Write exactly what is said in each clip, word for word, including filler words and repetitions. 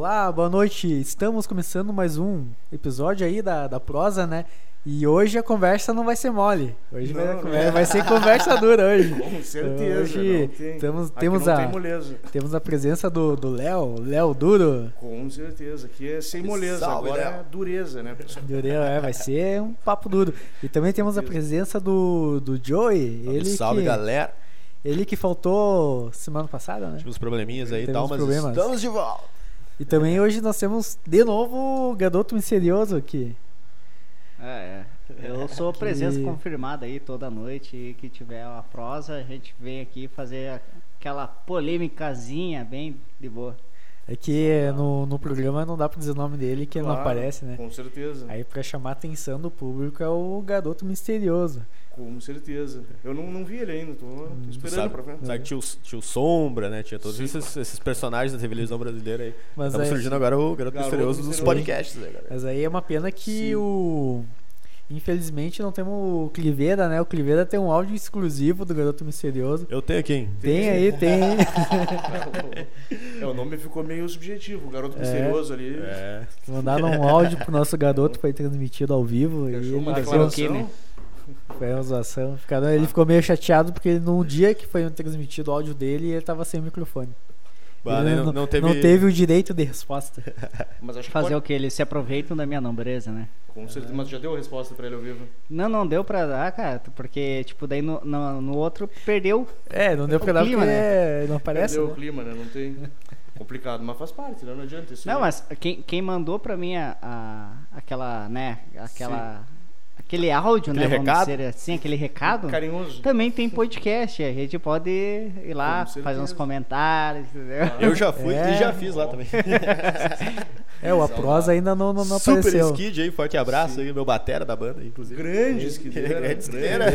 Olá, boa noite. Estamos começando mais um episódio aí da, da prosa, né? E hoje a conversa não vai ser mole. Hoje não, vai, vai ser conversa dura hoje. Com certeza. Hoje tem. temos, Aqui temos, não a, tem moleza. temos a presença do do Léo, Léo Duro. Com certeza. Aqui é sem moleza. Salve, agora Léo. é dureza, né, pessoal? Dureza, é, vai ser um papo duro. E também temos a presença do, do Joey. Salve, Ele salve que, galera. Ele que faltou semana passada, né? Tivemos probleminhas aí e Temos tal, mas problemas. estamos de volta. E também hoje nós temos de novo o garoto misterioso aqui. É, é. Eu sou Que- presença confirmada aí toda noite. E que tiver uma prosa, a gente vem aqui fazer a- aquela polêmicazinha bem de boa. É que no, no programa não dá pra dizer o nome dele, que ele não Claro, aparece, né? Com certeza. Aí pra chamar a atenção do público é o garoto misterioso. Com certeza. Eu não, não vi ele ainda, tô, tô Tu esperando sabe, pra ver. sabe que tinha, o, tinha o Sombra, né? Tinha todos Sim. esses, esses personagens da televisão brasileira aí. Mas Estamos aí, surgindo agora o Garoto, Garoto Misterioso dos Misterioso. podcasts, né, galera? mas aí é uma pena que Sim. o... Infelizmente não temos o Cliveira, né? O Cliveira tem um áudio exclusivo do garoto misterioso. Eu tenho aqui, hein? Tem aí, tem. É, o nome ficou meio subjetivo. O garoto É. misterioso ali. É. Mandaram um áudio pro nosso garoto, foi transmitido ao vivo. E Achou uma ele declaração. ficou- o quê, né? Foi uma zoação. Ficaram- Ele ficou meio chateado porque no dia que foi transmitido o áudio dele, ele tava sem microfone. Bah, Ele né, não, não teve... não teve o direito de resposta. Mas acho que Fazer pode... o que? Eles se aproveitam da minha nobreza, né? Com certeza. Mas já deu a resposta pra ele ao vivo. Não, não deu pra dar, cara, porque, tipo, daí no, no, no outro perdeu. É, não deu pra O dar clima, porque né? não aparece. Perdeu Né? o clima, né? Não tem... Complicado, mas faz parte, né? Não adianta isso. Não, aí. mas quem, quem mandou pra mim a, a- aquela, né, aquela... Aquele áudio, Aquele né, recado? vamos dizer assim, aquele recado... Carinhoso. Também tem podcast, a gente pode ir lá, Com certeza. fazer uns comentários, entendeu? Eu já fui É. e já fiz lá também. É, o A Prosa ainda não, não, não Super apareceu. Skid aí, forte abraço aí, meu batera da banda, inclusive. Grande esquideira. Grande esquideira.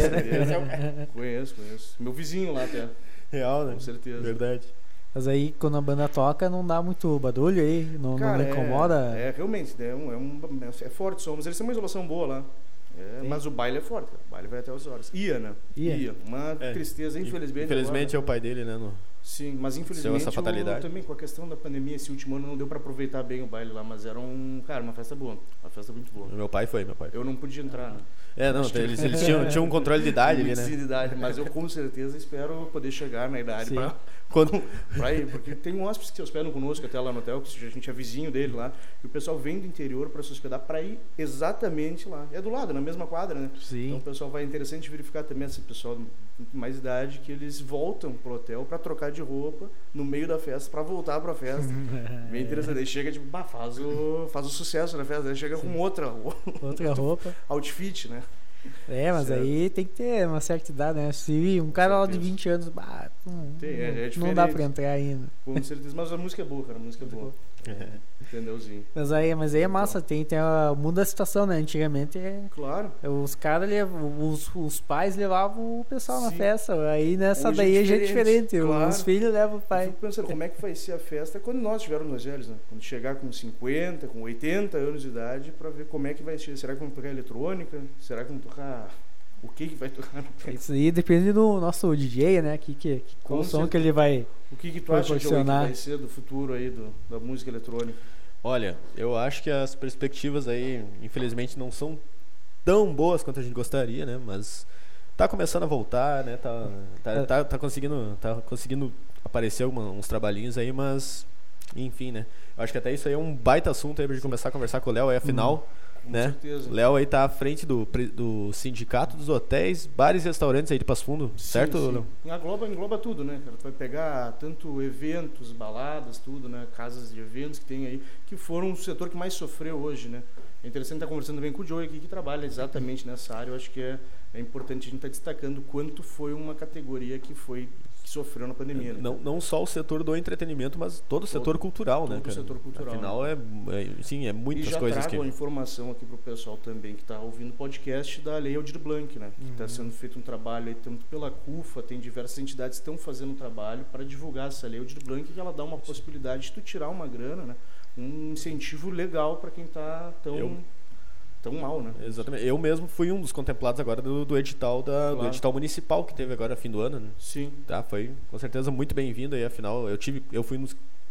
Conheço, conheço. Meu vizinho lá até. Real, né? Com certeza. Verdade. Mas aí quando a banda toca não dá muito barulho aí, não, Cara, não incomoda. É, é realmente, é, um, é, um, é forte o som, mas eles têm uma isolação boa lá. É, mas o baile é forte, cara. O baile vai até as horas. Ia, né? Ia. Uma É. tristeza, infelizmente. Infelizmente é agora. o pai dele, né? No... Sim, mas infelizmente essa fatalidade. o- também com a questão da pandemia, esse último ano não deu pra aproveitar bem o baile lá, mas era um, cara, uma festa boa. Uma festa muito boa. Meu pai foi, meu pai. Eu não podia entrar, né? É, não, Acho que- eles, eles tinham, tinham um controle de idade ali, Sim, né? de idade, mas eu com certeza espero poder chegar na idade Sim. pra, Quando... pra ir, porque tem um hóspede que se hospedam conosco até lá no hotel, que a gente é vizinho dele lá, e o pessoal vem do interior pra se hospedar pra ir exatamente lá. É do lado, na mesma quadra, né? Sim. Então o pessoal vai interessante verificar também esse pessoal de mais idade que eles voltam pro hotel pra trocar de roupa no meio da festa pra voltar pra festa. Bem interessante. Aí chega tipo, bah, faz o faz o sucesso na festa, aí chega com outra Outra roupa. outfit, né? É, mas Certo. aí tem que ter uma certa idade, né? Se um cara lá de certeza. vinte anos, bah, não, Tem, é- é não diferente. dá pra entrar ainda. Com certeza, mas a música é boa, cara, a música é boa. Entendeuzinho. Mas aí, mas aí é massa, tem, tem a, muda a situação, né? Antigamente é, Claro. os caras levam, os, os pais levavam o pessoal na Sim. festa. Aí nessa Hoje é daí já é diferente, diferente. claro. Os filhos levam o Eu pai. fico pensando como é que vai ser a festa quando nós estivermos mais velhos, né? Quando chegar com cinquenta, com oitenta anos de idade, pra ver como é que vai ser. Será que vamos tocar eletrônica? Será que vamos tocar... O que que vai tocar? Isso aí depende do nosso D J, né? Que, que, que, qual Com som certeza. que ele vai. O que que tu acha, Joey, que Proporcionar. vai ser do futuro aí do, da música eletrônica? Olha, eu acho que as perspectivas aí, infelizmente, não são tão boas quanto a gente gostaria, né? Mas tá começando a voltar, né? Tá, tá, tá, tá conseguindo, tá conseguindo aparecer alguma, uns trabalhinhos aí, mas enfim, né? Eu acho que até isso aí é um baita assunto aí pra gente começar a conversar com o Léo aí, afinal, Com né? certeza. O Léo aí tá à frente do, pre- do sindicato dos hotéis, bares e restaurantes aí de Passo Fundo, Sim, certo, sim. Léo? Engloba, engloba tudo, né, cara? Tu vai pegar tanto eventos, baladas, tudo, né? Casas de eventos que tem aí, que foram o setor que mais sofreu hoje, né? É interessante estar conversando também com o Joey aqui, que trabalha exatamente nessa área. Eu acho que é, é importante a gente estar destacando quanto foi uma categoria que foi que sofreu na pandemia, né? Não, não só o setor do entretenimento, mas todo o setor cultural, todo né, o cara? setor cultural, Afinal, é, é, sim, é E muitas já coisas trago que... a informação aqui para o pessoal também que está ouvindo o podcast da Lei Aldir Blanc, né? Que está sendo feito um trabalho aí, tanto pela CUFA, tem diversas entidades que estão fazendo um trabalho para divulgar essa Lei Aldir Blanc, que ela dá uma possibilidade de tu tirar uma grana, né? Um incentivo legal para quem está tão... Eu- tão mal, né? Exatamente. Eu mesmo fui um dos contemplados agora do, do edital da, do Claro. edital municipal que teve agora fim do ano, né? Sim. Tá, foi com certeza muito bem-vindo aí, afinal, eu tive, eu fui um dos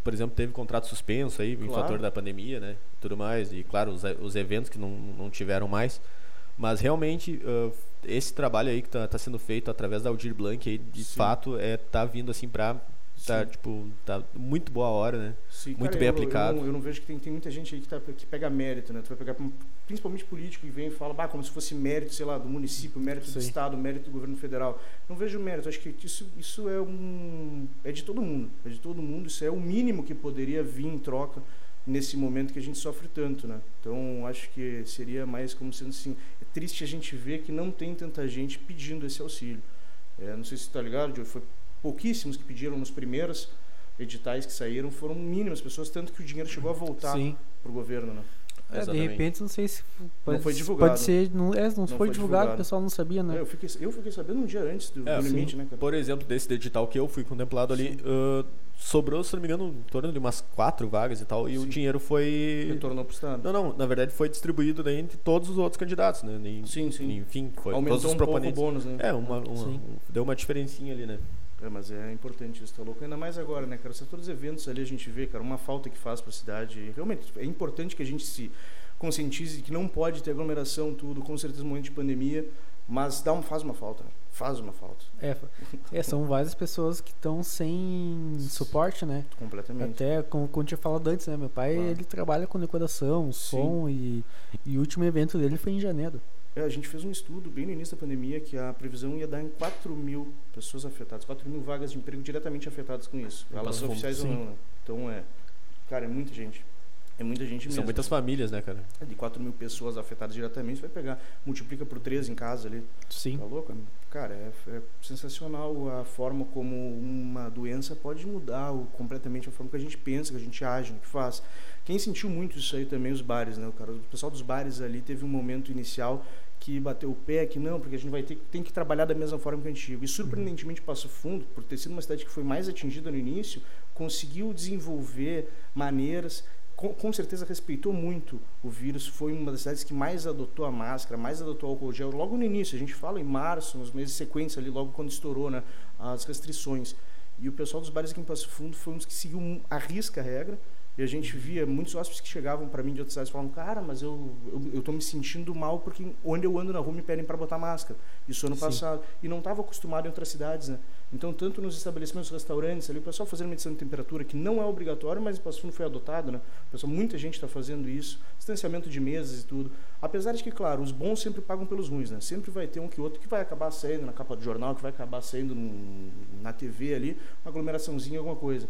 por exemplo, teve contrato suspenso aí, em Claro. fator da pandemia, né? Tudo mais. E, claro, os, os eventos que não, não tiveram mais. Mas, realmente, uh, esse trabalho aí que tá, tá sendo feito através da Aldir Blanc, aí, de Sim. fato, é, tá vindo, assim, pra... Tá, Sim. tipo, tá muito boa a hora, né? Sim, Muito cara, bem eu, aplicado. Eu não, eu não vejo que tem, tem muita gente aí que, tá, que pega mérito, né? Tu vai pegar principalmente político que vem e fala, bah, como se fosse mérito, sei lá, do município, mérito do Sim. estado, mérito do governo federal. Não vejo mérito, acho que isso, isso é um é de todo mundo, é de todo mundo, isso é o mínimo que poderia vir em troca nesse momento que a gente sofre tanto, né? Então, acho que seria mais como sendo assim, é triste a gente ver que não tem tanta gente pedindo esse auxílio. É, não sei se você tá ligado, Diogo, foi pouquíssimos que pediram nos primeiros editais que saíram, foram mínimas pessoas, tanto que o dinheiro chegou a voltar Sim. pro governo, né? É, de Exatamente. repente, não sei se pode, foi divulgado. pode ser, não, é, não, foi, foi divulgado, divulgado. o pessoal não sabia, né? É, eu, fiquei, eu fiquei sabendo um dia antes do, É, do sim. limite, né, cara? Por exemplo, desse edital que eu fui contemplado ali, uh, sobrou, se não me engano, em torno de umas quatro vagas e tal, e Sim. o dinheiro foi... Retornou pro estado. Não, não, na verdade foi distribuído daí entre todos os outros candidatos, né? Nem, Sim, sim. Enfim, foi Aumentou todos os um pouco o proponentes. bônus, né? É, uma, uma- Sim. um- deu uma diferencinha ali, né? É, mas é importante isso, tá louco? Ainda mais agora, né, cara? O setor dos eventos ali a gente vê, cara, uma falta que faz pra cidade. E realmente, é importante que a gente se conscientize que não pode ter aglomeração, tudo, com certeza no momento de pandemia, mas dá um, faz uma falta, né? Faz uma falta, É, é, são várias pessoas que estão sem suporte, né? completamente. Até, como, como eu tinha falado antes, né? Meu pai, Claro. ele trabalha com decoração, som e, e o último evento dele foi em janeiro. É, a gente fez um estudo bem no início da pandemia que a previsão ia dar em quatro mil pessoas afetadas, quatro mil vagas de emprego diretamente afetadas com isso. Em Elas Passo Fundo, oficiais ou sim. não, né? Então é, cara, é muita gente. É muita gente mesmo. São muitas famílias, né, cara? De quatro mil pessoas afetadas diretamente, você vai pegar, multiplica por três em casa ali. Sim. Tá louco? Cara, é, é sensacional a forma como uma doença pode mudar o, completamente a forma que a gente pensa, que a gente age, que faz. Quem sentiu muito isso aí também, os bares, né, cara? O pessoal dos bares ali teve um momento inicial que bateu o pé, que não, porque a gente vai ter tem que trabalhar da mesma forma que a antigo. E surpreendentemente Passo Fundo, por ter sido uma cidade que foi mais atingida no início, conseguiu desenvolver maneiras, com, com certeza respeitou muito o vírus, foi uma das cidades que mais adotou a máscara, mais adotou o álcool gel, logo no início, a gente fala em março, nos meses sequentes ali, logo quando estourou, né, as restrições. E o pessoal dos bares aqui em Passo Fundo foi um dos que seguiu a risca a regra. E a gente via muitos hóspedes que chegavam para mim de outras cidades e falavam, cara, mas eu, eu, eu tô me sentindo mal porque onde eu ando na rua me pedem para botar máscara. Isso ano Sim. passado. E não estava acostumado em outras cidades, né? Então, tanto nos estabelecimentos, restaurantes, ali, o pessoal fazendo medição de temperatura, que não é obrigatório, mas em Passo Fundo foi adotado, né? O pessoal, muita gente está fazendo isso. Distanciamento de mesas e tudo. Apesar de que, claro, os bons sempre pagam pelos ruins, né? Sempre vai ter um que outro que vai acabar saindo na capa do jornal, que vai acabar saindo num, na T V ali, uma aglomeraçãozinha, alguma coisa.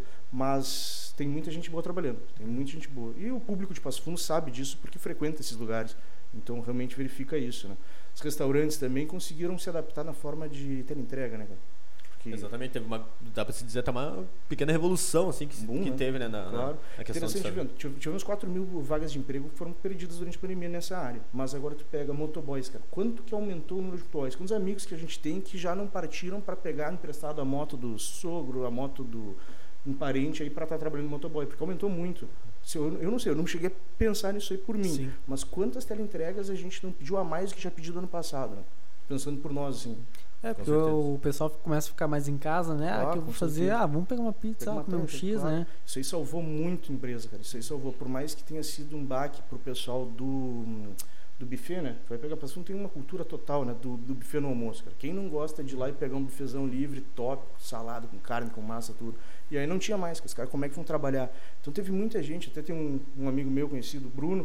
Mas tem muita gente boa trabalhando, tem muita gente boa. E o público de Passo Fundo sabe disso porque frequenta esses lugares. Então, realmente verifica isso, né? Os restaurantes também conseguiram se adaptar na forma de ter entrega, né, cara? Porque Exatamente, teve uma, dá pra se dizer, até uma pequena revolução, assim, que, Boom, que né? teve, né, na, na- Claro. na questão Interessante, do vendo. Tive- Tivemos quatro mil vagas de emprego que foram perdidas durante a pandemia nessa área. Mas agora tu pega motoboys, cara. Quanto que aumentou o número de motoboys? Quantos amigos que a gente tem que já não partiram para pegar emprestado a moto do sogro, a moto do um parente aí para estar trabalhando no motoboy? Porque aumentou muito. Se eu, eu não sei, eu não cheguei a pensar nisso aí por mim. Sim. Mas quantas teleentregas a gente não pediu a mais do que já pediu do ano passado, né? Pensando por nós, assim. É, porque certeza. o pessoal começa a ficar mais em casa, né? Claro, ah, que eu com vou fazer, certeza. ah, vamos pegar uma pizza, Pega ah, uma comer um tanta, X, claro. né? Isso aí salvou muito a empresa, cara. Isso aí salvou. Por mais que tenha sido um baque pro pessoal do, do buffet, né? Vai pegar Passo Fundo, tem uma cultura total, né? Do, do buffet no almoço, cara. Quem não gosta de ir lá e pegar um buffetzão livre, top, salada, com carne, com massa, tudo. E aí não tinha mais, cara. Os caras, como é que vão trabalhar? Então teve muita gente, até tem um, um amigo meu conhecido, Bruno,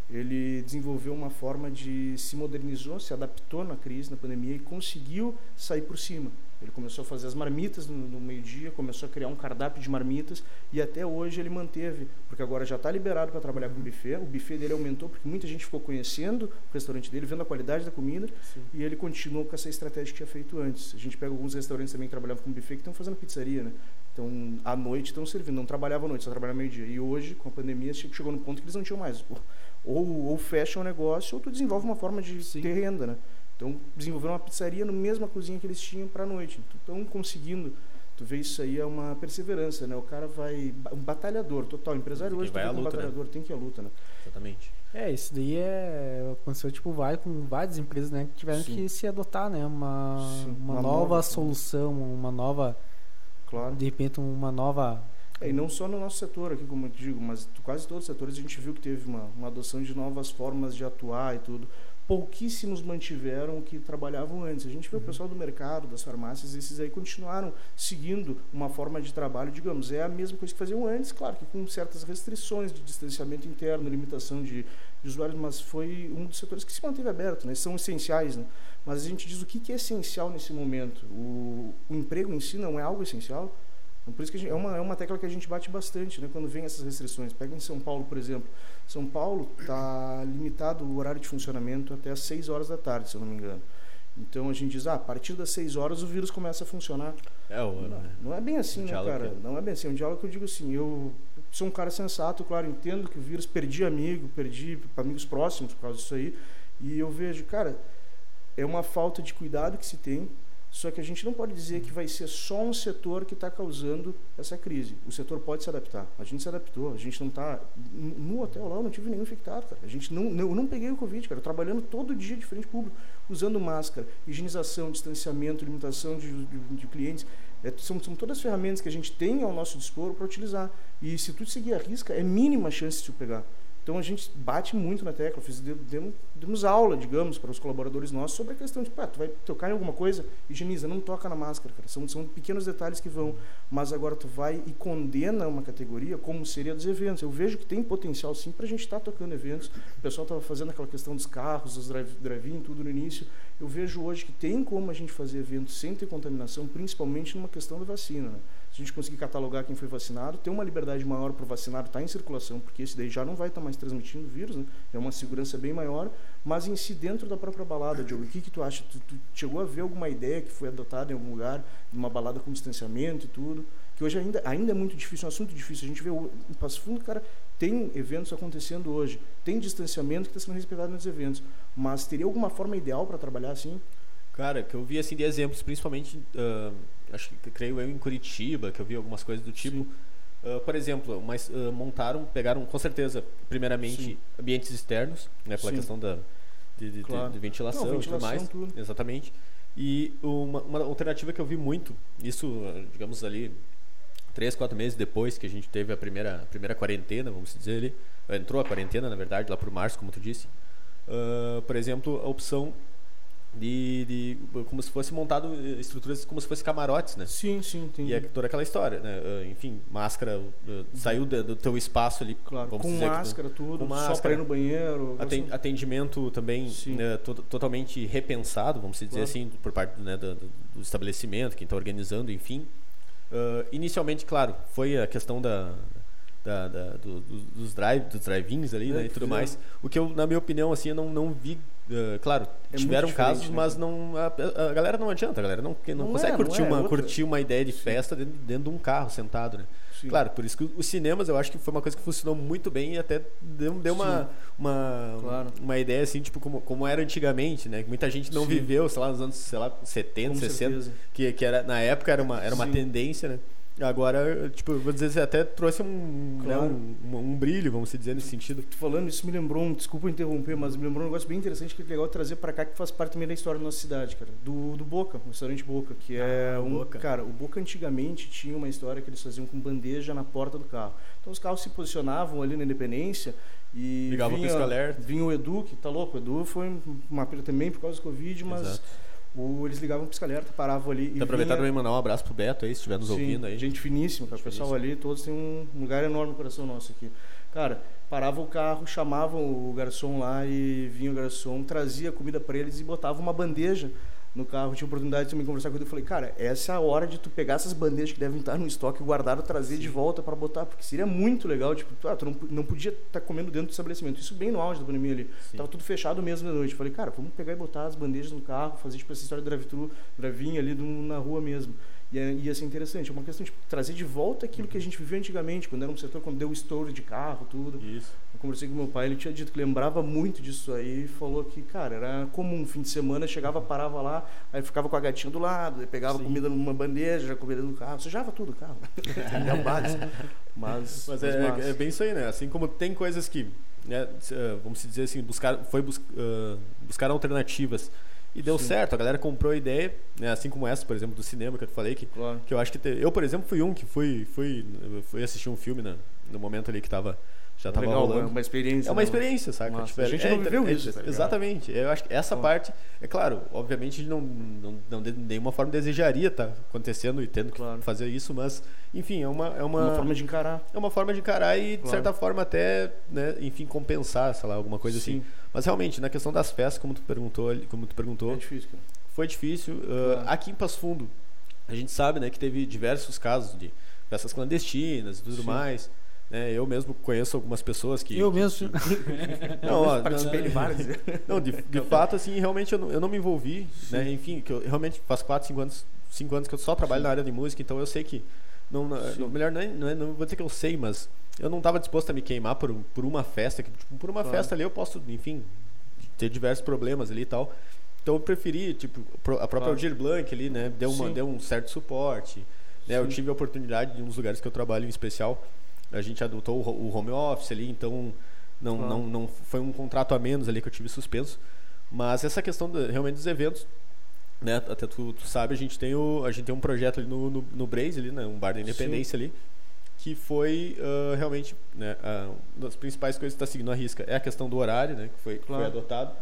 ele desenvolveu uma forma de se modernizou, se adaptou na crise, na pandemia e conseguiu sair por cima. Ele começou a fazer as marmitas no, no meio-dia, começou a criar um cardápio de marmitas e até hoje ele manteve, porque agora já está liberado para trabalhar com buffet. O buffet dele aumentou porque muita gente ficou conhecendo o restaurante dele, vendo a qualidade da comida. Sim. E ele continuou com essa estratégia que tinha feito antes. A gente pega alguns restaurantes também que trabalhavam com buffet que estão fazendo pizzaria, né? Então, à noite estão servindo, não trabalhavam à noite, só trabalhavam meio-dia. E hoje, com a pandemia, chegou no ponto que eles não tinham mais. Ou, ou fecha o negócio, ou tu desenvolve uma forma de Sim. ter renda, né? Então, desenvolveram uma pizzaria no mesma cozinha que eles tinham para a noite. Então, conseguindo, tu vê isso aí é uma perseverança, né? O cara vai, um batalhador total, empresário Tem que hoje vai tu vê à como luta, né? batalhador, tem que ir à luta, né? Exatamente. É, isso daí é aconteceu tipo vai com várias empresas, né, que tiveram Sim. que se adotar, né, uma Sim, uma, uma nova, nova, solução, uma nova, Claro. de repente uma nova É, e não só no nosso setor aqui, como eu digo, mas quase todos os setores a gente viu que teve uma, uma adoção de novas formas de atuar e tudo. Pouquíssimos mantiveram o que trabalhavam antes. A gente vê o pessoal do mercado, das farmácias, esses aí continuaram seguindo uma forma de trabalho, digamos, é a mesma coisa que faziam antes, claro, que com certas restrições de distanciamento interno, limitação de, de usuários, mas foi um dos setores que se manteve aberto, né? São essenciais, né? Mas a gente diz o que, que é essencial nesse momento. O, o emprego em si não é algo essencial. Então, por isso que a gente, é, uma, é uma tecla que a gente bate bastante, né, quando vem essas restrições. Pega em São Paulo, por exemplo. São Paulo está limitado o horário de funcionamento até às seis horas da tarde, se eu não me engano. Então a gente diz, ah, a partir das seis horas o vírus começa a funcionar. É o, não, não é bem assim, né, cara? Que... Não é bem assim. É um diálogo que eu digo assim, eu sou um cara sensato, claro, entendo que o vírus, perdi amigo, perdi amigos próximos por causa disso aí, e eu vejo, cara, é uma falta de cuidado que se tem. Só que a gente não pode dizer que vai ser só um setor que está causando essa crise. O setor pode se adaptar. A gente se adaptou. A gente não está... No hotel lá eu não tive nenhum infectado, cara. A gente não, não, eu não peguei o Covid, cara. Trabalhando todo dia de frente público, usando máscara, higienização, distanciamento, limitação de, de, de clientes. É, são, são todas as ferramentas que a gente tem ao nosso dispor para utilizar. E se tu seguir a risca, é mínima a chance de tu pegar. Então a gente bate muito na tecla, fiz, demos, demos aula, digamos, para os colaboradores nossos sobre a questão de, pá, tu vai tocar em alguma coisa, higieniza, não toca na máscara, cara. São, são pequenos detalhes que vão, mas agora tu vai e condena uma categoria como seria dos eventos. Eu vejo que tem potencial sim para a gente estar tá tocando eventos. O pessoal estava fazendo aquela questão dos carros, dos drive-in, tudo no início. Eu vejo hoje que tem como a gente fazer eventos sem ter contaminação, principalmente numa questão da vacina, né? Se a gente conseguir catalogar quem foi vacinado, ter uma liberdade maior para o vacinado estar em circulação, porque esse daí já não vai estar mais transmitindo o vírus, né? É uma segurança bem maior, mas em si, dentro da própria balada, Diogo, o que, que tu acha? Tu, tu chegou a ver alguma ideia que foi adotada em algum lugar, de uma balada com distanciamento e tudo? Que hoje ainda, ainda é muito difícil, é um assunto difícil. A gente vê o, em Passo Fundo, cara, tem eventos acontecendo hoje, tem distanciamento que está sendo respeitado nos eventos, mas teria alguma forma ideal para trabalhar assim? Cara, que eu vi assim de exemplos, principalmente, uh, acho que creio eu em Curitiba, que eu vi algumas coisas do tipo. Uh, por exemplo, mas uh, montaram, pegaram com certeza, primeiramente, Sim. ambientes externos, né, pela Sim. questão da de, de, claro. de, de ventilação, Não, ventilação e tudo mais, tudo. Exatamente. E uma, uma alternativa que eu vi muito, isso, digamos ali, três, quatro meses depois que a gente teve a primeira, a primeira quarentena, vamos dizer ali, entrou a quarentena, na verdade, lá por março, como tu disse. Uh, por exemplo, a opção De, de como se fosse montado estruturas como se fosse camarotes, né? Sim, sim, entendi. E é toda aquela história, né? Uh, enfim, máscara, uh, saiu do, do teu espaço ali, claro, vamos com dizer máscara, que, tudo, com máscara, só para ir no banheiro. Atendimento também, né, to, totalmente repensado, vamos dizer claro. assim, por parte, né, do, do estabelecimento, quem está organizando, enfim. Uh, inicialmente, claro, foi a questão da Da, da, do, dos drive, dos drive-ins ali, é, né, e tudo mais. O que eu, na minha opinião, assim, eu não, não vi. Uh, claro, é tiveram casos, né, mas não, a, a galera não adianta, a galera não, não, não consegue é, curtir, não é, uma, curtir uma ideia de Sim. festa dentro, dentro de um carro sentado, né? Sim. Claro, por isso que os cinemas eu acho que foi uma coisa que funcionou muito bem e até deu, deu uma, uma, claro. uma ideia assim, tipo, como, como era antigamente, né? Que muita gente não Sim. viveu, sei lá, nos anos, sei lá, setenta, sessenta, que, que era, na época era uma, era uma tendência, né? Agora, tipo, vou dizer, você até trouxe um, claro. né, um, um, um brilho, vamos dizer, nesse sentido. Falando isso, me lembrou, um, desculpa interromper, mas me lembrou um negócio bem interessante que é legal trazer pra cá, que faz parte também da história da nossa cidade, cara. Do, do Boca, o restaurante Boca, que é ah, um... Boca. Cara, o Boca antigamente tinha uma história que eles faziam com bandeja na porta do carro. Então os carros se posicionavam ali na Independência e ligava vinha, o pisca-alerta. Vinha o Edu, que tá louco, o Edu foi uma perda também por causa do Covid, mas... Exato. O, eles ligavam o pisca-alerta, paravam ali. E aproveitar também mandar um abraço pro Beto aí, se estiver nos Sim, ouvindo aí. Gente finíssima, cara. O pessoal ali, todos têm um lugar enorme no coração nosso aqui. Cara, parava o carro, chamavam o garçom lá e vinha o garçom, trazia comida para eles e botava uma bandeja no carro. Tinha oportunidade de também conversar com ele. Eu falei, cara, essa é a hora de tu pegar essas bandejas que devem estar no estoque, guardar ou trazer Sim. de volta para botar, porque seria muito legal. Tipo, tu, ah, tu não, não podia estar tá comendo dentro do estabelecimento. Isso bem no auge da pandemia ali. Sim. Tava tudo fechado mesmo da noite. Eu falei, cara, vamos pegar e botar as bandejas no carro, fazer tipo essa história de drive-thru, drive-in ali do, na rua mesmo. E ia ser interessante. É uma questão de tipo, trazer de volta aquilo que a gente viveu antigamente, quando era um setor, quando deu o estouro de carro, tudo. Isso. Eu conversei com meu pai, ele tinha dito que lembrava muito disso aí, e falou que, cara, era comum, fim de semana, chegava, parava lá, aí ficava com a gatinha do lado, pegava Sim. comida numa bandeja, comida no carro, sujava tudo o carro. É o básico. Mas, mas é, mas... é bem isso aí, né? Assim como tem coisas que, né, vamos dizer assim, buscar, foi bus, uh, buscar alternativas E deu Sim. certo, a galera comprou a ideia, né? Assim como essa, por exemplo, do cinema que eu te falei, que, Claro. que eu acho que... Te... Eu, por exemplo, fui um que fui, fui, fui assistir um filme na, no momento ali que tava, já tava Legal, rolando. uma experiência. É uma né? experiência, saca? Nossa, Tipo, a gente é, não é, viveu é, isso, tá ligado? exatamente. Eu acho que essa Bom. parte, é claro, obviamente a gente não, não, não de nenhuma forma desejaria estar acontecendo e tendo Claro. que fazer isso, mas, enfim, é uma... É uma, Uma forma de encarar. é uma forma de encarar e, de Claro. certa forma, até, né, enfim, compensar, sei lá, alguma coisa Sim. assim. Mas, realmente, na questão das festas, como tu perguntou, ali- como tu perguntou É difícil, cara. foi difícil. Uh, Claro. Aqui em Passo Fundo, a gente sabe, né, que teve diversos casos de festas clandestinas e tudo Sim. mais. Né? Eu mesmo conheço algumas pessoas que... Eu mesmo. Não, ó, Participei de várias. não, de, de fato, assim, realmente eu não, eu não me envolvi, né? Enfim, que eu realmente faz quatro, cinco anos, cinco anos que eu só trabalho Sim. na área de música, então eu sei que não, não- Sim. melhor não, é, não, é, não vou dizer que eu sei, mas eu não estava disposto a me queimar por, por uma festa, que tipo, por uma Claro. festa ali eu posso, enfim, ter diversos problemas ali e tal. Então eu preferi, tipo, pro- a própria Claro. Aldir Blanc ali, né, deu uma Sim. deu um certo suporte, né? Eu Sim. tive a oportunidade de um dos lugares que eu trabalho em especial, a gente adotou o ho- o home office ali, então não, Claro. não, não foi um contrato a menos ali que eu tive suspenso. Mas essa questão do- realmente dos eventos, né? Até tu, tu sabe, a gente tem o a gente tem um projeto ali no, no, no Braze ali, né? Um bar da Independência ali, que foi ah, realmente, né? ah, uma das principais coisas que está seguindo a risca é a questão do horário, né? Que foi, que Claro. foi adotado.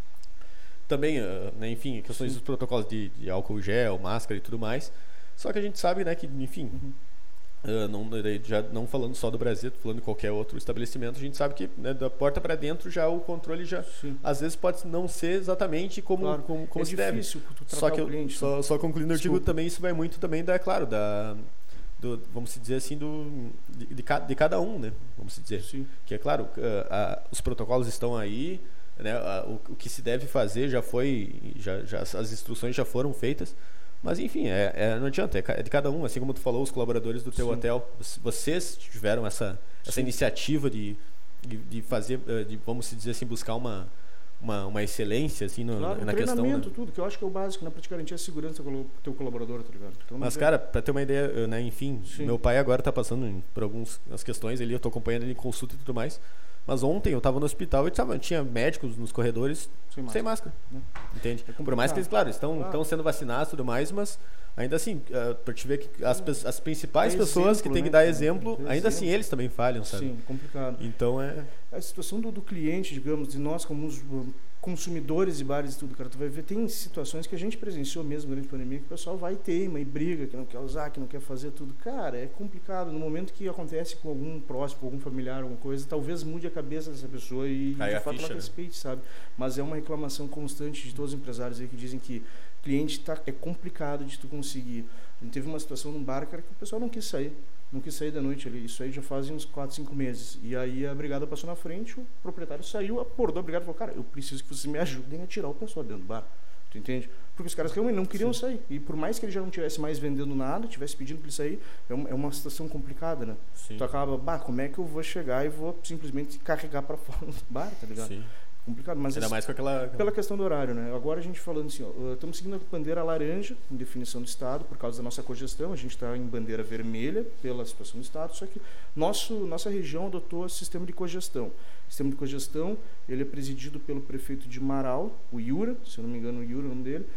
Também, ah, né, enfim, questões Sim. dos protocolos de, de álcool gel, máscara e tudo mais. Só que a gente sabe, né, que, enfim, Uhum. ah, não, daí já não falando só do Brasil, tô falando de qualquer outro estabelecimento, a gente sabe que, né, da porta para dentro já o controle já Sim. às vezes pode não ser exatamente como, Claro. como, como é se deve. difícil tu tratar Só que o eu, cliente. só, só concluindo, eu digo Desculpa. também, isso vai muito também da, é claro, da, do, vamos dizer assim, do, de, de, ca- de cada um, né? Vamos dizer. Sim. Que é claro, ah, ah, os protocolos estão aí, né? Ah, o, o que se deve fazer já foi, já, já, as instruções já foram feitas, mas enfim, é, é- não adianta, é, ca- é de cada um, assim como tu falou, os colaboradores do teu Sim. hotel, c- vocês tiveram essa, essa Sim. iniciativa de, de, de fazer, ah, de, vamos dizer assim, buscar uma, uma, uma excelência assim, no, Claro, na o questão, né? treinamento, tudo, que eu acho que é o básico, né? Pra te garantir a segurança do teu colaborador, tá ligado? Então, Mas, não cara, pra ter uma ideia, eu, né, enfim, Sim. meu pai agora tá passando em- por algumas questões ali, eu tô acompanhando ele em consulta e tudo mais. Mas ontem eu tava no hospital e tava, tinha médicos nos corredores Sem sem máscara. máscara. Né? Entende? É Por mais que eles, complicado. claro, estão, Claro. estão sendo vacinados e tudo mais, mas ainda assim, uh, pra te ver que as, pe- as principais É pessoas que exemplo, têm que né, dar cara? exemplo, É ainda assim exemplo. eles também falham, sabe? Sim, complicado. Então é. A situação do, do cliente, digamos, de nós como os uh, consumidores de bares e tudo, cara, tu vai ver, tem situações que a gente presenciou mesmo durante a pandemia, que o pessoal vai e teima e briga, que não quer usar, que não quer fazer tudo. Cara, é complicado. No momento que acontece com algum próximo, com algum familiar, alguma coisa, talvez mude a cabeça dessa pessoa e, Cai a de fato, ficha, ela né? respeite, sabe? Mas é uma reclamação constante de todos os empresários aí que dizem que cliente tá, é complicado de tu conseguir. A gente teve uma situação num bar, cara, que o pessoal não quis sair. Não quis sair da noite ali. Isso aí já faz uns quatro, cinco meses. E aí a brigada passou na frente, o proprietário saiu, acordou a brigada e falou, cara, eu preciso que vocês me ajudem a tirar o pessoal dentro do bar. Tu entende? Porque os caras realmente não queriam Sim. sair. E por mais que ele já não estivesse mais vendendo nada, estivesse pedindo para ele sair, é uma, é uma situação complicada, né? Sim. Tu acaba, bah, como é que eu vou chegar e vou simplesmente carregar para fora do bar, tá ligado? Sim. Complicado, mas Ainda esse- mais com aquela. pela questão do horário, né? Agora a gente falando assim, ó, estamos seguindo a bandeira laranja, em definição do Estado, por causa da nossa cogestão. A gente está em bandeira vermelha pela situação do Estado, só que nosso, nossa região adotou o sistema de cogestão. O sistema de cogestão, ele é presidido pelo prefeito de Marau, o Iura, se eu não me engano, o Iura é o nome dele,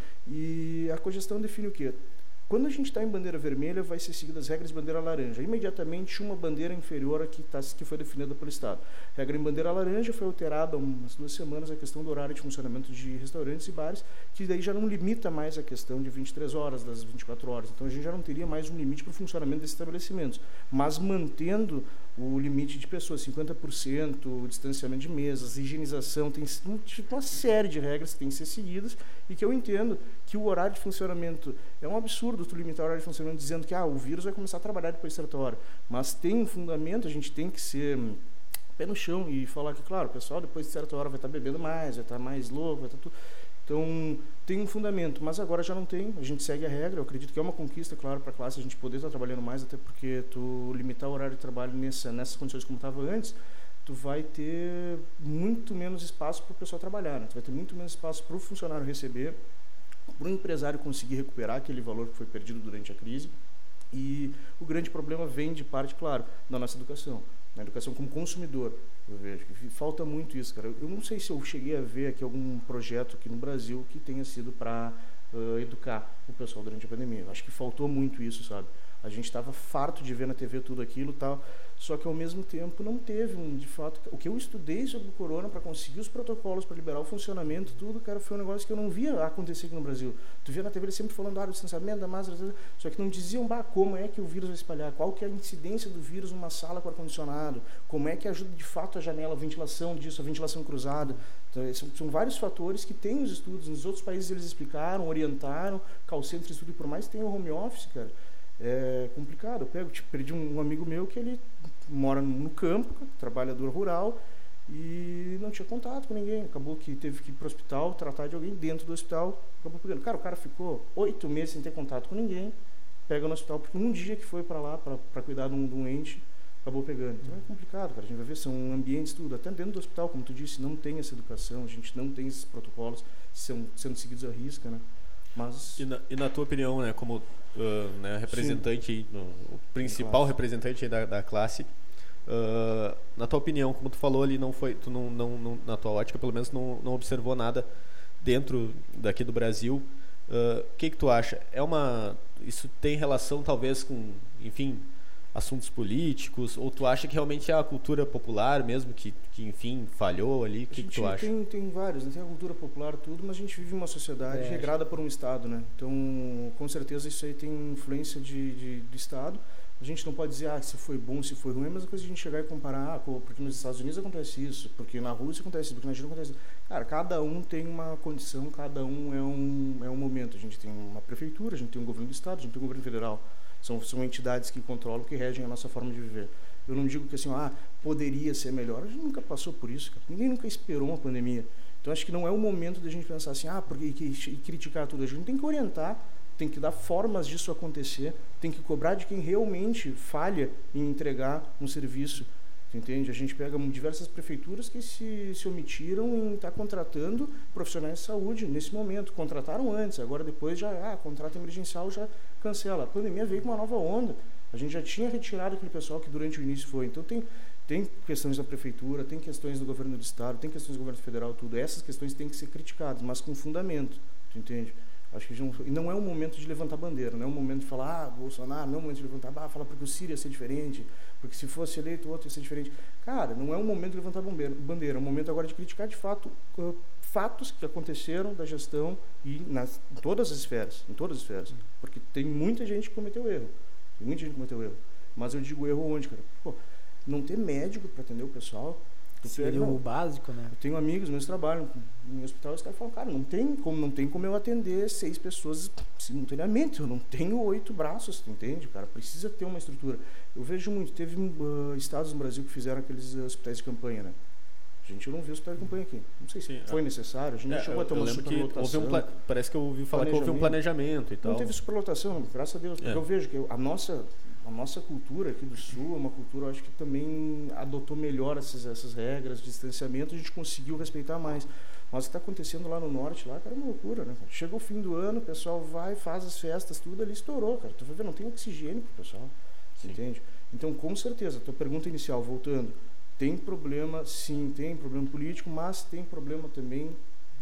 e a cogestão define o quê? Quando a gente está em bandeira vermelha, vai ser seguidas as regras de bandeira laranja. Imediatamente, uma bandeira inferior à que, tá, que foi definida pelo Estado. Regra em bandeira laranja foi alterada há umas duas semanas a questão do horário de funcionamento de restaurantes e bares, que daí já não limita mais a questão de vinte e três horas, das vinte e quatro horas. Então, a gente já não teria mais um limite para o funcionamento desses estabelecimentos, mas mantendo o limite de pessoas, cinquenta por cento, o distanciamento de mesas, higienização, tem uma série de regras que têm que ser seguidas e que eu entendo que o horário de funcionamento é um absurdo tu limitar o horário de funcionamento dizendo que ah, o vírus vai começar a trabalhar depois de certa hora, mas tem um fundamento, a gente tem que ser hum, pé no chão e falar que, claro, o pessoal depois de certa hora vai estar bebendo mais, vai estar mais louco, vai estar tudo. Então, tem um fundamento, mas agora já não tem, a gente segue a regra, eu acredito que é uma conquista, claro, para a classe, a gente poder estar trabalhando mais, até porque tu limitar o horário de trabalho nessa, nessas condições como estava antes, tu vai ter muito menos espaço para o pessoal trabalhar, né? Tu vai ter muito menos espaço para o funcionário receber, para o empresário conseguir recuperar aquele valor que foi perdido durante a crise. E o grande problema vem de parte, claro, da nossa educação. Na educação como consumidor, eu vejo que falta muito isso, cara. Eu não sei se eu cheguei a ver aqui algum projeto aqui no Brasil que tenha sido para uh, educar o pessoal durante a pandemia. Eu acho que faltou muito isso, sabe? A gente estava farto de ver na T V tudo aquilo e tal, só que ao mesmo tempo não teve, um, de fato, o que eu estudei sobre o corona para conseguir os protocolos, para liberar o funcionamento, tudo, cara, foi um negócio que eu não via acontecer aqui no Brasil. Tu via na T V sempre falando ah, do distanciamento, da máscara, só que não diziam bah, como é que o vírus vai espalhar, qual que é a incidência do vírus numa sala com ar-condicionado, como é que ajuda de fato a janela, a ventilação disso, a ventilação cruzada. Então, são, são vários fatores que tem os estudos, nos outros países eles explicaram, orientaram, call center estudo, e por mais que tenha o home office, cara, é complicado. Eu pego, tipo, perdi um, um amigo meu que ele mora no campo, trabalhador rural, e não tinha contato com ninguém. Acabou que teve que ir para o hospital, tratar de alguém dentro do hospital, acabou pegando. Cara, o cara ficou oito meses sem ter contato com ninguém, pega no hospital, porque um dia que foi para lá para cuidar de um doente, acabou pegando. Então é complicado, cara. A gente vai ver, são ambientes, tudo. Até dentro do hospital, como tu disse, não tem essa educação, a gente não tem esses protocolos são, sendo seguidos à risca, né? Mas... E, na, e na tua opinião, né, como uh, né, representante, aí, no, o principal representante aí da, da classe, uh, na tua opinião, como tu falou ali, não foi, tu não, não, não, na tua ótica, pelo menos, não, não observou nada dentro daqui do Brasil. O uh, que que tu acha? É uma, isso tem relação, talvez, com, enfim, assuntos políticos, ou tu acha que realmente é a cultura popular mesmo que, que enfim, falhou ali? O que, que tu acha? Tem, tem vários, né? Tem a cultura popular, tudo, mas a gente vive uma sociedade é. regrada por um Estado, né? Então, com certeza isso aí tem influência de, de, do Estado. A gente não pode dizer, ah, se foi bom, se foi ruim, é a mesma coisa de a gente chegar e comparar, ah, porque nos Estados Unidos acontece isso, porque na Rússia acontece isso, porque na China acontece isso. Cara, cada um tem uma condição, cada um é um, é um momento. A gente tem uma prefeitura, a gente tem um governo do Estado, a gente tem um governo federal. São, são entidades que controlam, que regem a nossa forma de viver. Eu não digo que assim, ah, poderia ser melhor. A gente nunca passou por isso, cara. Ninguém nunca esperou uma pandemia. Então, acho que não é o momento da gente pensar assim, ah, porque, e, e criticar tudo. A gente tem que orientar, tem que dar formas disso acontecer, tem que cobrar de quem realmente falha em entregar um serviço. Entende? A gente pega diversas prefeituras que se, se omitiram em estar contratando profissionais de saúde nesse momento. Contrataram antes, agora depois já, ah, contrato emergencial já cancela. A pandemia veio com uma nova onda. A gente já tinha retirado aquele pessoal que durante o início foi. Então tem, tem questões da prefeitura, tem questões do governo do estado, tem questões do governo federal, tudo. Essas questões têm que ser criticadas, mas com fundamento. Tu entende? Acho que não, e não é um momento de levantar bandeira, não é um momento de falar, ah, Bolsonaro, não é um momento de levantar, ah, falar porque o Ciro ia ser diferente, porque se fosse eleito o outro ia ser diferente. Cara, não é um momento de levantar bandeira, é um momento agora de criticar de fato uh, fatos que aconteceram da gestão e nas, em todas as esferas, em todas as esferas, porque tem muita gente que cometeu erro, tem muita gente que cometeu erro, mas eu digo erro onde, cara? Pô, não ter médico para atender o pessoal. Seria o básico, né? Eu tenho amigos meus que trabalham em hospital, os caras falam, cara, não tem como, não tem como eu atender seis pessoas simultaneamente, eu não tenho oito braços, tu entende, cara? Precisa ter uma estrutura. Eu vejo muito, teve uh, estados no Brasil que fizeram aqueles uh, hospitais de campanha, né? A gente não viu hospital de campanha aqui. Não sei se Sim, foi é. necessário, a gente não é, chegou a ter uma superlotação. Um parece que eu ouvi falar que houve um planejamento e tal. Não teve superlotação, graças a Deus, porque é. eu vejo que a nossa... A nossa cultura aqui do Sul é uma cultura, eu acho que também adotou melhor essas, essas regras de distanciamento, a gente conseguiu respeitar mais. Mas o que está acontecendo lá no Norte, lá, cara, é uma loucura, né? Chega o fim do ano, o pessoal vai, faz as festas, tudo ali estourou, cara. Tu vai ver, não tem oxigênio pro pessoal, sim. Entende? Então, com certeza, tua pergunta inicial, voltando, tem problema, sim, tem problema político, mas tem problema também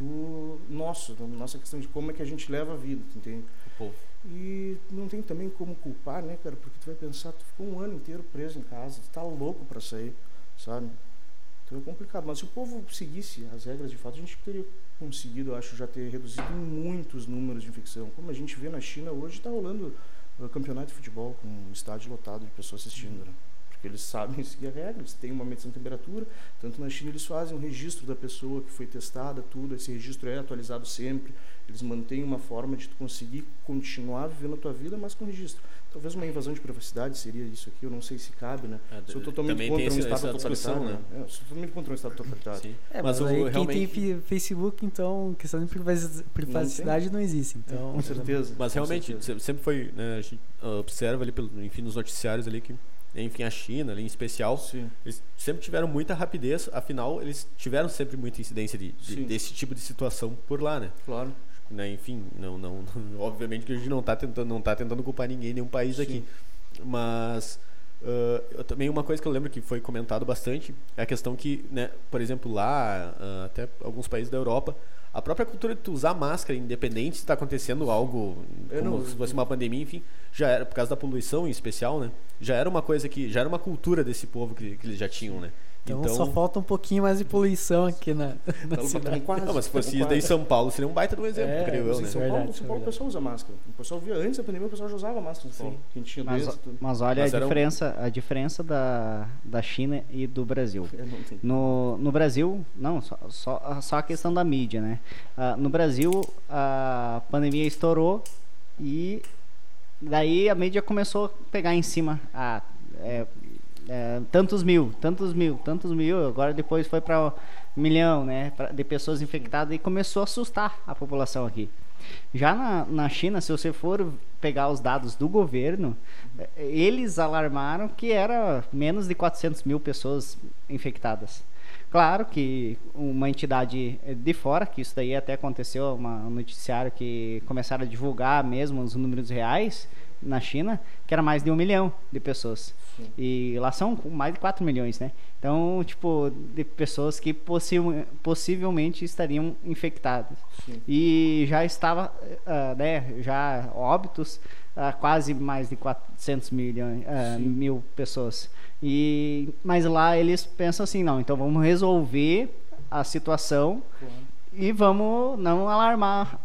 do nosso, da nossa questão de como é que a gente leva a vida, entende? O povo. E não tem também como culpar, né, cara? Porque tu vai pensar, tu ficou um ano inteiro preso em casa, tu tá louco para sair, sabe? Então é complicado. Mas se o povo seguisse as regras de fato, a gente teria conseguido, eu acho, já ter reduzido muitos números de infecção. Como a gente vê na China hoje, está rolando uh, campeonato de futebol com um estádio lotado de pessoas assistindo, né? Porque eles sabem seguir a regra, eles têm uma medição de temperatura, tanto na China eles fazem um registro da pessoa que foi testada, tudo, esse registro é atualizado sempre, eles mantêm uma forma de tu conseguir continuar vivendo a tua vida, mas com registro. Talvez uma invasão de privacidade seria isso aqui, eu não sei se cabe, né? É, sou totalmente contra um Estado totalitário, né? É, sou totalmente contra um Estado totalitário. Sim. É, mas, mas aí, quem realmente... tem Facebook, então, questão de privacidade não, não existe, então... É, com certeza. Mas com realmente, certeza. sempre foi, né, a gente observa ali, pelo, enfim, nos noticiários ali que enfim, a China, ali em especial, Sim. eles sempre tiveram muita rapidez, afinal, eles tiveram sempre muita incidência de, de, desse tipo de situação por lá, né? Claro. né? Enfim, não, não, obviamente que a gente não está tentando, não tá tentando culpar ninguém, nenhum país Sim. aqui. Mas uh, eu, também uma coisa que eu lembro que foi comentado bastante é a questão que, né, por exemplo, lá, uh, até alguns países da Europa, a própria cultura de tu usar máscara, independente se está acontecendo algo, eu como não, se fosse uma pandemia, enfim, já era, por causa da poluição em especial, né? Já era uma coisa que, já era uma cultura desse povo que, que eles já tinham, né? Então, então só falta um pouquinho mais de poluição aqui na, na então, cidade. Quase, não, mas se fosse isso daí em São Paulo, seria um baita do exemplo, é, creio eu, né? Em São Paulo, São Paulo o pessoal usa máscara. O pessoal via antes da pandemia, o pessoal já usava máscara em São Paulo. Quem tinha mas, doença, tudo. mas olha mas a diferença, um... a diferença da, da China e do Brasil. Não no, no Brasil, não, só, só, só a questão da mídia, né? Uh, no Brasil, a pandemia estourou e daí a mídia começou a pegar em cima. Ah, é, É, tantos mil, tantos mil, tantos mil, agora depois foi para um milhão, né, pra, de pessoas infectadas e começou a assustar a população aqui. Já na, na China, se você for pegar os dados do governo, eles alarmaram que era menos de quatrocentos mil pessoas infectadas. Claro que uma entidade de fora, que isso daí até aconteceu, uma, um noticiário que começaram a divulgar mesmo os números reais na China, que era mais de um milhão de pessoas. Sim. E lá são mais de quatro milhões, né? Então, tipo, de pessoas que possi- possivelmente estariam infectadas. Sim. E já estava, uh, né, já óbitos, uh, quase mais de quatrocentos milhões, uh, mil pessoas. E, mas lá eles pensam assim, não, então vamos resolver a situação claro. E vamos não alarmar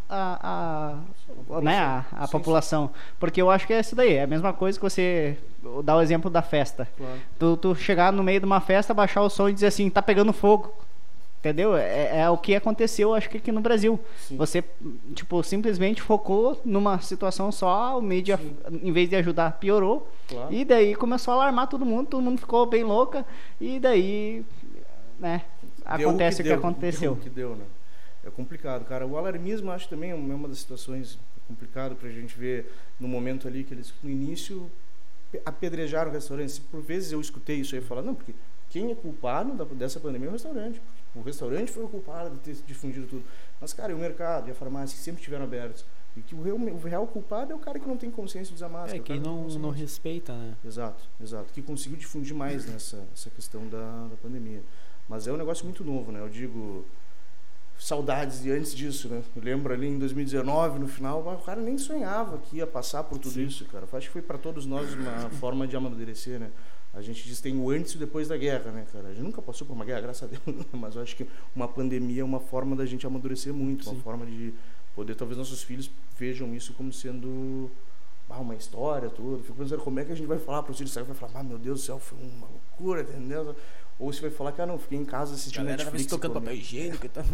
a, a, né, a, a sim, população. Sim. Porque eu acho que é isso daí, é a mesma coisa que você dá o exemplo da festa. Claro. Tu, tu chegar no meio de uma festa, baixar o som e dizer assim, tá pegando fogo. Entendeu? É, é o que aconteceu, acho que aqui no Brasil. Sim. Você, tipo, simplesmente focou numa situação só, o mídia, sim. em vez de ajudar, piorou. Claro. E daí começou a alarmar todo mundo, todo mundo ficou bem louca. E daí, né, deu acontece o que, o que deu, aconteceu. Deu o que deu, né? É complicado, cara. O alarmismo, acho também é uma das situações complicadas pra gente ver no momento ali que eles, no início, apedrejaram o restaurante. Por vezes eu escutei isso aí falar, não, porque quem é culpado dessa pandemia é o restaurante. O restaurante foi o culpado de ter difundido tudo. Mas, cara, e o mercado e a farmácia que sempre estiveram abertos. E que o real, o real culpado é o cara que não tem consciência de usar máscara. É, quem não, não respeita, né? Exato, exato. Que conseguiu difundir mais nessa essa questão da, da pandemia. Mas é um negócio muito novo, né? Eu digo, saudades de antes disso, né? Eu lembro ali em dois mil e dezenove, no final, o cara nem sonhava que ia passar por tudo Sim. isso, cara. Eu acho que foi para todos nós uma forma de amadurecer, né? A gente diz que tem o antes e o depois da guerra, né, cara? A gente nunca passou por uma guerra, graças a Deus, mas eu acho que uma pandemia é uma forma da gente amadurecer muito, Sim. uma forma de poder, talvez nossos filhos vejam isso como sendo ah, uma história, tudo. Fico pensando como é que a gente vai falar para os filhos, vai falar, ah, meu Deus do céu, foi uma loucura, entendeu? Ou se vai falar que, ah, não, fiquei em casa assistindo Galera, Netflix. Tocando papel higiênico e tal.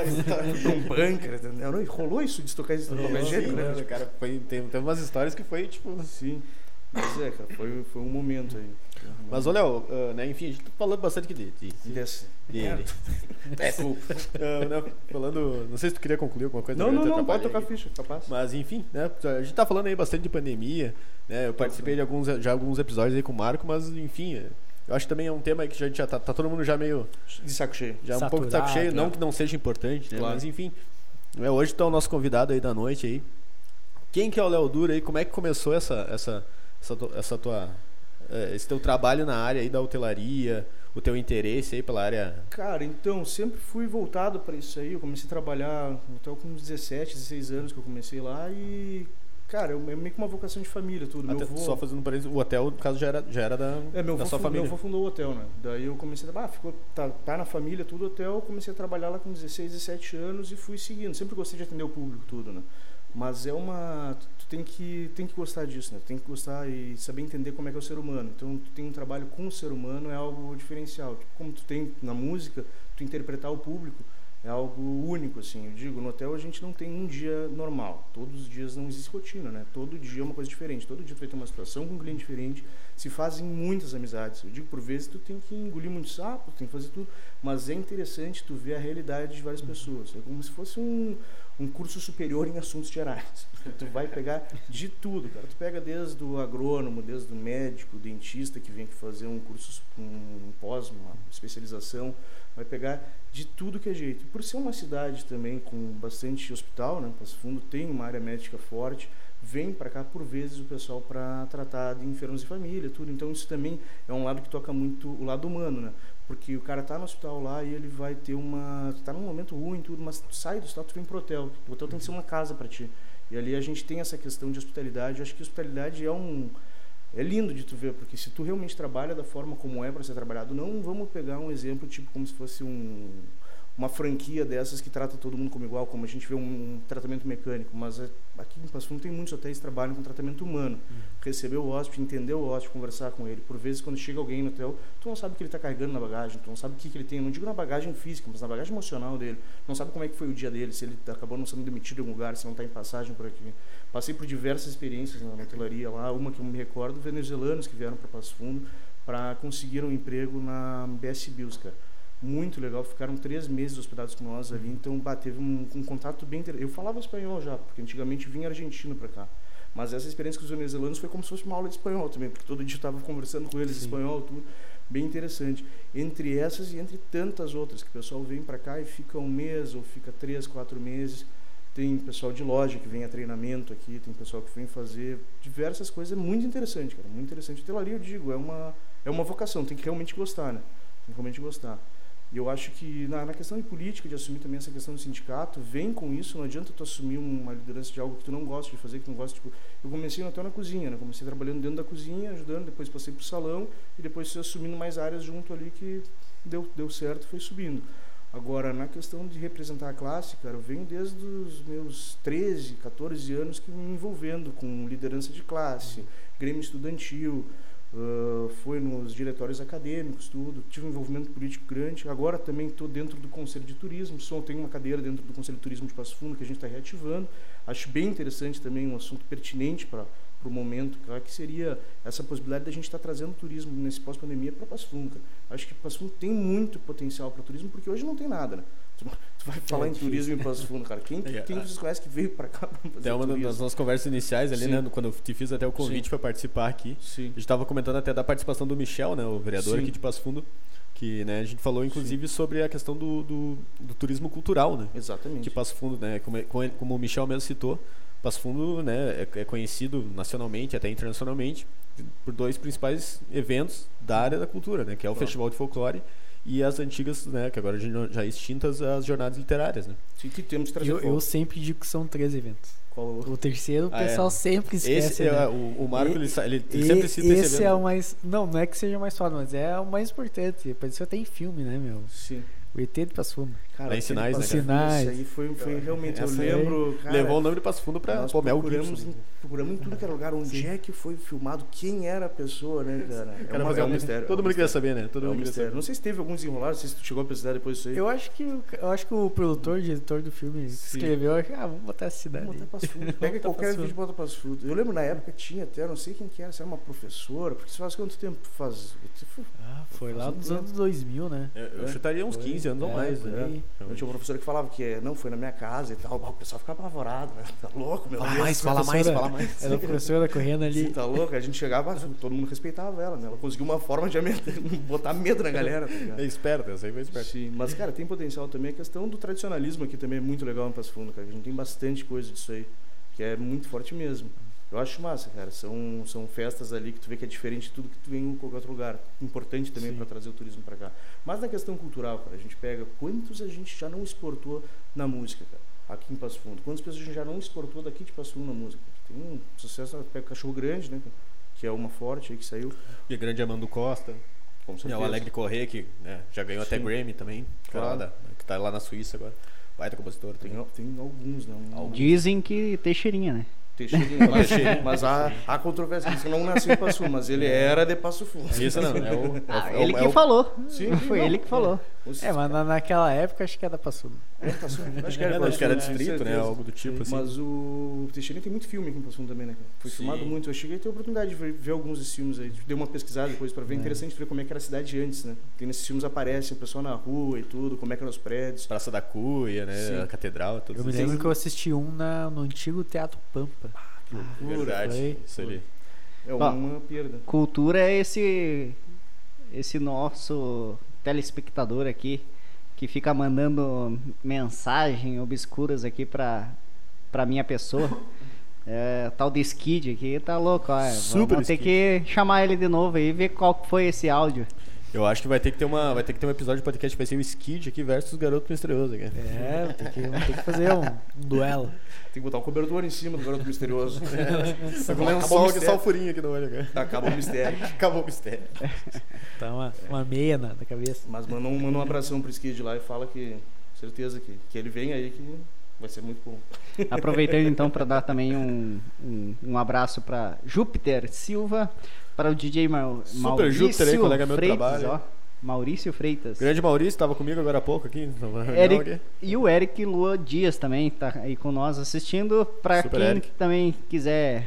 um bunker, entendeu? Não, rolou isso de tocar esse papel higiênico, né? Cara, foi, tem, tem umas histórias que foi, tipo... Sim, mas é, cara, foi, foi um momento aí. Mas, ô Léo, uh, né, enfim, a gente tá falando bastante aqui de... de, de, Desse. de, de Desculpa. uh, né, falando... Não sei se tu queria concluir alguma coisa. Não, não, não, pode tocar ficha, capaz. Mas, enfim, né, a gente tá falando aí bastante de pandemia, né, eu participei de alguns, já alguns episódios aí com o Marco, mas, enfim... Eu acho que também é um tema que a gente já tá, tá todo mundo já meio... De saco cheio. Já Saturado, um pouco de saco cheio, né? Não que não seja importante, né? Claro. Mas enfim, né? Hoje está o nosso convidado aí da noite aí. Quem que é o Léo Dura aí? Como é que começou essa, essa, essa, essa tua, esse teu trabalho na área aí da hotelaria, o teu interesse aí pela área? Cara, então, sempre fui voltado para isso aí. Eu comecei a trabalhar no hotel com uns dezessete, dezesseis anos que eu comecei lá e... Cara, é meio que uma vocação de família, tudo. Até, meu vô, só fazendo um parênteses, o hotel, no caso, já era, já era da, é, meu da vô sua fund, família. Meu avô fundou o hotel, né? Daí eu comecei a... Ah, ficou, tá, tá na família, tudo, hotel. Comecei a trabalhar lá com dezesseis, dezessete anos e fui seguindo. Sempre gostei de atender o público, tudo, né? Mas é uma... Tu tem que, tem que gostar disso, né? Tu tem que gostar e saber entender como é que é o ser humano. Então, tu tem um trabalho com o ser humano, é algo diferencial. Tipo, como tu tem na música, tu interpretar o público... É algo único, assim. Eu digo, no hotel a gente não tem um dia normal. Todos os dias não existe rotina, né? Todo dia é uma coisa diferente. Todo dia tu vai ter uma situação com um cliente diferente. se fazem muitas amizades. Eu digo, por vezes, tu tem que engolir muito sapo, tem que fazer tudo, mas é interessante tu ver a realidade de várias pessoas. É como se fosse um, um curso superior em assuntos gerais. Tu vai pegar de tudo, cara. Tu pega desde o agrônomo, desde o médico, o dentista que vem aqui fazer um curso, um pós, uma especialização, vai pegar de tudo que é jeito. E por ser uma cidade também com bastante hospital, né, Passo Fundo tem uma área médica forte, vem para cá por vezes o pessoal para tratar de enfermos de família, tudo. Então isso também é um lado que toca muito o lado humano, né? Porque o cara tá no hospital lá e ele vai ter uma, tá num momento ruim, tudo, mas tu sai do hospital, tu vem pro hotel. O hotel tem que ser uma casa para ti. E ali a gente tem essa questão de hospitalidade. Eu acho que hospitalidade é um é lindo de tu ver, porque se tu realmente trabalha da forma como é para ser trabalhado, não vamos pegar um exemplo tipo como se fosse um uma franquia dessas que trata todo mundo como igual, como a gente vê um, um tratamento mecânico, mas é, aqui em Passo Fundo tem muitos hotéis que trabalham com tratamento humano. Uhum. Receber o hóspede, entender o hóspede, conversar com ele. Por vezes, quando chega alguém no hotel, tu não sabe o que ele está carregando na bagagem, tu não sabe o que, que ele tem, eu não digo na bagagem física, mas na bagagem emocional dele. Não sabe como é que foi o dia dele, se ele acabou não sendo demitido em algum lugar, se não está em passagem por aqui. Passei por diversas experiências na hotelaria lá, uma que eu me recordo, venezuelanos que vieram para Passo Fundo para conseguir um emprego na B S Bills, cara. Muito legal, ficaram três meses hospedados com nós ali, então bah, teve um, um contato bem interessante. Eu falava espanhol já, porque antigamente vinha argentino para cá, mas essa experiência com os venezuelanos foi como se fosse uma aula de espanhol também, porque todo dia eu estava conversando com eles em espanhol, tudo bem interessante. Entre essas e entre tantas outras, que o pessoal vem para cá e fica um mês ou fica três, quatro meses. Tem pessoal de loja que vem a treinamento aqui, tem pessoal que vem fazer diversas coisas, é muito interessante, cara, muito interessante. Hotelaria, eu digo, é uma, é uma vocação, tem que realmente gostar, né? Tem que realmente gostar. E eu acho que na, na questão de política, de assumir também essa questão do sindicato, vem com isso, não adianta tu assumir uma liderança de algo que tu não gosta de fazer, que tu não gosta, tipo, eu comecei até na cozinha, né? Comecei trabalhando dentro da cozinha, ajudando, depois passei pro salão e depois fui assumindo mais áreas junto ali que deu, deu certo, foi subindo. Agora, na questão de representar a classe, cara, eu venho desde os meus treze, quatorze anos que me envolvendo com liderança de classe, grêmio estudantil, Uh, foi nos diretórios acadêmicos, tudo, tive um envolvimento político grande. Agora também estou dentro do Conselho de Turismo, só tenho uma cadeira dentro do Conselho de Turismo de Passo Fundo que a gente está reativando. Acho bem interessante também, um assunto pertinente para o momento, cara, que seria essa possibilidade da gente estar tá trazendo turismo nesse pós-pandemia para Passo Fundo, cara. Acho que Passo Fundo tem muito potencial para turismo, porque hoje não tem nada, né? Tu, tu vai falar é, em difícil. Turismo em Passo Fundo, cara. Quem, é, quem vocês conhecem que veio para cá para fazer até uma turismo? das nossas conversas iniciais ali, né, quando eu te fiz até o convite para participar aqui, Sim. a gente estava comentando até da participação do Michel, né, o vereador Sim. aqui de Passo Fundo, que, né, a gente falou inclusive Sim. sobre a questão do, do, do turismo cultural, né? Exatamente. De Passo Fundo, né, como, como o Michel mesmo citou, Passo Fundo, né, é, é conhecido nacionalmente, até internacionalmente, por dois principais eventos da área da cultura, né, que é o Claro. Festival de Folclore e as antigas, né, que agora já extintas, as jornadas literárias, né? Sim, que temos que trazer eu, eu sempre digo que são três eventos. Qual o, o terceiro, o ah, pessoal é. sempre esquece. Esse né? é, o, o Marco, e, ele, ele, ele sempre cita esse evento. Esse é o mais... Não, não é que seja mais foda, mas é o mais importante. Isso até em filme, né, meu? Sim. O E T de Passo Fundo. Cara, em Sinais, né? Sinais. Isso aí foi, foi realmente, eu lembro... Cara, levou o nome de Passo Fundo pra nós pô, Mel procuramos, Gibson. em, procuramos em tudo que era lugar. Onde Sim. é que foi filmado? Quem era a pessoa, né, cara? É, cara, uma, é um um mistério. Todo é um mundo queria saber, né? Todo é um mundo mistério. saber. Não sei se teve alguns enrolados, não sei se tu chegou a pesquisar depois disso aí. Eu acho que, eu acho que o produtor, o diretor do filme Sim. escreveu, ah, vamos botar essa cidade. Vamos botar Passo Fundo. Pega qualquer vídeo e bota Passo Fundo. Eu lembro na época tinha até, não sei quem que era, se era uma professora, porque você faz quanto tempo faz? Ah, foi lá nos anos dois mil, né? Eu, eu chutaria uns quinze anos ou mais, né? Eu tinha uma professora que falava que não, foi na minha casa e tal. O pessoal ficava apavorado, né? Tá louco, meu Deus. Fala mais, fala mais, fala mais. Era a professora correndo ali. Sim, tá louco? A gente chegava, todo mundo respeitava ela, né? Ela conseguiu uma forma de botar medo na galera. Tá é esperta, essa aí foi esperta. Sim, mas, cara, tem potencial também. A questão do tradicionalismo aqui também é muito legal em Passo Fundo, cara. A gente tem bastante coisa disso aí, que é muito forte mesmo. Eu acho massa, cara. São, são festas ali que tu vê que é diferente de tudo que tu vê em qualquer outro lugar. Importante também para trazer o turismo para cá. Mas na questão cultural, cara, a gente pega quantos a gente já não exportou na música, cara, aqui em Passo Fundo. Quantas pessoas a gente já não exportou daqui de Passo Fundo na música? Tem um sucesso, pega o Cachorro Grande, né, que é uma forte aí que saiu. E a grande Amando Costa. Com certeza. E o Alegre Corrêa, que né, já ganhou Sim. até Grammy também. Claro. Da, que tá lá na Suíça agora. Baita compositor. Tem, tem alguns, né? Um, Dizem que Teixeirinha, né? Teixeirinha, mas, mas há, há controvérsia, isso não nasceu em Passo Fundo, mas ele era de Passo Fundo. Isso não, é o, ah, é o, ele é que o, falou. Sim, foi não, ele que falou. É, mas na, naquela época acho que era Passo Fundo. É, Passo Fundo. Acho que era, É, acho que era Passo Fundo, distrito, com né? certeza. Algo do tipo, assim. Mas o Teixeira tem muito filme aqui em Passo Fundo também, né, cara? Foi Sim. filmado muito. Eu cheguei a ter a oportunidade de ver, ver alguns desses filmes aí. Dei uma pesquisada depois pra ver. É interessante ver como é que era a cidade antes, né? Porque nesses filmes aparece o pessoal na rua e tudo, como é que eram os prédios. Praça da Cuia, né? Sim. A Catedral, tudo Eu me isso. lembro que eu assisti um na, no antigo Teatro Pampa. Que loucura. Verdade, Foi. isso ali. É Bom, uma perda. Cultura é esse esse nosso telespectador aqui que fica mandando mensagem obscuras aqui pra, pra minha pessoa. É, tal de Skid aqui tá louco, ó. Super Vamos ter Skid. que chamar ele de novo aí e ver qual que foi esse áudio. Eu acho que vai ter que ter uma, vai ter que ter um episódio de podcast que vai ser o Skid aqui versus o Garoto Misterioso aqui. É, tem que, vamos ter que fazer um, um duelo. Tem que botar um cobertor em cima do garoto misterioso. Tá com um Acabou sol o aqui, mistério. só o furinho aqui no olho, cara. Acaba o mistério. Acabou o mistério. Tá uma, uma meia na, na cabeça. Mas manda um, manda um abração pro Skid lá e fala que, certeza que, que ele vem aí que vai ser muito bom. Aproveitando então para dar também um, um, um abraço para Júpiter Silva, para o D J Mau- Super Maurício Júpiter aí, colega meu do Freitas, trabalho. ó, Maurício Freitas. Grande Maurício estava comigo agora há pouco aqui. na reunião Eric, aqui. e o Eric Lua Dias também tá aí com nós assistindo. Para Super quem Eric. também quiser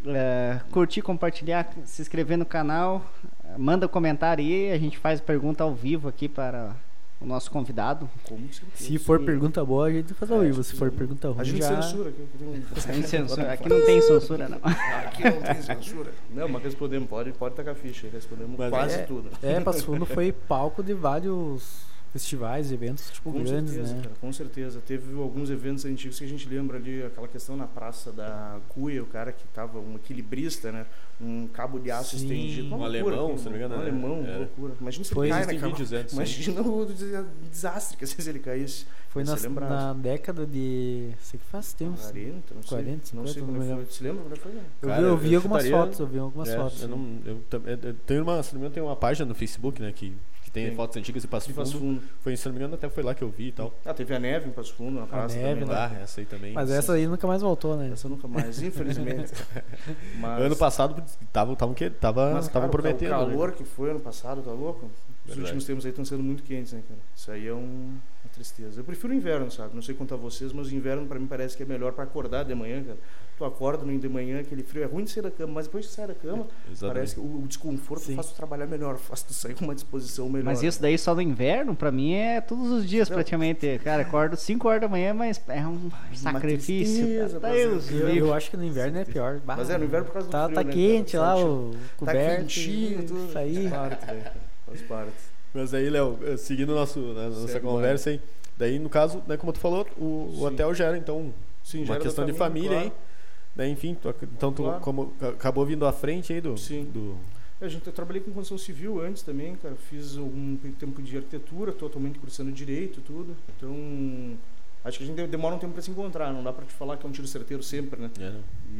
é, curtir, compartilhar, se inscrever no canal, manda comentário aí, a gente faz pergunta ao vivo aqui para o nosso convidado. Como certeza. Se for pergunta boa, a gente faz ao É, vivo. acho Se que for sim. pergunta A ruim, gente já... censura aqui. Aqui, tem... Sem censura. Aqui não tem censura, não. Aqui não tem censura. Não, mas respondemos, pode, pode tacar ficha, respondemos Mas quase é, tudo. É, Passo Fundo foi palco de vários festivais, eventos tipo Com grandes, certeza, né? cara, com certeza. Teve alguns eventos antigos que a gente lembra ali, aquela questão na Praça da Cuia, o cara que tava um equilibrista, né? Um cabo de aço Sim. estendido. Uma Um loucura, alemão, aquilo, se não me engano, Um né? alemão, uma Era. loucura. Imagina se Foi, ele cai, existem né, cara? vídeos antes, Imagina o desastre que às vezes ele caísse. Foi Vai na, ser lembrado. na década de... Sei que faz tempo. quarenta, não sei. quarenta, não sei cinquenta, quando não me foi. lembro. Se lembra quando foi? Né? Eu, Cara, vi, eu eu vi algumas chutaria- fotos, eu vi algumas É, fotos. eu, não, eu, tam- eu- eu tenho uma, se não me engano, tem uma página no Facebook, né? Que, que tem Tem. fotos antigas e Passo De Passo Fundo. Fundo. Foi, se não me engano, até foi lá que eu vi e tal. Ah, teve a neve em Passo Fundo, na praça neve, também. né? Lá. Ah, essa aí também. Mas essa aí nunca mais voltou, né? Essa nunca mais, infelizmente. Mas, Ano passado estavam tava, tava, mas, tava cara, prometendo. o né? calor que foi ano passado, tá louco? Os Verdade. últimos tempos aí estão sendo muito quentes, né, cara? Isso aí é um, uma tristeza. Eu prefiro o inverno, sabe? Não sei quanto a vocês, mas o inverno pra mim parece que é melhor pra acordar de manhã, cara. Tu acorda no de manhã, aquele frio, é ruim de sair da cama, mas depois que sai da cama, Exatamente. parece que o, o desconforto Sim. faz tu trabalhar melhor, faz tu sair com uma disposição melhor. Mas isso daí só no inverno, pra mim é todos os dias Não. praticamente. Cara, acordo cinco horas da manhã, mas é um sacrifício. tristeza, Tá mas Deus, é- Eu, livre. eu acho que no inverno é pior. Bah, Mas é, no inverno por causa do tá, frio, tá né, quente cara? lá, Tá o Tá coberto. quentinho, tudo. Isso aí. Faz parte, né, cara? Faz parte. Mas aí, Léo, eh, seguindo nosso, a nossa Segue, conversa aí, daí no caso, né, como tu falou, o, o Sim. hotel gera então Sim, uma já era da questão de família claro. aí. Daí, enfim, tu, ac- então tu Claro. como, a- acabou vindo à frente aí do. Sim. do A gente, eu trabalhei com construção civil antes também, cara. Fiz algum tempo de arquitetura, totalmente cursando direito, tudo. Então, acho que a gente demora um tempo para se encontrar. Não dá para te falar que é um tiro certeiro sempre, né? é, né?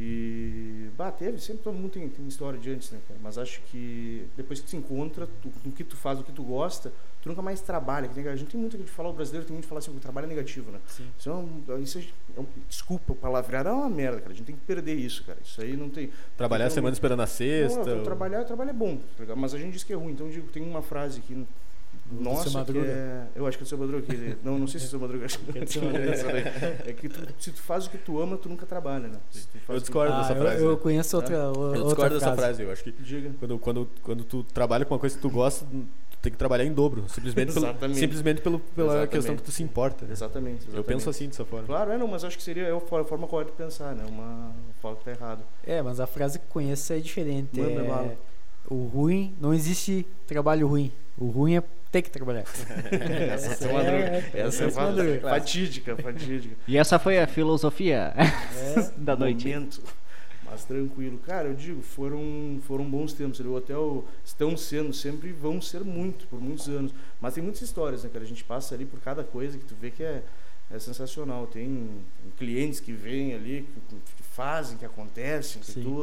E, bah, teve, sempre todo mundo tem, tem história de antes, né, cara? Mas acho que depois que tu se encontra, tu, no que tu faz, o que tu gosta, tu nunca mais trabalha. Que tem- A gente tem muito que falar, o brasileiro tem muito que falar assim, que o trabalho é negativo, né? Sim. Isso é um, isso é, é um, desculpa, o palavreado é uma merda, cara. A gente tem que perder isso, cara. Isso aí não tem... Trabalhar a Então, semana esperando a sexta. Não, ou- trabalhar, trabalho é bom, tá ligado? Mas a gente diz que é ruim. Então, eu digo, tem uma frase aqui, Do nossa, Seu que Madruga. é... Eu acho que é do Seu Madruga. Que, não, não sei se é do Seu Madruga. Acho que É do Seu é Madruga. essa daí. É que tu, se tu faz o que tu ama, tu nunca trabalha, né? Se tu faz Eu o que- discordo Ah, dessa eu, frase. eu né? conheço outra, o- Eu outra discordo dessa frase. frase, eu acho que Diga. quando, quando, quando tu trabalha com uma coisa que tu gosta, tu tem que trabalhar em dobro. Simplesmente, pelo, Exatamente. simplesmente pelo, pela Exatamente. questão que tu se importa. né? Exatamente, exatamente. Eu penso assim dessa forma. Claro, é, não, mas acho que seria é a for- a forma correta de pensar, né? Uma fala que tá errado. É, mas a frase que conheço é diferente. Manda é, bala. o ruim, não existe trabalho ruim. O ruim é ter que trabalhar. Essa é, é- uma Madruga. essa Essa é é fa- Madruga. fatídica, fatídica. E essa foi a filosofia da noite. Momento. Mas tranquilo. Cara, eu digo, foram, foram bons tempos. O hotel estão sendo, sempre vão ser muito, por muitos anos. Mas tem muitas histórias, né, cara? A gente passa ali por cada coisa que tu vê que é, é sensacional. Tem clientes que vêm ali, que, que fazem, que acontecem, que Sim. tudo.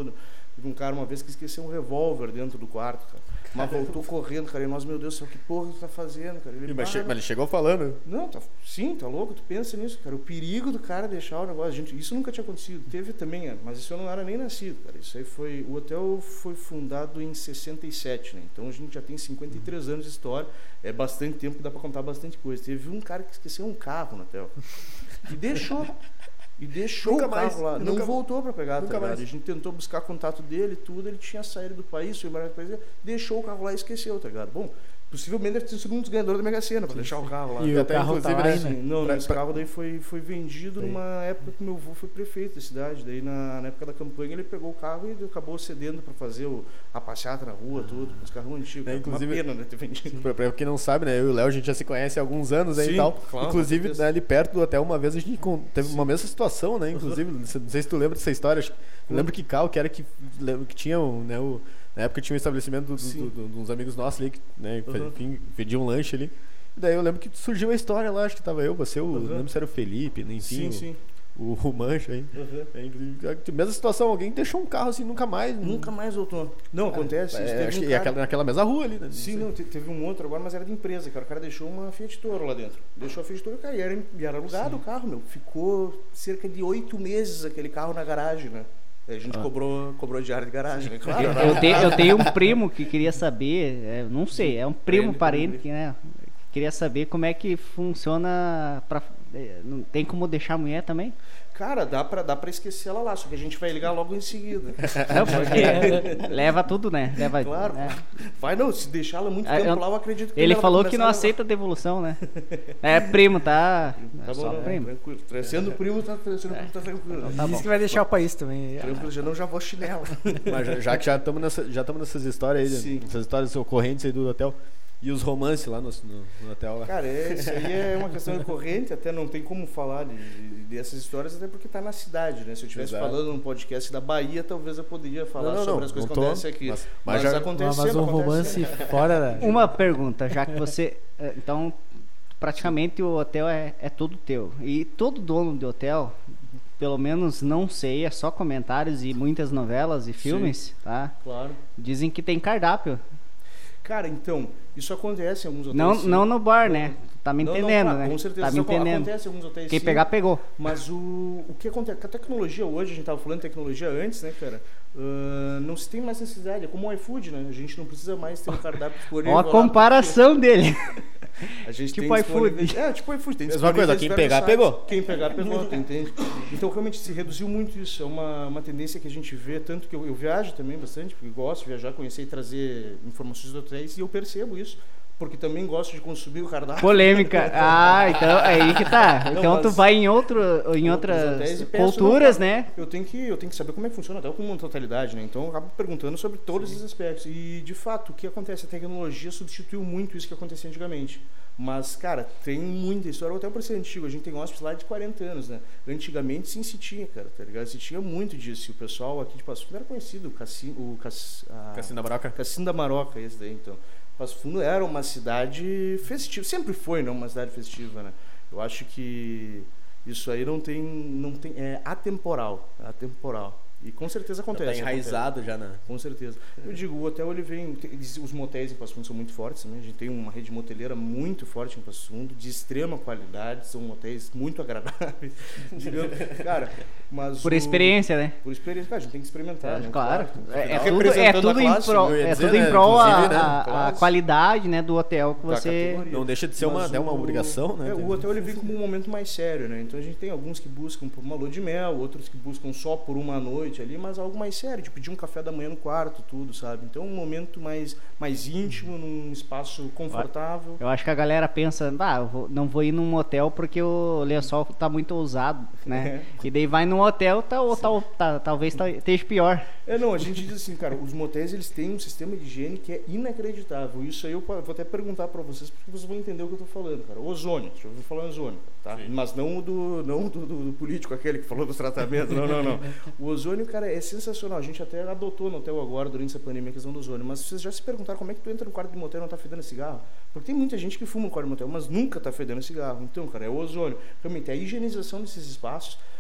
Teve um cara uma vez que esqueceu um revólver dentro do quarto, cara. Mas voltou correndo, cara. E nós, meu Deus do céu, que porra tu tá fazendo, cara? Ele, Mas, che- "Ah, mas ele chegou falando. não, tá, sim, tá louco, tu pensa nisso, cara. O perigo do cara deixar o negócio. Gente, isso nunca tinha acontecido. Teve também, é, mas isso eu não era nem nascido, cara. Isso aí foi. O hotel foi fundado em sessenta e sete, né? Então a gente já tem cinquenta e três anos de história. É bastante tempo, dá pra contar bastante coisa. Teve um cara que esqueceu um carro no hotel. E deixou. E deixou Nunca o carro mais, lá. Não nunca- voltou pra pegar, tá nunca ligado? mais. A gente tentou buscar contato dele e tudo. Ele tinha saído do país, foi embora do país, deixou o carro lá e esqueceu, tá ligado? Bom, possivelmente deve ter sido um dos ganhadores da Mega Sena pra deixar o carro lá. E o até, carro tá inclusive, lá né, ainda. Sim, não, Pra- esse pra- carro daí foi, foi vendido Foi. numa época que meu avô foi prefeito da cidade. Daí na, na época da campanha ele pegou o carro e acabou cedendo para fazer o, a passeata na rua, tudo, os carros antigos. É, Cara. inclusive- Uma pena, né, ter vendido. Pra, pra quem não sabe, né? Eu e o Léo, a gente já se conhece há alguns anos aí Sim, e tal. claro, Inclusive, com certeza. né, ali perto do hotel, uma vez a gente con- teve uma mesma situação, né? Inclusive, não sei- não sei se tu lembra dessa história. acho que- Eu lembro que carro que era que, lembro que tinha, o, né, o, na época tinha um estabelecimento do- do- Sim. do- de uns amigos nossos ali, que, né, Uhum. enfim, vendiam um lanche ali. E daí eu lembro que surgiu a história lá, acho que tava eu, você, o, Uhum. não lembro se era o Felipe, né, enfim, Sim, o, sim. o, o Mancha aí. Uhum. É, inclusive, a mesma situação, alguém deixou um carro assim, nunca mais. Nunca mais voltou. Não, acontece. isso. É, Teve acho um que cara- é aquela, naquela mesma rua ali, né? Sim, não, te- teve um outro agora, mas era de empresa, cara. O cara deixou uma Fiat Toro lá dentro. Deixou a Fiat Toro e cara, e era, e era alugado o carro, meu. Ficou cerca de oito meses aquele carro na garagem, né? Aí a gente Ah. cobrou, cobrou diária de garagem, né? Claro. Eu, né? eu tenho, eu tenho um primo que queria saber, é, não sei, é um primo Ele, parente ele. que, né, queria saber como é que funciona pra, é, não tem como deixar a mulher também? Cara, dá pra, dá pra esquecer ela lá, só que a gente vai ligar logo em seguida. Não, porque leva tudo, né? Leva, Claro. né? Vai não, se deixar ela muito Ah, tempo eu- lá, eu acredito que Ele ela falou vai que não começar a- aceita devolução, né? É primo, tá? Tá É bom, só não, primo. tranquilo. Sendo primo, tá, sendo primo, tá tranquilo. Tá Diz bom. que vai deixar o país também. Tranquilo, já não já vou chinelo. Mas já, já que já estamos nessa, já estamos nessas histórias aí, Sim. essas histórias ocorrentes aí do hotel e os romances lá no, no, no hotel lá. Cara, é, isso aí é uma questão recorrente, até não tem como falar de, de- dessas histórias, até porque tá na cidade, né? Se eu estivesse Exato. falando num podcast da Bahia, talvez eu poderia falar Não, não, sobre não, as coisas não que tô, acontecem aqui. mas- Mas, mas já- acontece Mas um acontece romance fora da... Uma pergunta, já que você. é, Então, praticamente o hotel é, é todo teu. E todo dono de hotel, pelo menos não sei, é só comentários e muitas novelas e filmes, tá? Claro. Dizem que tem cardápio. Cara, então, isso acontece em alguns hotéis. Não, sim. não no bar, Não, né? Tá me não, não, entendendo, claro, né? Com certeza, Tá me isso aco- entendendo. acontece em alguns hotéis. Quem sim. pegar, pegou. Mas o, o que acontece? Com a tecnologia hoje, a gente estava falando de tecnologia antes, né, cara? Ah, não se tem mais necessidade. É como o iFood, né? A gente não precisa mais ter um cardápio disponível. Ó a lá, comparação dele. porque A gente Tipo tem iFood. disponível- É, tipo iFood. Tem Mesma coisa, disponíveis quem diversos pegar, sites. pegou. Quem pegar, pegou, tu entende? Então, realmente, se reduziu muito isso. É uma, uma tendência que a gente vê, tanto que eu, eu viajo também bastante, porque gosto de viajar, conhecer e trazer informações dos hotéis, e eu percebo isso. Porque também gosto de consumir o cardápio. Polêmica. Ah, então é aí que tá. Não, Então tu mas- vai em outro, em Outros hotéis outras e peço, culturas, não, né? Eu tenho que eu tenho que saber como é que funciona até com uma totalidade, né? Então eu acabo perguntando sobre todos os aspectos. E de fato, o que acontece? A tecnologia substituiu muito isso que acontecia antigamente. Mas, cara, tem muita história, até por ser antigo. A gente tem hóspedes lá de quarenta anos, né? Antigamente sim se tinha, cara, tá ligado? Se tinha muito disso. E o pessoal aqui de Passo Fundo era conhecido, o Cassino, o Cass, a- Cassino da Maroca. Cassino da Maroca, esse daí, então. Passo Fundo era uma cidade festiva, sempre foi, não, uma cidade festiva, né? Eu acho que isso aí não tem, não tem, é atemporal, é atemporal. E com certeza acontece. Tá enraizado já, né? Com certeza. Eu digo, o hotel, ele vem, tem- os motéis em Passo Fundo são muito fortes também, a gente tem uma rede moteleira muito forte em Passo Fundo, de extrema qualidade, são motéis muito agradáveis, digamos, cara, mas Por o- experiência, né? por experiência, cara, a gente tem que experimentar, né? Claro. tem que É, é ficar tudo, é representando tudo a em classe, prol, eu ia é dizer, tudo em né, prol a, inclusive, né, a- a classe. qualidade, né, do hotel que da você... categoria. Não deixa de ser uma, Mas até uma o- obrigação, né? é, o hotel ele vem como um momento mais sério, né? Então a gente tem alguns que buscam por uma lua de mel, outros que buscam só por uma noite ali, mas algo mais sério, tipo pedir um café da manhã no quarto, tudo, sabe? Então um momento mais, mais íntimo, num espaço confortável. Eu acho que a galera pensa, ah, eu vou- não vou ir num hotel porque o lençol tá muito ousado, né? E daí vai num hotel, tá, ou tal- tá- talvez tá- esteja pior. É, não, a gente diz assim, cara, os motéis eles têm um sistema de higiene que é inacreditável. Isso aí eu po- vou até perguntar pra vocês, porque vocês vão entender o que eu tô falando, cara. Ozônio, deixa eu ouvir falar em ozônio, tá? Mas não o do, não do, do, do político, aquele que falou dos tratamentos, não, não, não. O ozônio, cara, é sensacional. A gente até adotou no hotel agora, durante essa pandemia, a questão do ozônio. Mas vocês já se perguntaram como é que tu entra no quarto de motel e não tá fedendo cigarro? Porque tem muita gente que fuma no quarto de motel, mas nunca tá fedendo cigarro. Então, cara, é o ozônio. Realmente, a higienização desses espaços,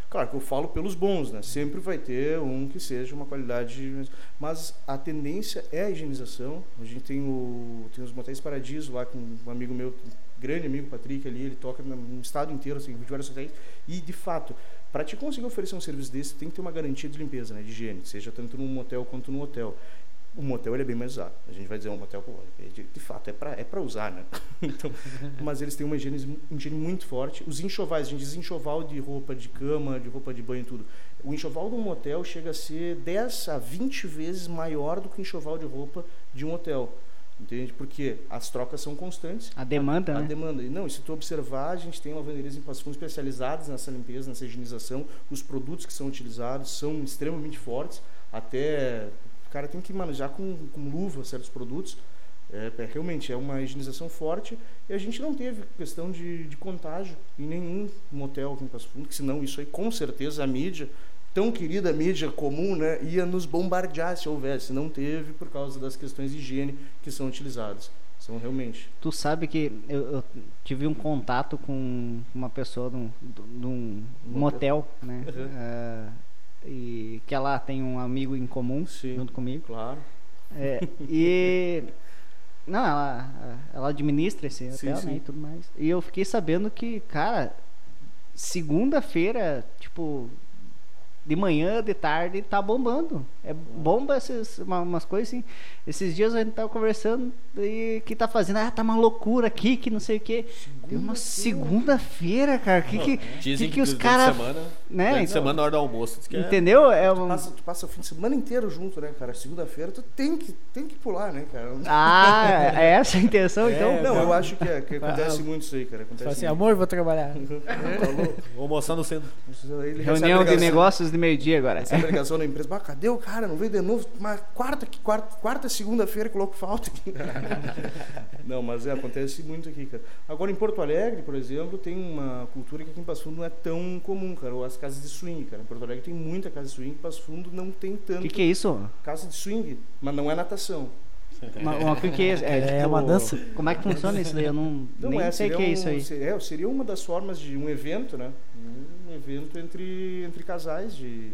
Claro que eu falo pelos bons, né? Sempre vai ter um que seja uma qualidade, mas a tendência é a higienização. A gente tem, o, tem os motéis Paradiso lá com um amigo meu, grande amigo, Patrick, ali, ele toca no estado inteiro, assim, de vários hotéis, e de fato, para te conseguir oferecer um serviço desse, tem que ter uma garantia de limpeza, né? De higiene, seja tanto num motel quanto no hotel. O motel ele é bem mais usado. A gente vai dizer um motel, de, de fato, é para é para usar, né? Então, mas eles têm uma higiene, higiene muito forte. Os enxovais, a gente diz enxoval de roupa de cama, de roupa de banho e tudo. O enxoval de um motel chega a ser dez a vinte vezes maior do que o enxoval de roupa de um hotel. Entende? Porque as trocas são constantes. A demanda, a, né? A demanda. Não, e se tu observar, a gente tem lavanderias em Passo Fundo especializadas nessa limpeza, nessa higienização. Os produtos que são utilizados são extremamente fortes. Até o cara tem que manejar com, com luva certos produtos. É, é, realmente é uma higienização forte. E a gente não teve questão de, de contágio em nenhum motel aqui em Passo Fundo, que senão isso aí, com certeza, a mídia, tão querida mídia comum, né, ia nos bombardear se houvesse. Não teve por causa das questões de higiene que são utilizadas. São realmente. Tu sabe que eu, eu tive um contato com uma pessoa num, num motel, né? Uhum. Uh, e que ela tem um amigo em comum. Sim, junto comigo. Claro. É, e não, ela, ela administra esse hotel, sim, né, sim. e tudo mais. E eu fiquei sabendo que, cara, segunda-feira, tipo, de manhã, de tarde, tá bombando. É bomba essas, uma, umas coisas assim. Esses dias a gente tava conversando e que tá fazendo, ah, tá uma loucura aqui, que não sei o que. Tem uma segunda-feira, cara. Que, que, Dizem que, que, que os durante caras. semana, né? durante semana na hora do almoço. Diz que é- Entendeu? É Tu uma... passa, tu passa o fim de semana inteiro junto, né, cara? Segunda-feira tu tem que, tem que pular, né, cara? Ah, é essa a intenção, É, então? Não, não. eu acho que, é, que acontece muito isso aí, cara. Acontece Fala assim, muito. amor, vou trabalhar. Tá louco? Vou almoçar no centro. Ele recebe Reunião de ligação- negócios de meio-dia agora. recebe ligação da empresa. Ah, cadê o cara? Não veio de novo? Mas quarta, quarta, quarta segunda-feira coloco falta aqui. Não, mas é, acontece muito aqui, cara. Agora, em Porto Alegre, por exemplo, tem uma cultura que aqui em Passo Fundo não é tão comum, cara. As casas de swing, cara. Em Porto Alegre tem muita casa de swing, em Passo Fundo não tem tanto. O que, que é isso? Casa de swing, mas não é natação. Uma, uma, o que, que é isso? É tipo, uma dança. Como é que funciona isso daí? Eu não, Não nem é, sei o seria que é um- isso aí. se- É, seria uma das formas de um evento, né? Um evento entre, entre casais, de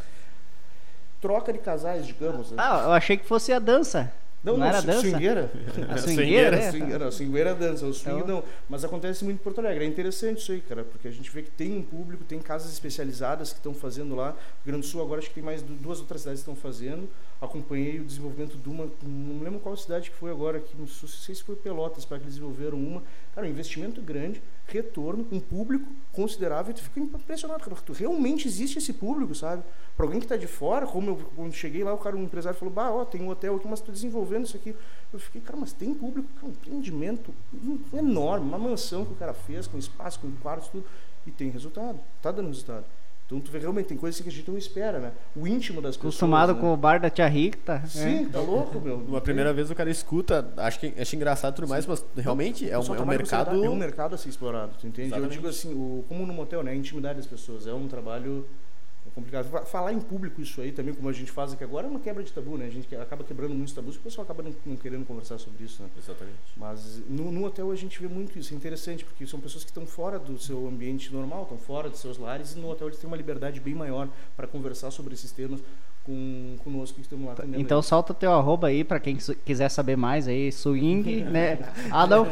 troca de casais, digamos. Né? Ah, eu achei que fosse a dança. Não, não, não, era su- dança? swingueira. A swingueira, swingueira, é? Swing, não, swingueira é dança, o swing Então- não. Mas acontece muito em Porto Alegre. É interessante isso aí, cara, porque a gente vê que tem um público, tem casas especializadas que estão fazendo lá. O Rio Grande do Sul agora acho que tem mais du- duas outras cidades que estão fazendo. Acompanhei o desenvolvimento de uma, não me lembro qual cidade que foi agora aqui no Sul, não sei se foi Pelotas, para que eles desenvolveram uma. Cara, um investimento grande, retorno, um público considerável, e tu fica impressionado, cara, tu realmente existe esse público, sabe? Para alguém que está de fora, como eu quando cheguei lá, o cara, um empresário falou, bah, ó, tem um hotel aqui, mas estou desenvolvendo isso aqui. Eu fiquei, cara, mas tem público, cara, um empreendimento enorme, uma mansão que o cara fez, com espaço, com quartos, tudo, e tem resultado, tá dando resultado. Então tu vê, realmente, tem coisas que a gente não espera, né? O íntimo das pessoas. Acostumado né? com o bar da tia Rita. Sim, tá louco, meu. Uma primeira vez o cara escuta, acho que acha engraçado e tudo mais, mas realmente é um, Só é um trabalho com mercado. seriedade, é um mercado a ser explorado, tu entende? Exatamente. Eu digo assim, o, como no motel, né? A intimidade das pessoas é um trabalho complicado. Fa- Falar em público isso aí também, como a gente faz aqui agora, é uma quebra de tabu, né? A gente que- acaba quebrando muitos tabus, o pessoal acaba não, não querendo conversar sobre isso, né? Exatamente. Mas no, no hotel a gente vê muito isso, é interessante, porque são pessoas que estão fora do seu ambiente normal, estão fora dos seus lares, e no hotel eles têm uma liberdade bem maior para conversar sobre esses temas com conosco que estamos lá atendendo. Então solta teu arroba aí pra quem su- quiser saber mais aí, swing, né? Ah, não.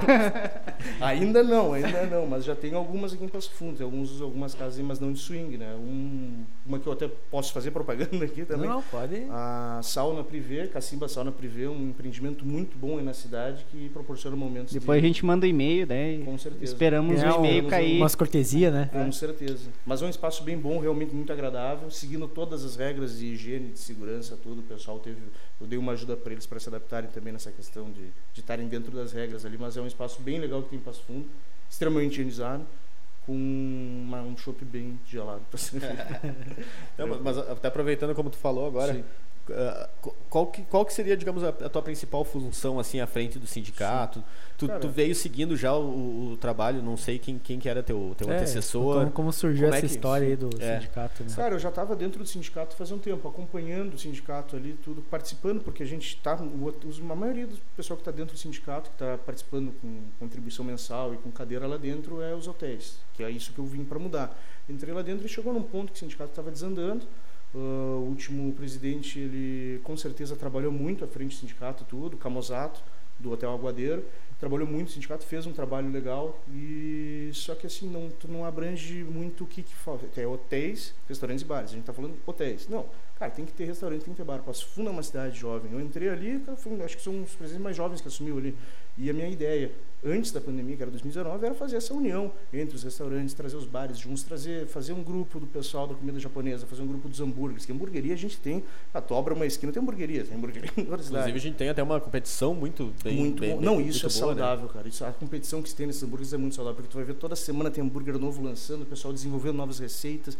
Ainda não, ainda não, mas já tem algumas aqui em Passo Fundo, tem alguns, algumas casas, mas não de swing, né? Um, uma que eu até posso fazer propaganda aqui também. Não, pode. A Sauna Privé, Cacimba Sauna Privé, um empreendimento muito bom aí na cidade que proporciona momentos Depois de... a gente manda um e-mail, né? e Com certeza. Esperamos É, o e-mail um- cair. Umas cortesias, né? Com certeza. Mas é um espaço bem bom, realmente muito agradável, seguindo todas as regras de higiene, de segurança, tudo. O pessoal teve... Eu dei uma ajuda para eles para se adaptarem também nessa questão de de estarem dentro das regras ali, mas é um espaço bem legal que tem em Passo Fundo, extremamente higienizado, com uma, um chopp bem gelado. Não, mas- mas até aproveitando como tu falou agora, Sim. uh, qual, que, qual que seria, digamos, a, a tua principal função, assim, à frente do sindicato? Tu, tu veio seguindo já o, o trabalho, não sei quem, quem que era teu, teu é, antecessor. Como, como surgiu como essa é que, história aí do é. sindicato, né? Cara, eu já estava dentro do sindicato faz um tempo, acompanhando o sindicato ali, tudo, participando, porque a gente está, a maioria do pessoal que está dentro do sindicato, que está participando com contribuição mensal e com cadeira lá dentro, é os hotéis, que é isso que eu vim para mudar. Entrei lá dentro e chegou num ponto que o sindicato estava desandando. Uh, o último presidente, ele com certeza trabalhou muito à frente do sindicato, tudo, Camozato, do Hotel Aguadeiro, trabalhou muito, o sindicato fez um trabalho legal, e só que assim, não, tu não abrange muito o que que falta, que é hotéis, restaurantes e bares. A gente está falando hotéis. Não, cara, tem que ter restaurante, tem que ter bar. Passo Fundo é uma cidade jovem. Eu entrei ali, cara, fui, acho que são os presidentes mais jovens que assumiu ali. E a minha ideia, antes da pandemia, que era dois mil e dezenove, era fazer essa união entre os restaurantes, trazer os bares juntos, trazer, fazer um grupo do pessoal da comida japonesa, fazer um grupo dos hambúrgueres, que hamburgueria a gente tem, a Tobra, uma esquina, tem hamburgueria, tem hamburgueria em toda a cidade. Inclusive a gente tem até uma competição muito bem... Muito bem, bom. bem, Não, muito isso é boa, saudável, né? cara. Isso, a competição que se tem nesses hambúrgueres é muito saudável, porque tu vai ver toda semana tem hambúrguer novo lançando, o pessoal desenvolvendo novas receitas,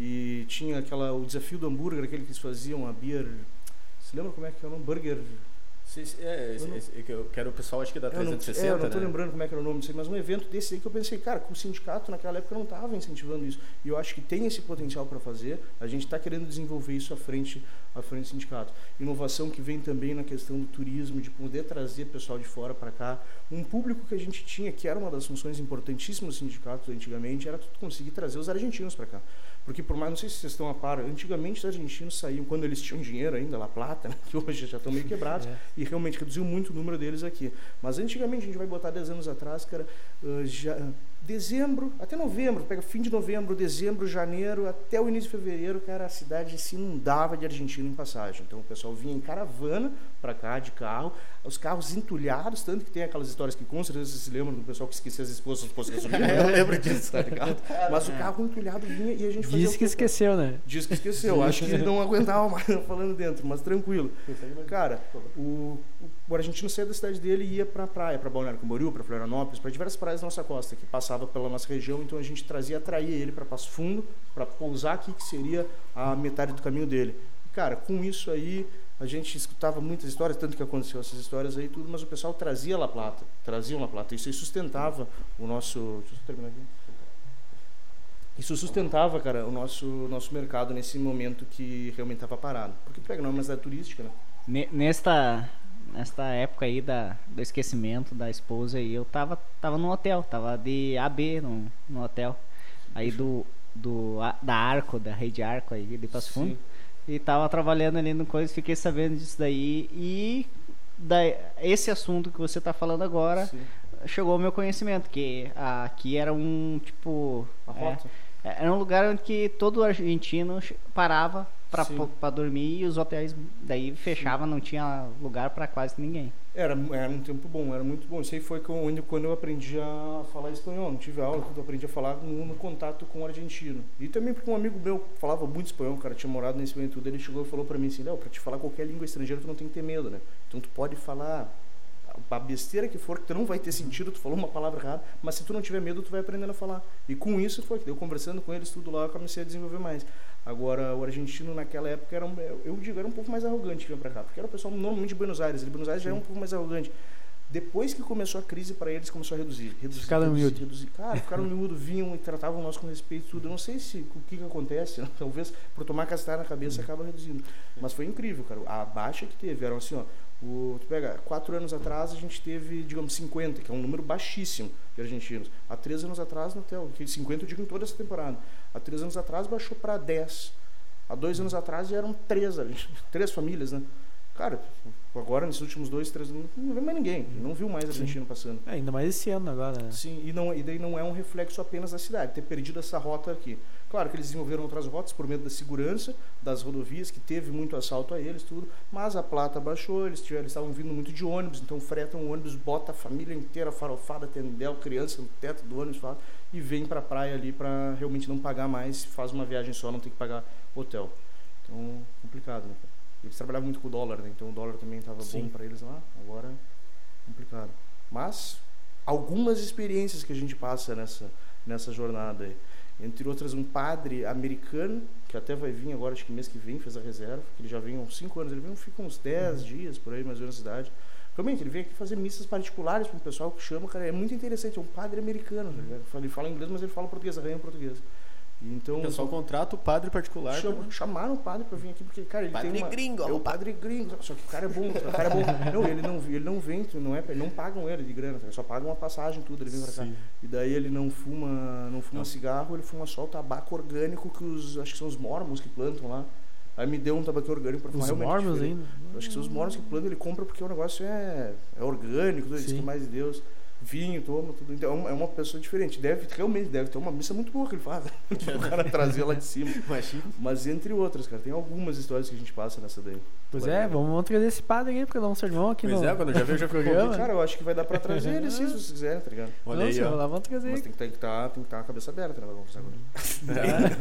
e tinha aquela, o desafio do hambúrguer, aquele que eles faziam, a beer... Você lembra como é que é o nome? Burger... Sim, sim, é, esse, esse, eu quero o pessoal, acho que da trezentos e sessenta, eu não, é, eu não tô né? lembrando como é que era o nome disso aí, mas um evento desse aí que eu pensei, cara, com o sindicato naquela época não estava incentivando isso, e eu acho que tem esse potencial para fazer, a gente está querendo desenvolver isso à frente, à frente do sindicato. Inovação que vem também na questão do turismo, de poder trazer pessoal de fora para cá, um público que a gente tinha, que era uma das funções importantíssimas do sindicato antigamente, era tu conseguir trazer os argentinos para cá. Porque por mais, não sei se vocês estão a par, antigamente os argentinos saíam, quando eles tinham dinheiro ainda, La Plata, né, que hoje já estão meio quebrados, é. E realmente reduziu muito o número deles aqui. Mas antigamente, a gente vai botar dez anos atrás, cara, uh, já, dezembro, até novembro, pega fim de novembro, dezembro, janeiro, até o início de fevereiro, cara, a cidade se inundava de argentino em passagem. Então o pessoal vinha em caravana para cá, de carro, os carros entulhados, tanto que tem aquelas histórias que com certeza vocês se lembram do pessoal que esquecia as esposas, as esposas resumiram, eu lembro disso, tá ligado? Mas o carro entulhado vinha e a gente fazia... Diz que esqueceu, né? Diz que esqueceu, acho que não aguentava mais falando dentro, mas tranquilo. Cara, o, o argentino saía da cidade dele e ia para a praia, para Balneário Camboriú, para Florianópolis, para diversas praias da nossa costa, que passava pela nossa região, então a gente trazia, atraía ele para Passo Fundo, para pousar aqui, que seria a metade do caminho dele. E, cara, com isso aí, a gente escutava muitas histórias, tanto que aconteceu essas histórias aí tudo, mas o pessoal trazia La Plata, trazia La Plata, isso aí sustentava o nosso... Deixa eu terminar aqui. Isso sustentava, cara, o nosso, nosso mercado nesse momento que realmente estava parado. Porque pega, não é uma cidade turística, né? Nesta, nesta época aí da, do esquecimento da esposa aí, eu tava, tava no hotel, tava de A B no, no hotel. Aí do, do, da Arco, da rede Arco aí, de Passo Fundo. E tava trabalhando ali no coisa, fiquei sabendo disso daí. E da, esse assunto que você tá falando agora, sim, chegou ao meu conhecimento, que aqui era um, tipo... A rota. É, era um lugar onde que todo argentino parava para dormir e os hotéis daí fechavam, não tinha lugar para quase ninguém. Era, era um tempo bom, era muito bom. Isso aí foi quando, quando eu aprendi a falar espanhol. Não tive aula, eu aprendi a falar no, no contato com o argentino. E também porque um amigo meu falava muito espanhol, o cara tinha morado nesse meio tudo, ele chegou e falou para mim assim, Léo, para te falar qualquer língua estrangeira tu não tem que ter medo, né? Então tu pode falar... a besteira que for, que tu não vai ter sentido, tu falou uma palavra errada, mas se tu não tiver medo, tu vai aprendendo a falar. E com isso foi que eu conversando com eles tudo lá, eu comecei a desenvolver mais. Agora, o argentino naquela época era um, eu digo, era um pouco mais arrogante que vinha pra cá, porque era o pessoal normalmente de Buenos Aires, e Buenos Aires já era um pouco mais arrogante. Depois que começou a crise para eles, começou a reduzir. reduzir ficaram reduzir, reduzir. Cara, ficaram miúdos, vinham e tratavam nós com respeito e tudo. Eu não sei se o que, que acontece, né? Talvez por tomar castar na cabeça acaba reduzindo. Mas foi incrível, cara. A baixa que teve, eram assim, ó. O, tu pega, quatro anos atrás a gente teve, digamos, cinquenta, que é um número baixíssimo de argentinos. Há três anos atrás, no hotel, que cinquenta eu digo em toda essa temporada. Há três anos atrás baixou para dez. Há dois anos atrás já eram três, três famílias, né? Cara, agora nesses últimos dois, três anos, não vê mais ninguém, não viu mais argentino passando. É, ainda mais esse ano agora, né? Sim, e, não, e daí não é um reflexo apenas da cidade, ter perdido essa rota aqui. Claro que eles desenvolveram outras rotas por medo da segurança das rodovias, que teve muito assalto a eles, tudo, mas a plata baixou, eles tiveram, eles estavam vindo muito de ônibus, então fretam o ônibus, bota a família inteira, farofada, tendel, criança no teto do ônibus, fala, e vem pra praia ali para realmente não pagar mais, faz uma viagem só, não tem que pagar hotel. Então, complicado, né? Eles trabalhavam muito com o dólar, né? Então o dólar também estava bom para eles lá, agora complicado. Mas algumas experiências que a gente passa nessa, nessa jornada aí. Entre outras, um padre americano que até vai vir agora, acho que mês que vem, fez a reserva, que ele já vem há uns cinco anos, ele vem, fica uns dez dias por aí, mais ou menos na cidade. Realmente, ele vem aqui fazer missas particulares para o pessoal que chama, cara, é muito interessante, é um padre americano, né? Ele fala inglês, mas ele fala português, arranha português. E então, o pessoal contrata o padre particular. Chama, pra... Chamaram o padre para vir aqui, porque, cara, ele padre tem uma... gringo, é o padre gringo, só que o cara é bom, o cara é bom. Não, ele não, ele não vem, não, é, não pagam ele de grana, só pagam uma passagem, tudo, ele vem pra cá. Sim. E daí ele não fuma, não fuma não. cigarro, ele fuma só o tabaco orgânico que os, acho que são os mormons que plantam lá. Aí me deu um tabaco orgânico para fumar. Os mormons ainda? Acho que são os mormons que plantam, ele compra porque o negócio é, é orgânico, tudo, diz que é mais de Deus. Vinho, toma, tudo. Então é uma pessoa diferente. Deve, realmente, deve ter uma missa muito boa que ele faz. O cara trazer lá de cima. Imagina. Mas entre outras, cara, tem algumas histórias que a gente passa nessa daí. Pois vai, é, vamos trazer esse padre aí pra dar um sermão aqui pois no... é, quando já vejo o programa. Cara, eu acho que vai dar pra trazer ele sim, se vocês quiserem, tá ligado? Olha aí, ó. Lá, vamos trazer. Mas tem que estar tem que tá a cabeça aberta, né? Vamos conversar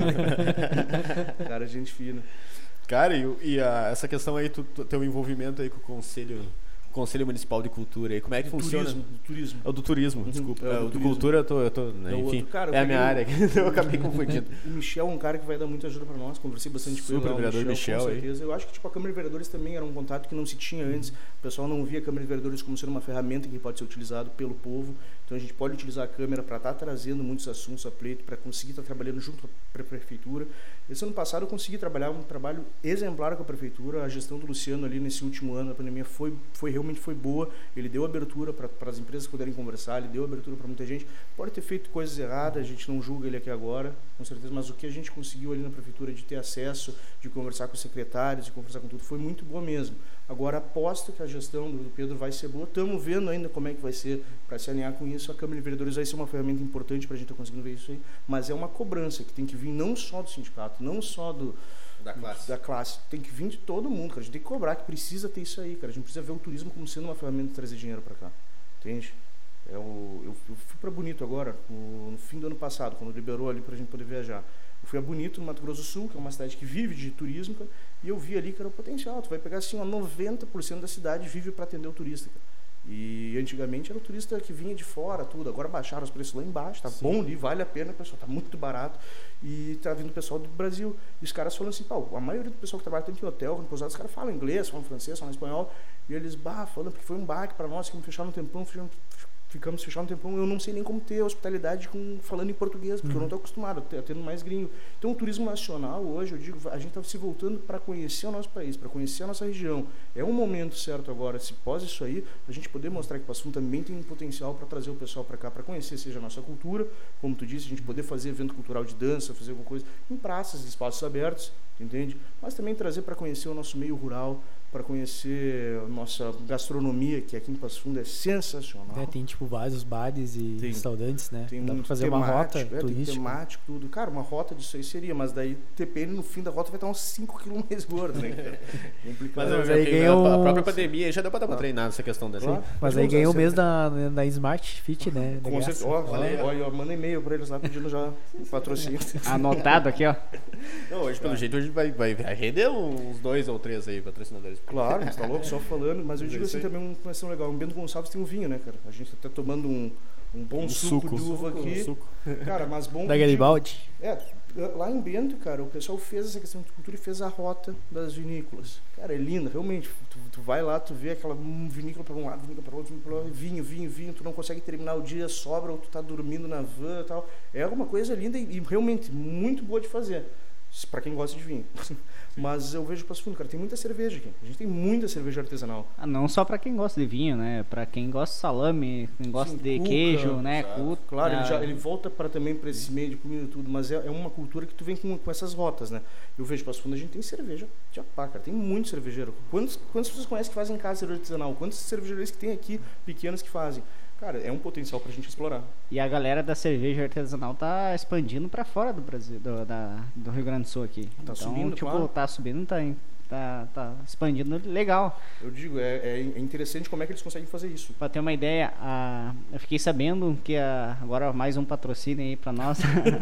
agora. É. Cara, gente fina. Cara, e, e a, essa questão aí, tu, tu, teu envolvimento aí com o Conselho... Conselho Municipal de Cultura aí, como é que do funciona? Turismo, do turismo. É o do turismo, uhum. desculpa. É, é, o do turismo. Cultura eu tô, eu tô né, é enfim, cara, é a minha área, eu acabei confundindo. O Michel é um cara que vai dar muita ajuda pra nós, conversei bastante com ele. Super vereador Michel, com certeza. Aí. Eu acho que tipo, a Câmara de Vereadores também era um contato que não se tinha antes, o pessoal não via a Câmara de Vereadores como sendo uma ferramenta que pode ser utilizada pelo povo, então a gente pode utilizar a Câmara para estar tá trazendo muitos assuntos a pleito, para conseguir estar tá trabalhando junto com a Prefeitura. Esse ano passado eu consegui trabalhar um trabalho exemplar com a Prefeitura, a gestão do Luciano ali nesse último ano, a pandemia foi, foi realmente foi boa. Ele deu abertura para as empresas poderem conversar, ele deu abertura para muita gente. Pode ter feito coisas erradas, a gente não julga ele aqui agora, com certeza, mas o que a gente conseguiu ali na prefeitura de ter acesso, de conversar com os secretários, de conversar com tudo, foi muito boa mesmo. Agora, aposto que a gestão do Pedro vai ser boa. Estamos vendo ainda como é que vai ser para se alinhar com isso. A Câmara de Vereadores vai ser uma ferramenta importante para a gente estar tá conseguindo ver isso aí, mas é uma cobrança que tem que vir não só do sindicato, não só do... Da classe. da classe, tem que vir de todo mundo, cara. A gente tem que cobrar, que precisa ter isso aí, cara. A gente precisa ver o turismo como sendo uma ferramenta de trazer dinheiro para cá, entende? É o, eu, eu fui para Bonito agora, no, no fim do ano passado, quando liberou ali para a gente poder viajar. Eu fui a Bonito, no Mato Grosso do Sul, que é uma cidade que vive de turismo, cara, e eu vi ali que era o potencial. Tu vai pegar assim, noventa por cento da cidade vive para atender o turista, cara. E antigamente era o turista que vinha de fora, tudo. Agora baixaram os preços lá embaixo, tá Sim. bom ali, vale a pena, pessoal, tá muito barato. E tá vindo o pessoal do Brasil. E os caras falam assim, pô, a maioria do pessoal que trabalha tanto em hotel, em pousada, os caras falam inglês, falam francês, falam espanhol. E eles, bah, falando, porque foi um baque para nós, que me fecharam um tempão, fecharam, ficamos fechados um tempão, eu não sei nem como ter hospitalidade com, falando em português, porque uhum. eu não estou acostumado, tendo mais gringo. Então o turismo nacional hoje, eu digo, a gente está se voltando para conhecer o nosso país, para conhecer a nossa região. É um momento certo agora, se pós isso aí, a gente poder mostrar que o Passo Fundo também tem um potencial para trazer o pessoal para cá, para conhecer, seja a nossa cultura, como tu disse, a gente poder fazer evento cultural de dança, fazer alguma coisa em praças, espaços abertos, entende? Mas também trazer para conhecer o nosso meio rural, para conhecer a nossa gastronomia, que aqui em Passo Fundo é sensacional. É, tem tipo vários bares e tem, restaurantes, né? Tem Dá muito pra fazer temático, uma rota é, turística. Tem temático, tudo. Cara, uma rota disso aí seria, mas daí T P N no fim da rota vai estar uns cinco quilômetros mais gordo, né? Mas, mas aí ganhou... a própria pandemia já deu pra dar uma ah. treinada nessa questão dessa. Claro. Mas, mas aí ganhou o mês da, da Smart Fit, né? Com certeza. Ó, ó, manda e-mail pra eles lá pedindo já patrocínio. Anotado aqui, ó. Não, hoje, pelo é. jeito, a gente vai, vai render uns dois ou três aí patrocinadores. Claro, você tá louco? Só falando, mas eu digo assim também uma questão legal. O Bento Gonçalves tem um vinho, né, cara? A gente tá tomando um, um bom um suco, suco de uva suco, aqui. Suco. Cara, mas bom. Da Garibaldi? É, lá em Bento, cara, o pessoal fez essa questão de cultura e fez a rota das vinícolas. Cara, é linda, realmente. Tu, tu vai lá, tu vê aquela vinícola para um lado, vinícola para outro, para outro, vinho, vinho, vinho. Tu não consegue terminar o dia, sobra, ou tu tá dormindo na van e tal. É uma coisa linda e, e realmente muito boa de fazer. Para quem gosta de vinho. Mas eu vejo o Passo Fundo, cara, tem muita cerveja aqui. A gente tem muita cerveja artesanal. Ah, não só para quem gosta de vinho, né? Para quem gosta de salame, quem gosta Sim, de cuca, queijo, né? Cuca, claro, ele, já, ele volta para também para esse meio de comida e tudo, mas é, é uma cultura que tu vem com, com essas rotas, né? Eu vejo Passo Fundo, a gente tem cerveja de pá, cara, tem muito cervejeiro. Quantos, quantas pessoas conhecem que fazem em casa cerveja artesanal? Quantos cervejeiros que tem aqui, pequenos, que fazem? Cara, é um potencial pra gente explorar. E a galera da cerveja artesanal tá expandindo pra fora do Brasil, do, da, do Rio Grande do Sul aqui. Tá então, subindo, tipo, claro. tá subindo, tá, tá, tá expandindo legal. Eu digo, é, é interessante como é que eles conseguem fazer isso. Pra ter uma ideia, a, eu fiquei sabendo que a, agora mais um patrocínio aí pra nós.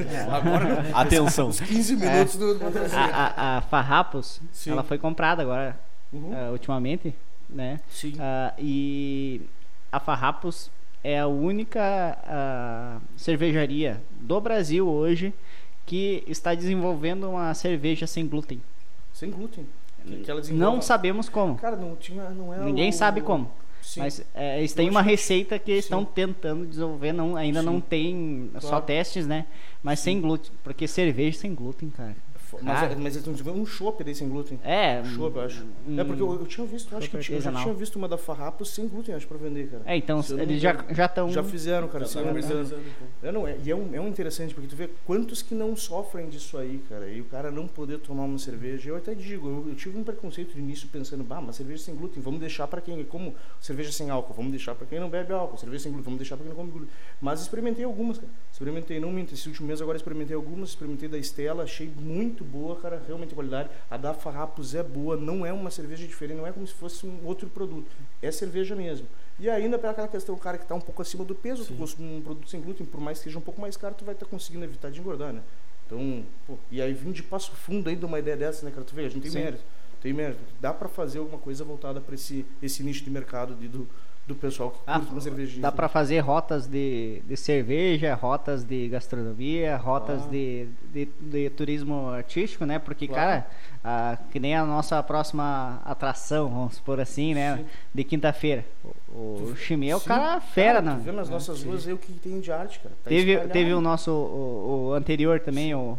Agora, atenção. Os quinze minutos é, do patrocínio. A, a, a Farrapos, Sim. ela foi comprada agora, uhum. uh, ultimamente, né? Sim. Uh, e a Farrapos é a única uh, cervejaria do Brasil hoje que está desenvolvendo uma cerveja sem glúten. Sem glúten. Que ela Não desenvolve- sabemos como. Cara, não tinha, não é Ninguém o- sabe como. Sim. Mas é, eles têm Eu uma acho que- receita que eles sim. estão tentando desenvolver, não, ainda Sim. não tem só Claro. testes, né? Mas sem glúten. Porque cerveja sem glúten, cara. Mas, Ah. mas eles estão desenvolvendo um chopp daí sem glúten. É. Chopp, eu acho. hum, É porque eu, eu tinha visto, eu acho que eu, tinha- eu já artesanal. tinha visto uma da Farrapos sem glúten, acho, pra vender, cara. É, então Se eu não eles me já engano. já estão. Já fizeram, cara, Já se tá eu não me engano. comercializando, então. É, não, é, e é um, é um interessante, porque tu vê quantos que não sofrem disso aí, cara, e o cara não poder tomar uma cerveja. Eu até digo, eu, eu tive um preconceito no início pensando, bah, mas cerveja sem glúten, vamos deixar pra quem, como cerveja sem álcool, vamos deixar pra quem não bebe álcool, cerveja sem glúten, vamos deixar pra quem não come glúten. Mas experimentei algumas, cara, experimentei, não minto, esse último mês agora experimentei algumas, experimentei da Stella, achei muito boa, cara, realmente de qualidade. A da Farrapos é boa, não é uma cerveja diferente, não é como se fosse um outro produto, é cerveja mesmo. E ainda para aquela questão, o cara que está um pouco acima do peso, tu consome um produto sem glúten, por mais que seja um pouco mais caro, tu vai estar conseguindo evitar de engordar, né? Então, pô, e aí vim de Passo Fundo ainda uma ideia dessa, né, cara? Tu vê, a gente tem Sim. mérito, tem mérito. Dá para fazer alguma coisa voltada para esse, esse nicho de mercado de, do, do pessoal que Ah, curte uma cervejinha. dá para fazer rotas de, de cerveja, rotas de gastronomia, rotas Ah. de, de, de turismo artístico, né? Porque, Claro. cara, ah, que nem a nossa próxima atração, vamos supor assim, né? Sim. De quinta-feira. O, o Chimê é o Sim. cara fera, Cara, né? tu vê nas nossas ruas aí o que tem de arte, cara. Tá Teve, espalhado. teve o nosso, o, o anterior também, o,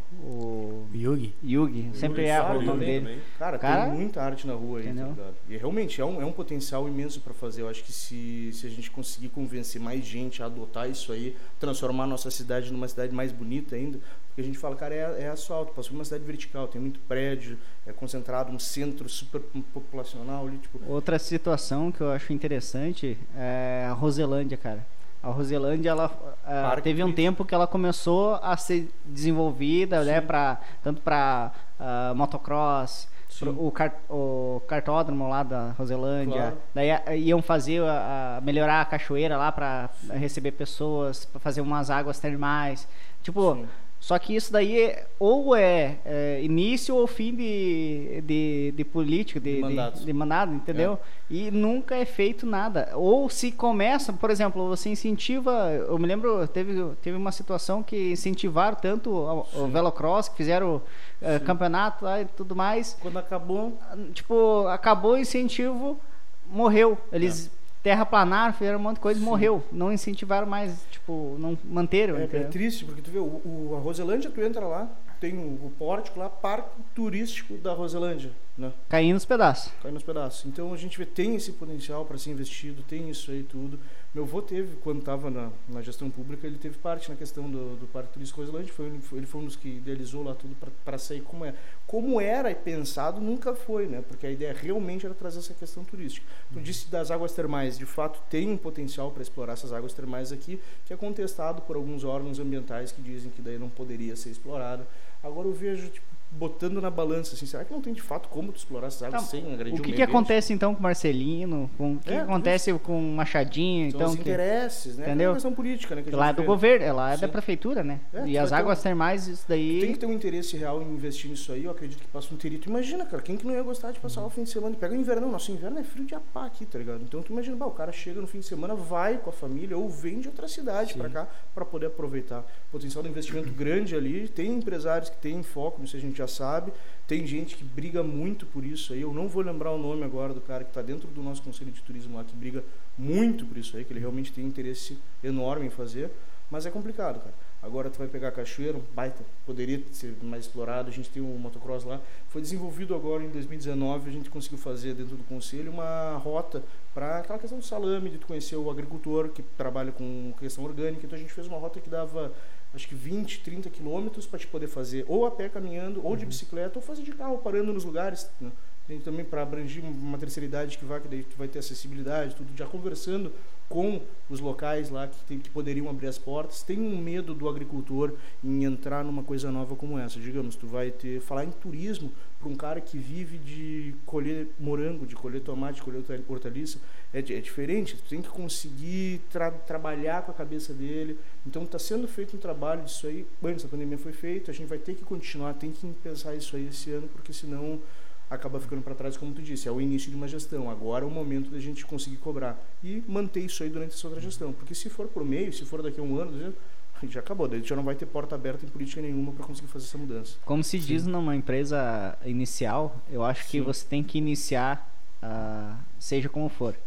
o Yugi. Yugi, sempre é Fábio o nome também, dele. Cara, Cara, tem muita arte na rua aí, tá entendeu? ligado? E realmente é um, é um potencial imenso para fazer. Eu acho que se, se a gente conseguir convencer mais gente a adotar isso aí, transformar a nossa cidade numa cidade mais bonita ainda, porque a gente fala, cara, é, é asfalto, passou por uma cidade vertical, tem muito prédio, é concentrado, um centro super populacional ali, tipo... Outra situação que eu acho interessante é a Roselândia, cara. A Roselândia, ela ah, Parque teve um turístico. tempo que ela começou a ser desenvolvida, né, pra, tanto para motocross, Sim. pro- o, car- o cartódromo lá da Roselândia. Claro. Daí ah, iam fazer, a, a- melhorar a cachoeira lá para receber pessoas, para fazer umas águas termais. Tipo, Sim. só que isso daí é- ou é, é início ou fim de, de, de político, de, De de, mandatos. de mandado, entendeu? E nunca é feito nada. Ou se começa, por exemplo, você incentiva. Eu me lembro, teve, teve uma situação que incentivaram tanto o, o velocross, que fizeram eh, campeonato lá e tudo mais. Quando acabou, Tipo, acabou o incentivo, morreu. Eles terraplanaram, fizeram um monte de coisa e Sim. morreu. Não incentivaram mais, tipo, não manteram. é, é entendeu? triste, porque tu vê, o, o- a Roselândia, tu entra lá, tem o, o pórtico lá, parque turístico da Roselândia, né? Caindo nos pedaços. Cai nos pedaços. Então a gente vê, tem esse potencial para ser investido, tem isso aí tudo. Meu avô teve, quando estava na, na gestão pública, ele teve parte na questão do, do Parque Turístico Roselândia, foi, ele foi- ele foi um dos que idealizou lá tudo para sair como é. Como era pensado, nunca foi, né? Porque a ideia realmente era trazer essa questão turística. Tu disse das águas termais, de fato tem um potencial para explorar essas águas termais aqui, que é contestado por alguns órgãos ambientais que dizem que daí não poderia ser explorada. Agora eu vejo, tipo, botando na balança, assim, será que não tem de fato como tu explorar essas águas Tá, sem agredir O que, meio que ambiente? acontece então com o Marcelino? Com, o que, É, que acontece com o Machadinho? São Então, os que, interesses, né? entendeu? É uma questão política, né? Que a que lá é gente do vê. governo, é lá é da Sim. prefeitura, né? É, e tu as vai ter águas um- termais, isso daí. Tem que ter um interesse real em investir nisso aí. Eu acredito que passa um terito. Imagina, cara, quem que não ia gostar de passar o fim de semana? Pega o inverno, nosso inverno é frio de apá aqui, tá ligado? Então tu imagina, bah, o cara chega no fim de semana, vai com a família ou vem de outra cidade pra cá pra poder aproveitar. Potencial de investimento grande ali. Tem empresários que têm foco, isso a gente já sabe. Tem gente que briga muito por isso aí. Eu não vou lembrar o nome agora do cara que está dentro do nosso conselho de turismo lá, que briga muito por isso aí, que ele realmente tem interesse enorme em fazer. Mas é complicado, cara. Agora tu vai pegar a cachoeira, um baita, poderia ser mais explorado. A gente tem um motocross lá. Foi desenvolvido agora em dois mil e dezenove, a gente conseguiu fazer dentro do conselho uma rota para aquela questão do salame, de tu conhecer o agricultor que trabalha com questão orgânica. Então a gente fez uma rota que dava acho que vinte, trinta quilômetros para te poder fazer ou a pé caminhando, ou de bicicleta, ou fazer de carro parando nos lugares, né? Tem também para abranger uma terceira idade que vai, que daí tu vai ter acessibilidade, tudo, já conversando com os locais lá que, tem, que poderiam abrir as portas. Tem um medo do agricultor em entrar numa coisa nova como essa. Digamos, tu vai ter, falar em turismo para um cara que vive de colher morango, de colher tomate, de colher hortaliça, é, é diferente. Tu tem que conseguir tra trabalhar com a cabeça dele. Então está sendo feito um trabalho disso aí, antes da pandemia foi feito, a gente vai ter que continuar, tem que pensar isso aí esse ano, porque senão acaba ficando para trás, como tu disse, é o início de uma gestão, agora é o momento da gente conseguir cobrar e manter isso aí durante essa outra gestão, porque se for por meio, se for daqui a um ano, já acabou. Daí já não vai ter porta aberta em política nenhuma para conseguir fazer essa mudança. Como se Sim. diz numa empresa inicial, eu acho Sim. que você tem que iniciar, uh, seja como for.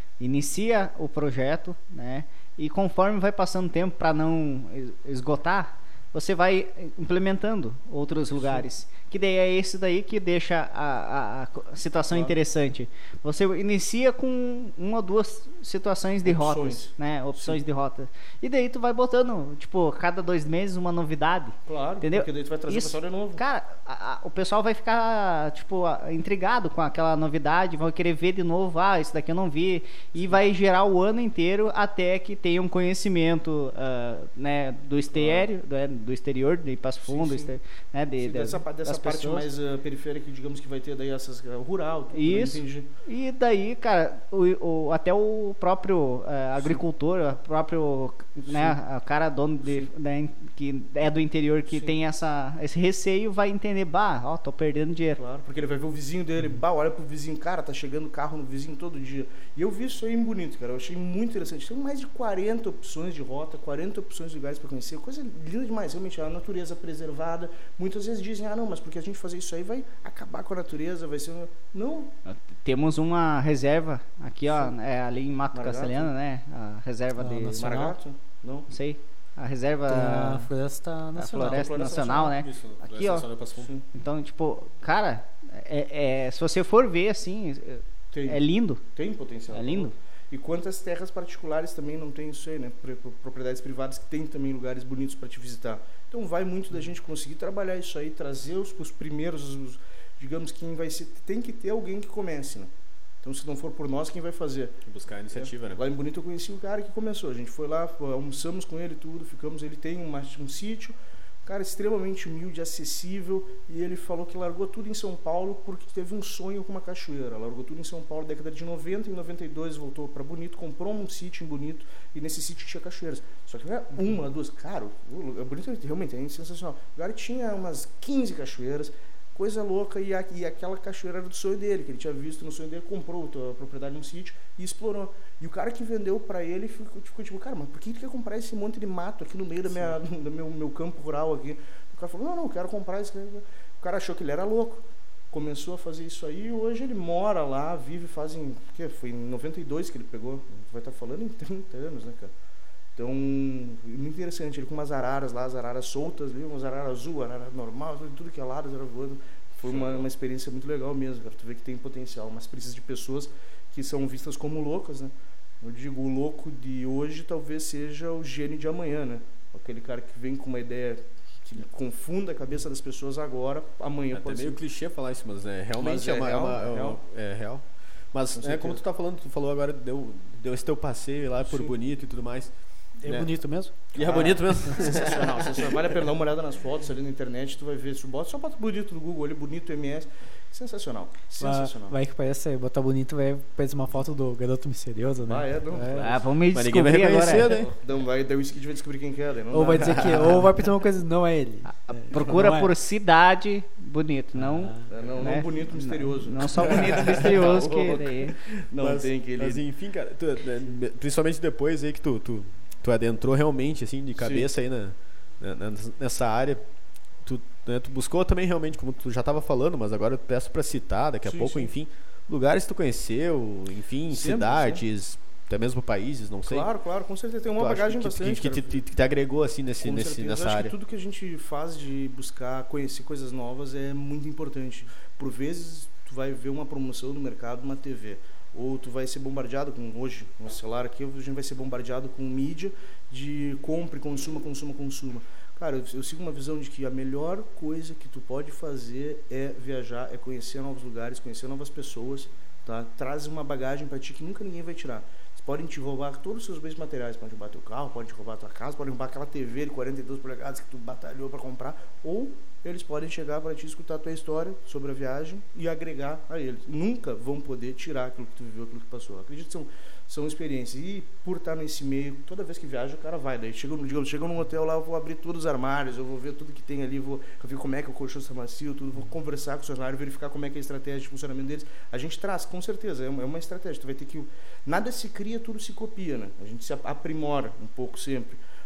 Inicia o projeto, né? E conforme vai passando tempo para não esgotar, você vai implementando outros lugares. Sim. Que daí é esse daí que deixa a, a, a situação claro. interessante. Você inicia com uma ou duas situações de Opções. rotas, né? Opções Sim. de rota. E daí tu vai botando, tipo, cada dois meses uma novidade. Claro, entendeu? Porque daí tu vai trazer Isso, o pessoal de novo. Cara, a, a, o pessoal vai ficar, tipo, intrigado com aquela novidade, vai querer ver de novo, ah, isso daqui eu não vi. E vai gerar o ano inteiro até que tenha um conhecimento, uh, né, do exterior, claro. do, do exterior, de Passo Fundo, sim, sim. Exter, né, de, sim, de, dessa, dessa parte pessoas. mais uh, periférica, digamos que vai ter daí essas uh, rural, tudo, isso. Entendi. E daí, cara, o, o, até o próprio uh, agricultor, o próprio, né, a cara dono de, né, que é do interior, que Sim. tem essa, esse receio, vai entender, bah, ó, tô perdendo dinheiro. Claro, porque ele vai ver o vizinho dele, bah, olha pro vizinho, cara, tá chegando carro no vizinho todo dia. E eu vi isso aí em Bonito, cara, eu achei muito interessante. Tem mais de quarenta opções de rota, quarenta opções de lugares para conhecer, coisa linda demais, realmente, a natureza preservada. Muitas vezes dizem, ah, não, mas porque a gente fazer isso aí vai acabar com a natureza, vai ser... Um... Não. Temos uma reserva aqui, ó, é, ali em Mato Maragato. Castelhano, né, a reserva Ah, de... nacional. Maragato? Não. Não sei. A reserva... A Floresta Nacional. A Floresta, Floresta Nacional, Nacional, né? Isso, Aqui, ó. Sim. Então, tipo, cara, é, é, se você for ver, assim, Tem. é lindo. Tem potencial. É lindo. E quantas terras particulares também não tem isso aí, né? Propriedades privadas que tem também lugares bonitos para te visitar. Então vai muito da gente conseguir trabalhar isso aí, trazer os, os primeiros, os, digamos, quem vai ser... Tem que ter alguém que comece, né? Então, se não for por nós, quem vai fazer? Buscar a iniciativa, é. né? Lá em Bonito eu conheci o cara que começou. A gente foi lá, almoçamos com ele tudo, ficamos... Ele tem uma, um sítio, cara extremamente humilde, acessível, e ele falou que largou tudo em São Paulo porque teve um sonho com uma cachoeira. Largou tudo em São Paulo na década de noventa, em noventa e dois voltou para Bonito, comprou um sítio em Bonito, e nesse sítio tinha cachoeiras. Só que não era uma, duas... Cara, o Bonito realmente é sensacional. O lugar tinha umas quinze cachoeiras, coisa louca, e, a, e aquela cachoeira era do sonho dele, que ele tinha visto no sonho dele, comprou a propriedade num sítio e explorou. E o cara que vendeu para ele ficou, ficou tipo, cara, mas por que ele quer comprar esse monte de mato aqui no meio da minha, do meu, meu campo rural aqui? O cara falou, não, não, eu quero comprar isso. O cara achou que ele era louco, começou a fazer isso aí, e hoje ele mora lá, vive, fazem, que foi em noventa e dois que ele pegou, vai estar falando em trinta anos, né, cara? Então, muito interessante, ele com umas araras lá, as araras soltas, viu? Umas araras azul, arara normal, tudo que é lado, era voando. Foi uma, uma experiência muito legal mesmo, cara. Tu vê que tem potencial, mas precisa de pessoas que são vistas como loucas, né? Eu digo, o louco de hoje talvez seja o gênio de amanhã, né? Aquele cara que vem com uma ideia que confunda a cabeça das pessoas agora, amanhã é pode ser. É meio clichê falar isso, mas é, realmente mas é, é, uma, real, é, uma, é, real. uma, é real. Mas Com é, como tu tá falando, tu falou agora, deu, deu esse teu passeio lá por Sim. Bonito e tudo mais. É né? bonito mesmo? E é Ah, bonito mesmo? Sensacional, sensacional. Vale a pena dar uma olhada nas fotos ali na internet, tu vai ver. Se bota, só bota bonito no Google ali, bonito M S. Sensacional. Sensacional. Vai, vai que parece, botar bonito, vai fazer uma foto do garoto misterioso, né? Ah, é, não. Ah, vamos me Mas ninguém vai descobrir reconhecer, agora. né? Não, vai, daí o Skid vai descobrir quem que é. Daí não Ou dá. vai dizer que, ou vai pedir uma coisa, não é ele. É, Procura não é. por cidade bonito, não... É, não, né? não bonito, misterioso. Não, não só bonito, misterioso, que louco. daí... Não mas, tem que ele... Mas enfim, cara, tu, né, principalmente depois aí que tu, tu, tu adentrou realmente, assim, de cabeça aí na, na, nessa área, tu, né, tu buscou também realmente, como tu já estava falando, mas agora eu peço para citar daqui a Sim, pouco, sim. enfim, lugares que tu conheceu, enfim, Sempre, cidades, sempre. Até mesmo países, não sei. Claro, claro, com certeza tem uma Tu acha bagagem que, bastante. que, que, cara. te, que te agregou assim nesse, Com nesse, certeza. nessa Eu acho área. que tudo que a gente faz de buscar conhecer coisas novas é muito importante. Por vezes tu vai ver uma promoção no mercado, uma T V, ou tu vai ser bombardeado com, hoje, no celular aqui, a gente vai ser bombardeado com mídia de compre, consuma, consuma, consuma. Cara, eu, eu sigo uma visão de que a melhor coisa que tu pode fazer é viajar, é conhecer novos lugares, conhecer novas pessoas, tá? Traz uma bagagem pra ti que nunca ninguém vai tirar. Podem te roubar todos os seus bens materiais, podem roubar teu carro, podem te roubar tua casa, podem roubar aquela T V de quarenta e duas polegadas que tu batalhou para comprar, ou eles podem chegar para te escutar a tua história sobre a viagem e agregar a eles. Nunca vão poder tirar aquilo que tu viveu, aquilo que passou. Acredito que são, são experiências. E por estar nesse meio, toda vez que viaja, o cara vai. Daí chega, digamos, chega num hotel lá, eu vou abrir todos os armários, eu vou ver tudo que tem ali, vou ver como é que o colchão está macio, tudo, vou conversar com os funcionários, verificar como é que é a estratégia de funcionamento deles. A gente traz, com certeza, é uma, é uma estratégia. Tu vai ter que... Nada se cria, tudo se copia, né? A gente se aprimora um pouco sempre.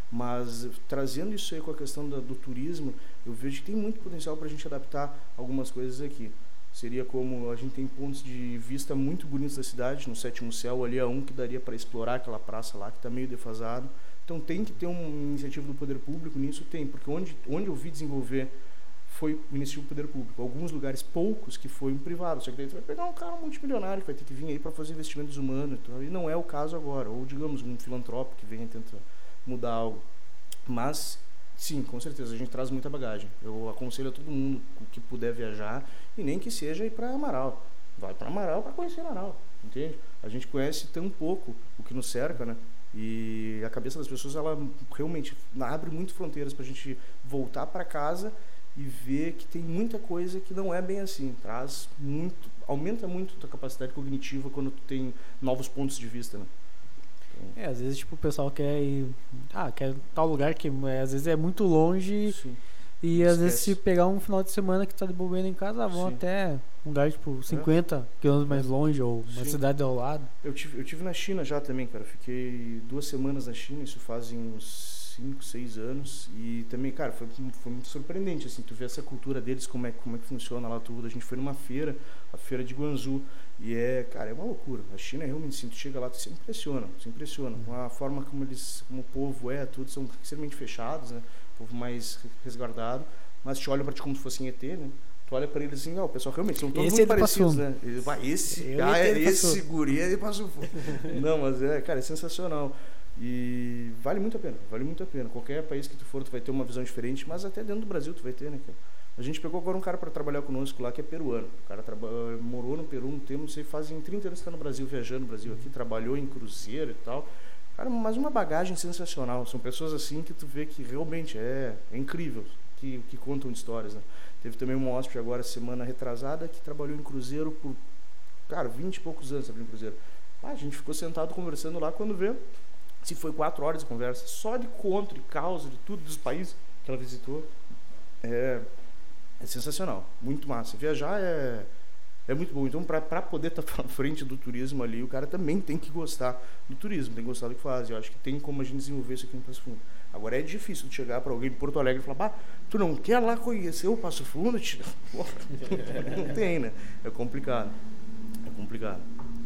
Mas trazendo isso aí com a questão da, do turismo, eu vejo que tem muito potencial para a gente adaptar algumas coisas aqui. Seria como a gente tem pontos de vista muito bonitos da cidade, no Sétimo Céu ali é um que daria para explorar aquela praça lá que está meio defasado. Então tem que ter uma iniciativa do poder público nisso, tem, porque onde, onde eu vi desenvolver foi o iniciativa do poder público. Alguns lugares, poucos, que foi um privado. Só que daí tu vai pegar um cara multimilionário que vai ter que vir aí para fazer investimentos humanos. Então, e não é o caso agora. Ou, digamos, um filantrópico que venha tentar mudar algo. Mas, sim, com certeza, a gente traz muita bagagem. Eu aconselho a todo mundo que puder viajar, e nem que seja ir para Amaral. Vai para Amaral para conhecer Amaral, entende? A gente conhece tão pouco o que nos cerca, né? E a cabeça das pessoas, ela realmente abre muito fronteiras para a gente voltar para casa e ver que tem muita coisa que não é bem assim. Traz muito, aumenta muito a tua capacidade cognitiva quando tu tem novos pontos de vista, né? É, às vezes tipo o pessoal quer ir, ah, quer tal lugar que é, às vezes é muito longe. Sim. E às Esquece. vezes se pegar um final de semana que tá de bobeira em casa, vão Sim. até um lugar tipo cinquenta quilômetros mais longe ou uma Sim. cidade ao lado. Eu tive, eu tive na China já também, cara. Fiquei duas semanas na China, isso fazem uns cinco, seis anos. E também, cara, foi, foi muito surpreendente, assim, tu vê essa cultura deles, como é, como é que funciona lá tudo. A gente foi numa feira, a feira de Guangzhou. E é, cara, é uma loucura. A China é realmente assim, tu chega lá, tu se impressiona, se impressiona. Com a forma como eles, como o povo é, tudo, são extremamente fechados, né? O povo mais resguardado. Mas te olham pra ti como se fossem E T, né? Tu olha pra eles assim, ó, o pessoal realmente são todos Esse muito é de parecidos, Passo né? Ele vai, esse, Eu ah, é, entendo, esse Passo. guri é de Passo Fundo. Não, mas é, cara, é sensacional. E vale muito a pena, vale muito a pena. Qualquer país que tu for, tu vai ter uma visão diferente, mas até dentro do Brasil tu vai ter, né, cara? A gente pegou agora um cara para trabalhar conosco lá que é peruano. O cara traba- morou no Peru um tempo, não sei, fazem trinta anos que está no Brasil, viajando no Brasil aqui, trabalhou em cruzeiro e tal. Cara, mas uma bagagem sensacional. São pessoas assim que tu vê que realmente é, é incrível, que, que contam histórias, né? Teve também um hóspede agora, semana retrasada, que trabalhou em cruzeiro por, cara, vinte e poucos anos trabalhando em cruzeiro. Ah, a gente ficou sentado conversando lá, quando vê, se foi quatro horas de conversa, só de conto, de causa, de tudo, dos países que ela visitou. É... É sensacional, muito massa. Viajar é, é muito bom. Então, para poder estar tá à frente do turismo ali, o cara também tem que gostar do turismo, tem que gostar do que faz. Eu acho que tem como a gente desenvolver isso aqui no Passo Fundo. Agora, é difícil de chegar para alguém de Porto Alegre e falar, bah, tu não quer lá conhecer o Passo Fundo? Porra, não tem, né? É complicado. É complicado.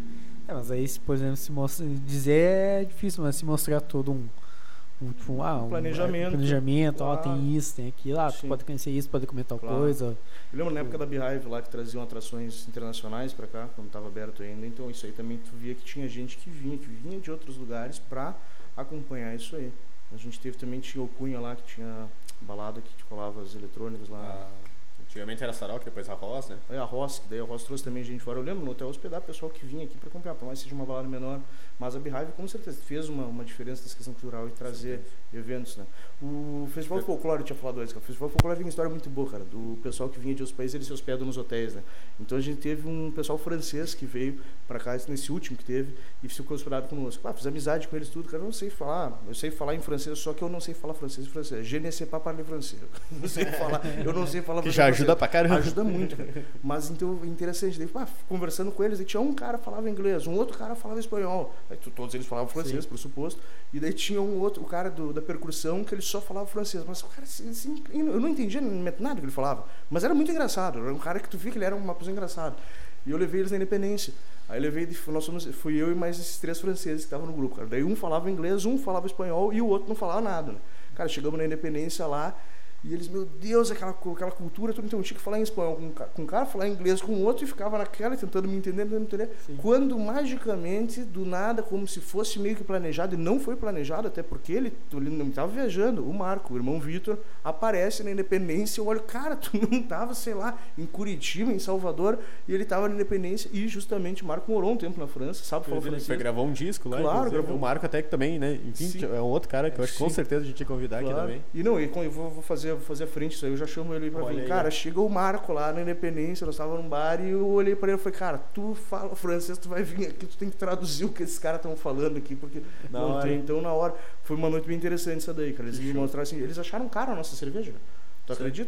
É, mas aí, por exemplo, se mostra, dizer é difícil, mas se mostrar todo um Um, tipo, ah, um planejamento, planejamento claro. Ó, tem isso, tem aquilo, ah, tu Sim. pode conhecer isso, pode comer tal Claro. coisa. Eu lembro na época da Beehive lá que traziam atrações internacionais para cá, quando estava aberto ainda, então isso aí também tu via que tinha gente que vinha, que vinha de outros lugares para acompanhar isso aí. A gente teve também, tinha o Cunha lá, que tinha balada que te colava as eletrônicas lá. Ah, antigamente era Sarau, que depois a Ross, né? Aí a Ross, que daí a Ross trouxe também gente fora. Eu lembro no hotel hospedar pessoal que vinha aqui para acompanhar, por mais que seja uma balada menor. Mas a Beehive com certeza fez uma, uma diferença nessa questão cultural e trazer eventos, né? O Festival do Folclore, eu tinha falado antes, cara. O Festival do Folclore tem uma história muito boa, cara. Do pessoal que vinha de outros países, eles se hospedam nos hotéis, né? Então a gente teve um pessoal francês que veio para cá, nesse último que teve, e ficou hospedado conosco. Ah, fiz amizade com eles tudo, cara. Eu não sei falar, eu sei falar em francês, só que eu não sei falar francês e francês. Je ne sais pas parler français. Eu não sei falar, eu não sei falar Que francês. já ajuda pra caramba. Ajuda muito, cara. Mas então, interessante. Daí, ah, conversando com eles, e tinha um cara que falava inglês, um outro cara falava espanhol. Aí tu, todos eles falavam francês, por suposto. E daí tinha um outro, o cara do, da percussão, que ele só falava francês. Mas o cara, assim, assim, eu não entendia nada que ele falava. Mas era muito engraçado. Era um cara que tu via que ele era uma pessoa engraçada. E eu levei eles na Independência. Aí eu levei, nós fomos, fui eu e mais esses três franceses que estavam no grupo, cara. Daí um falava inglês, um falava espanhol e o outro não falava nada, né? Cara, chegamos na Independência lá. E eles, meu Deus, aquela, aquela cultura, tudo, então eu tinha que falar em espanhol com, com um cara, falar inglês com o outro e ficava naquela, tentando me entender, tentando me entender. Sim. Quando, magicamente, do nada, como se fosse meio que planejado, e não foi planejado, até porque ele, ele não estava viajando, o Marco, o irmão Vitor, aparece na Independência, eu olho, cara, tu não estava, sei lá, em Curitiba, em Salvador, e ele estava na Independência, e justamente o Marco morou um tempo na França, sabe falar Ele francês. foi gravar um disco lá, Claro, inclusive. gravou. O Marco até que também, né? Enfim, Sim. é um outro cara que eu acho que com Sim. certeza a gente ia convidar Claro. aqui também. E não, e eu vou, vou fazer, vou fazer a frente isso aí, eu já chamo ele aí pra Olha vir. aí, Cara, ó. chega o Marco lá na Independência, nós estávamos num bar e eu olhei pra ele e falei, cara, tu fala francês, tu vai vir aqui, tu tem que traduzir o que esses caras estão falando aqui, porque Na não hora. tem. Então, na hora, foi uma noite bem interessante essa daí, cara. Eles me mostraram assim, eles acharam cara a nossa cerveja. Tu Sim. acredita?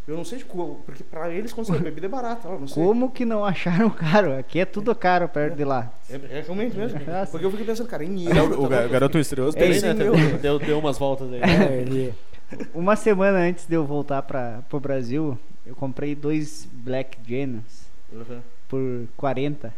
Eu não sei, tipo, porque pra eles, quando a bebida é barata, eu não sei. Como que não acharam caro? Aqui é tudo caro perto de lá. É, é realmente mesmo. Porque eu fiquei pensando, cara, em É, euro. o, o tá ga- garoto misterioso É também, isso, né? meu. Deu, deu, deu umas voltas aí. É, ele... Uma semana antes de eu voltar para o Brasil, eu comprei dois Black Genos Uhum. por quarenta.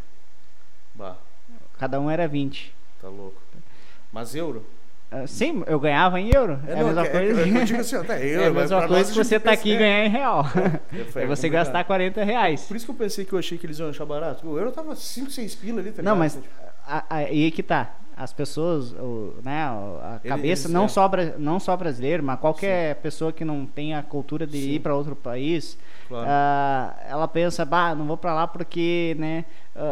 Bah, Cada um era vinte. tá louco. Mas euro? Ah, sim, eu ganhava em euro. É, a mesma é, coisa. É, eu digo assim, até euro. É a mas mesma pra coisa nós que a você gente tá pensa- aqui e ganhar em real. É, É, é você complicado. gastar quarenta reais. Por isso que eu pensei que eu achei que eles iam achar barato. O euro tava cinco, seis pila ali, tá Não, ligado? mas Tipo, a- a- aí que tá. As pessoas, o, né, o- a Eles- cabeça, eles- não, é. só, bra- não só brasileiro, mas qualquer pessoa que não tenha a cultura de Sim. ir para outro país, Claro. ah, ela pensa, bah, não vou para lá porque, né,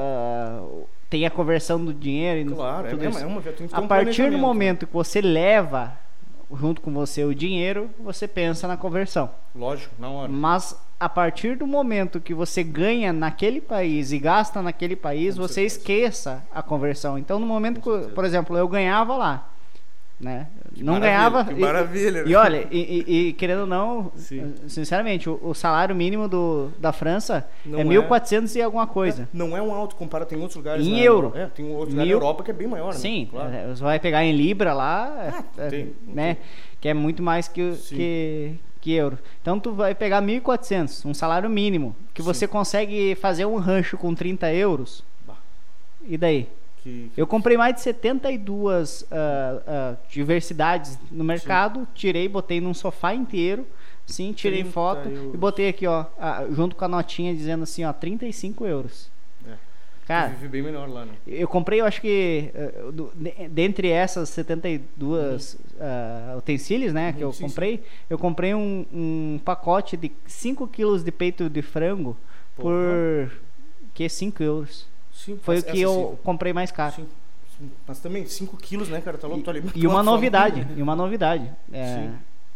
ah, tem a conversão do dinheiro e Claro, é, tudo é, isso. uma- é uma, tem que ter A um partir do planejamento. momento que você leva junto com você o dinheiro, você pensa na conversão. Lógico, na hora. Mas a partir do momento que você ganha naquele país e gasta naquele país, Com você certeza. esqueça a conversão. Então, no momento Com que, certeza. por exemplo, eu ganhava lá, né? Que não maravilha, ganhava. que e- maravilha, né? E, olha, e, e- e querendo ou não, Sim. sinceramente, o, o salário mínimo do, da França Não é é. mil e quatrocentos e alguma coisa. Não é um alto comparado, tem outros lugares. Em na euro. É, tem outros lugares Mil- na Europa que é bem maior, né? Sim, Claro. é, você vai pegar em libra lá, Ah, é, tem, né? Que é muito mais que, Sim. que, que euro. Então tu vai pegar mil e quatrocentos, um salário mínimo, que Sim. você consegue fazer um rancho com trinta euros. Bah. E daí? Que, Eu comprei mais de setenta e duas ah, ah, diversidades no mercado, tirei, botei num sofá inteiro, sim, tirei trinta foto euros. e botei aqui, ó, ah, junto com a notinha dizendo assim, ó, trinta e cinco euros. É. Cara, Tu vive bem melhor lá, né? eu comprei, eu acho que uh, do- de- dentre essas setenta e duas ah, utensílios, né, que Uhum, eu sim, comprei, eu comprei um, um pacote de cinco quilos de peito de frango Porra. por que cinco euros. Sim, Foi o essa que eu sim. comprei mais caro. Sim, sim. Mas também cinco quilos, né, cara? Tá louco, tu alimenta E uma uma novidade, família. e uma novidade. É, Sim.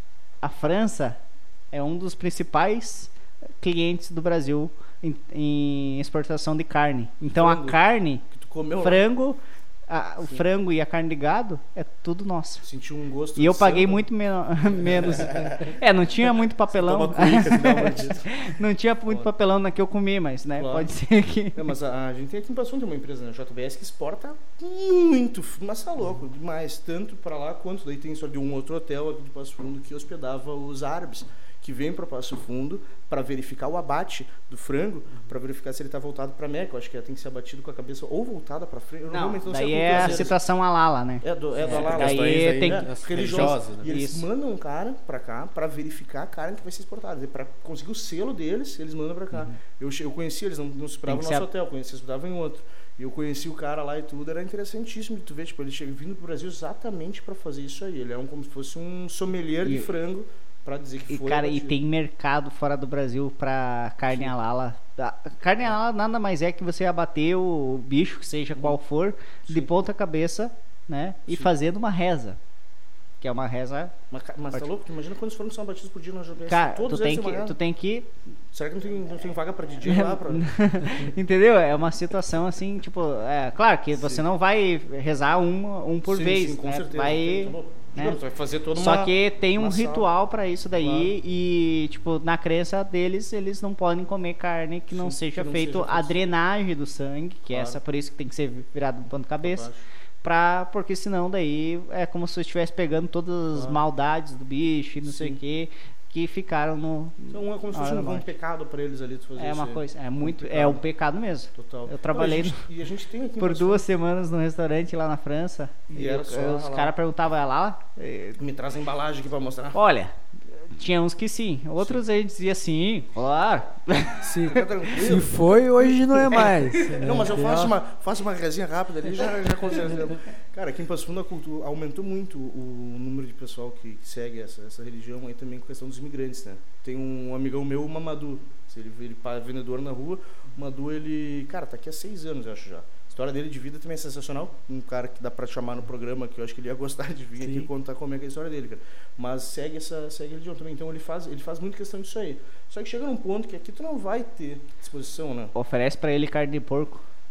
a França é um dos principais clientes do Brasil em, em exportação de carne. Então Frango. a carne, Que tu comeu. frango, a- o Sim. frango e a carne de gado é tudo nosso. Sentiu um gosto. E eu de paguei samba. muito meno- menos. É, não tinha muito papelão. Toma cuíca, se dá uma mordida. Não tinha muito Claro. papelão na que eu comi, mas, né? Claro. Pode ser que. É, mas a, a gente tem aqui em Passo Fundo, tem uma empresa, né, J B S, que exporta muito, mas tá louco, demais, tanto para lá quanto daí tem só de um outro hotel aqui de Passo Fundo que hospedava os árabes que vêm para Passo Fundo para verificar o abate do frango, para verificar se ele está voltado para Meca. Eu acho que tem que ser abatido com a cabeça ou voltada para frente. Eu Não, realmente não sei daí a é cultura a deles. situação Alala, né? É do, é do É, Alá, daí questões aí, tem- né, as religiosas. religiosas, né? E eles Isso. mandam um cara pra cá pra verificar a carne que vai ser exportada. Para conseguir o selo deles, eles mandam pra cá. Eu, che- eu conheci, eles não, não hospedavam Uhum. Tem no que nosso ser- hotel, conheci, eles hospedavam em outro. E eu conheci o cara lá e tudo, era interessantíssimo de tu ver, tipo, ele chega vindo pro Brasil exatamente pra fazer isso aí. Ele é um, como se fosse um sommelier de E- frango pra dizer que E, foi cara, e abatido. tem mercado fora do Brasil pra carne alala. A carne alala nada mais é que você abater o bicho, seja qual for, de Sim. ponta cabeça, né? E Sim. fazendo uma reza. Que é uma reza. Mas, ca- mas tá louco? Tu imagina quantos foram que são abatidos por dia na J B S? Cara, Todos tu eles tem, têm uma que, reza. tu tem que. Será que não tem, não tem vaga pra D J lá? Pra... Entendeu? É uma situação assim, tipo, é claro que você Sim. não vai rezar um, um por Sim, vez, sim, com né? certeza. Vai, Tá louco. né? Digamos, tu vai fazer toda Só uma... que tem um uma sala. ritual pra isso daí Claro. e, tipo, na crença deles, eles não podem comer carne que não Sim, seja que não feito seja a feito. drenagem do sangue, que é Claro. essa, por isso que tem que ser virado no ponto cabeça, Abaixo. pra, porque senão daí é como se você estivesse pegando todas as Claro. maldades do bicho e não sei Sim. o que, que ficaram no... Então é como se na fosse hora um, da um morte. pecado pra eles ali tu fazer É isso uma aí. coisa, é muito, pecado. é um pecado mesmo. Total. Eu trabalhei Não, e a gente, e a gente tem aqui em Por Passo duas semanas num restaurante lá na França. E E era eu- só eu- os lá. caras perguntavam, é lá? E- Fundo. Me traz a embalagem aqui pra mostrar. Olha, tinha uns que sim, outros a gente dizia sim, claro. Se, Fica tranquilo. se foi, hoje não é mais. Não, mas eu Tem faço uma- uma, faço uma resinha rápida ali e já, já consigo. Cara, aqui em Passo Fundo a cultura aumentou muito o número de pessoal que, que segue essa, essa religião aí também com a questão dos imigrantes, né? Tem um amigão meu, o Mamadu, ele, ele é vendedor na rua, o Madu, ele, cara, tá aqui há seis anos, eu acho já. A história dele de vida também é sensacional, um cara que dá pra chamar no programa, que eu acho que ele ia gostar de vir Sim. aqui contar como é que é a história dele, cara. Mas segue essa segue a religião também, então ele faz, ele faz muito questão disso aí. Só que chega num ponto que aqui tu não vai ter disposição, né? Oferece pra ele carne de porco.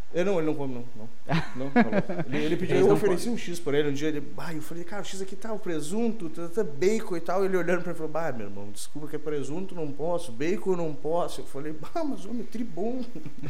Eu não, ele não come, não. Não, não, não. Ele, ele pediu, eu ofereci um X por ele um dia, ele, bah, eu falei, cara, o X aqui tá o presunto, tá, tá bacon e tal. Ele olhando pra mim e falou, bah, meu irmão, desculpa que é presunto, não posso, bacon não posso. Eu falei, bah, mas homem, tribom.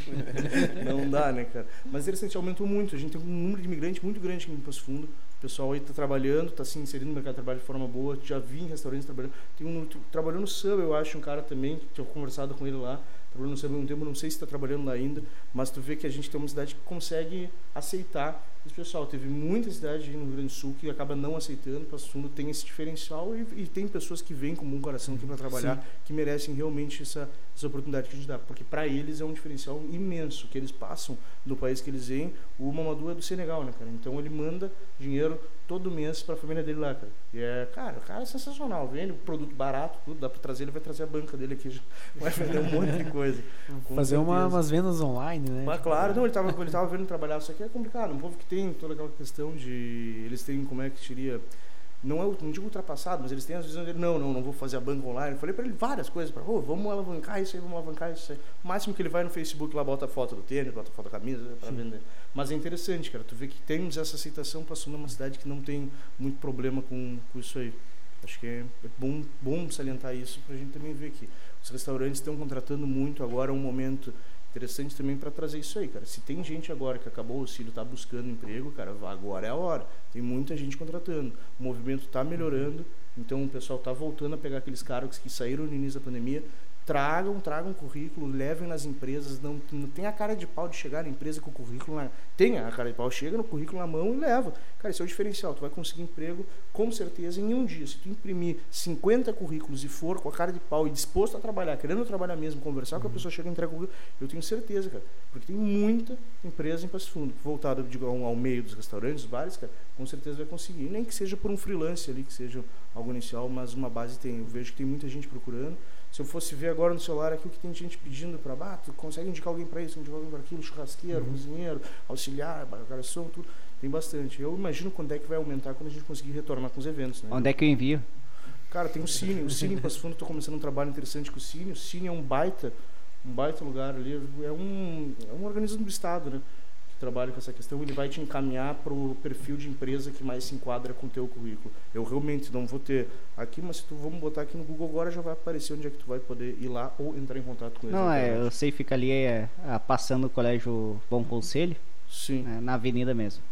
Não dá, né, cara? Mas interessante, aumentou muito. A gente tem um número de imigrantes muito grande aqui em Passo Fundo. O pessoal aí tá trabalhando, tá se inserindo no mercado de trabalho de forma boa. Já vi em restaurantes trabalhando. Tem um, trabalhando no Subway, eu acho, um cara também, que tinha conversado com ele lá. Trabalhando no Subway um tempo, não sei se está trabalhando lá ainda, mas tu vê que a gente tem uma cidade que consegue aceitar esse pessoal. Teve muita cidade no Rio Grande do Sul que acaba não aceitando. Passo Fundo tem esse diferencial e, e tem pessoas que vêm com um bom coração aqui para trabalhar. Sim. Que merecem realmente essa, essa oportunidade que a gente dá, porque para eles é um diferencial imenso que eles passam no país que eles vêm. O Mamadou é do Senegal, né, cara? Então ele manda dinheiro todo mês para a família dele lá, cara. E é, cara, o cara é sensacional. Vende produto barato, tudo, dá para trazer, ele vai trazer a banca dele aqui, já vai vender um monte de coisa. Fazer uma, umas vendas online, né? Mas claro, não, ele tava, ele tava vendo trabalhar, só que é complicado. Um povo que tem toda aquela questão de, eles têm, como é que seria, não é, não digo ultrapassado, mas eles têm as visões dele, não, não, não vou fazer a banca online. Eu falei para ele várias coisas, para, oh, vamos alavancar isso aí, vamos alavancar isso aí. O máximo que ele vai no Facebook lá, bota foto do tênis, bota foto da camisa para vender. Mas é interessante, cara, tu vê que temos essa aceitação passando numa cidade que não tem muito problema com, com isso aí. Acho que é bom, bom salientar isso pra gente também ver aqui. Os restaurantes estão contratando muito, agora é um momento interessante também para trazer isso aí, cara. Se tem gente agora que acabou o auxílio, tá buscando emprego, cara, agora é a hora. Tem muita gente contratando. O movimento tá melhorando, então o pessoal tá voltando a pegar aqueles caras que saíram no início da pandemia. Tragam, tragam currículo, levem nas empresas, não, não tem a cara de pau de chegar na empresa com o currículo na... Tem a cara de pau, chega no currículo na mão e leva. Cara, esse é o diferencial, tu vai conseguir emprego com certeza em um dia. Se tu imprimir cinquenta currículos e for com a cara de pau e disposto a trabalhar, querendo trabalhar mesmo, conversar com a pessoa, chega e entrega o currículo, eu tenho certeza, cara. Porque tem muita empresa em Passo Fundo, voltada digo, ao, ao meio dos restaurantes, dos bares, cara, com certeza vai conseguir. Nem que seja por um freelance ali, que seja algo inicial, mas uma base tem. Eu vejo que tem muita gente procurando. Se eu fosse ver agora no celular aqui o que tem gente pedindo para ah, tu consegue indicar alguém para isso, indicar alguém para aquilo, churrasqueiro, uhum. cozinheiro, auxiliar, garçom, tudo. Tem bastante. Eu imagino quando é que vai aumentar quando a gente conseguir retornar com os eventos, né? Onde é que eu envio? Cara, tem o Cine. O Cine em Passo Fundo, estou começando um trabalho interessante com o Cine. O Cine é um baita, um baita lugar ali. É um, é um organismo do Estado, né? Trabalho com essa questão, ele vai te encaminhar para o perfil de empresa que mais se enquadra com o teu currículo. Eu realmente não vou ter aqui, mas se tu vamos botar aqui no Google agora, já vai aparecer onde é que tu vai poder ir lá ou entrar em contato com eles. Não, é, eu sei, fica ali é, passando o Colégio Bom Conselho. Sim. É, na avenida mesmo.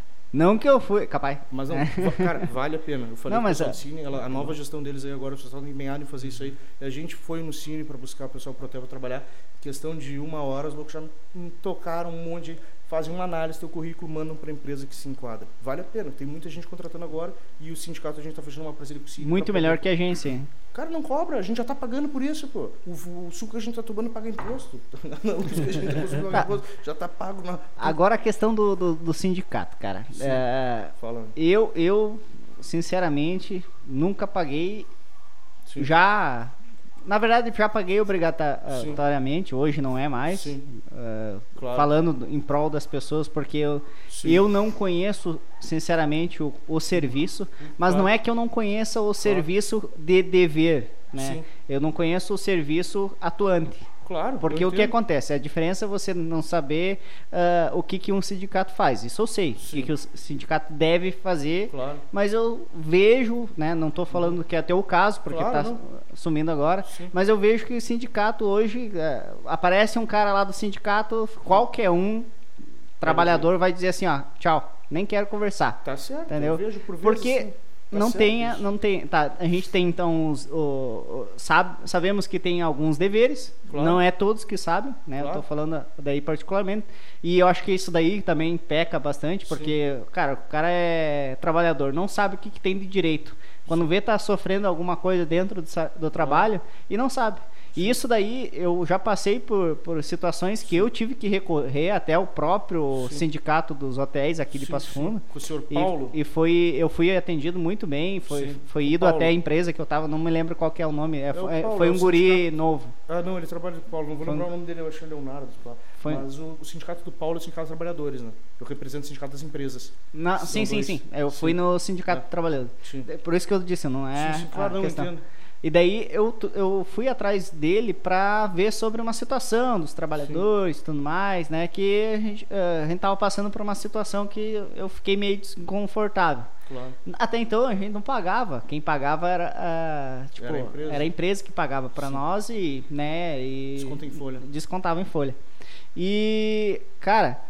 Não que eu fui, capaz. Mas não, cara, vale a pena. Eu falei não, com o mas pessoal do Cine, ela, a nova gestão deles aí agora, o pessoal está empenhado em fazer isso aí. E a gente foi no Cine para buscar o pessoal pro hotel para trabalhar. Questão de uma hora, os loucos já me tocaram um monte de... Fazem uma análise do teu currículo, mandam para a empresa que se enquadra. Vale a pena. Tem muita gente contratando agora e o sindicato, a gente está fechando uma parceria com o Cine. Muito melhor poder... que a agência, hein? Cara, não cobra. A gente já está pagando por isso, pô. O, o suco que a gente está tomando paga imposto. Não, o suco que a gente está consumindo paga imposto. Já está pago. Na... Agora a questão do, do, do sindicato, cara. É, Fala. Eu, eu, sinceramente, nunca paguei. Sim. Já... Na verdade, já paguei obrigatoriamente, hoje não é mais, uh, claro. Falando em prol das pessoas, porque eu, eu não conheço, sinceramente, o, o serviço, mas claro. Não é que eu não conheça o claro. Serviço de dever, né? Sim. Eu não conheço o serviço atuante. Claro, porque o que acontece? A diferença é você não saber uh, o que, que um sindicato faz. Isso eu sei, o que, que o sindicato deve fazer, claro. Mas eu vejo, né, não estou falando que é até o caso, porque está claro, sumindo agora, sim. Mas eu vejo que o sindicato hoje, uh, aparece um cara lá do sindicato, qualquer um, trabalhador vai dizer assim, ó, tchau, nem quero conversar. Tá certo, entendeu? Eu vejo por vezes porque assim. Tá não tenha, não tem, tá, a gente tem então os, o, o, sabe, sabemos que tem alguns deveres, claro. Não é todos que sabem, né? Claro. Eu tô falando daí particularmente, e eu acho que isso daí também peca bastante, porque, sim. Cara, o cara é trabalhador, não sabe o que, que tem de direito, quando vê tá sofrendo alguma coisa dentro do, do trabalho, claro. E não sabe. E isso daí, eu já passei por, por situações que eu tive que recorrer até o próprio sim. Sindicato dos hotéis aqui sim, de Passo Fundo. Com o senhor Paulo. E, e foi, eu fui atendido muito bem, foi, foi ido Paulo. Até a empresa que eu tava, não me lembro qual que é o nome, é, é, Paulo, foi um é guri sindicato... novo. Ah, não, ele trabalha com o Paulo, não vou foi... lembrar o nome dele, eu acho que é Leonardo. Foi... Mas o, o sindicato do Paulo é o sindicato dos trabalhadores, né? Eu represento o sindicato das empresas. Na, sim, sim, dois. sim, eu fui sim. no sindicato é. Trabalhador. Sim. Por isso que eu disse, não é sim, sim, claro, não questão. Entendo. E daí eu, tu- eu fui atrás dele para ver sobre uma situação dos trabalhadores e tudo mais, né? Que a gente, eh, a gente tava passando por uma situação que eu fiquei meio desconfortável. Claro. Até então a gente não pagava. Quem pagava era, ah, tipo, Era a empresa. era a empresa que pagava para Sim. nós e, né, e Desconta em folha. descontava em folha. E, cara,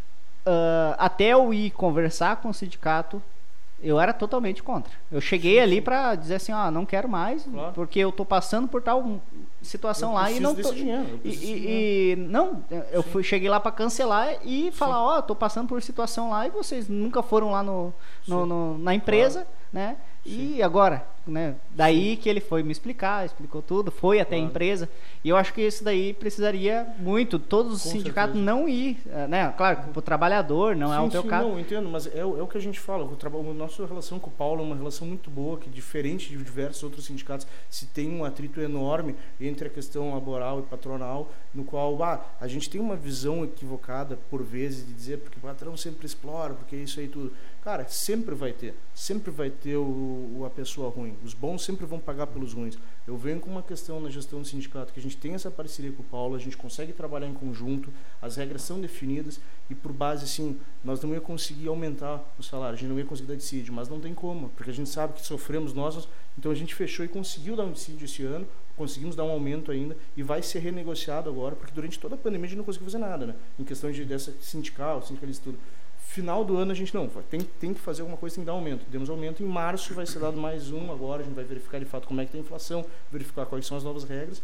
ah, até eu ir conversar com o sindicato, eu era totalmente contra. Eu cheguei Sim, ali sim. para dizer assim, ó, não quero mais, Claro. porque eu tô passando por tal situação Eu lá e preciso não tô... desse dinheiro, eu E, preciso desse e- e não, eu Sim. fui, cheguei lá para cancelar e falar, ó, tô passando por situação lá e vocês nunca foram lá no, no- Sim. no- na empresa, né? E agora, né? Daí que ele foi me explicar, explicou tudo, foi até a Claro. empresa. E eu acho que isso daí precisaria muito, todos os Com sindicatos certeza. não ir, eh, né? Claro, pro trabalhador, não é Sim, o teu sim, caso. Não, eu entendo, mas é, o- é o que a gente fala. O traba- a nossa relação com o Paulo é uma relação muito boa, que diferente de diversos outros sindicatos, se tem um atrito enorme entre a questão laboral e patronal, no qual ah, a gente tem uma visão equivocada, por vezes, de dizer porque o patrão sempre explora, porque isso aí tudo. Cara, sempre vai ter. Sempre vai ter o, o- a pessoa ruim. Os bons sempre vão pagar pelos ruins. Eu venho com uma questão na gestão do sindicato, que a gente tem essa parceria com o Paulo, a gente consegue trabalhar em conjunto, as regras são definidas e por base, assim, nós não ia conseguir aumentar o salário, a gente não ia conseguir dar dissídio, mas não tem como, porque a gente sabe que sofremos nós, então a gente fechou e conseguiu dar um dissídio esse ano, conseguimos dar um aumento ainda e vai ser renegociado agora, porque durante toda a pandemia a gente não conseguiu fazer nada, né? Em questão de dessa sindical, sindicalista tudo. Final do ano a gente não, tem, tem que fazer alguma coisa, tem que dar aumento. Demos aumento, em março vai ser dado mais um agora, a gente vai verificar de fato como é que está a inflação, verificar quais são as novas regras.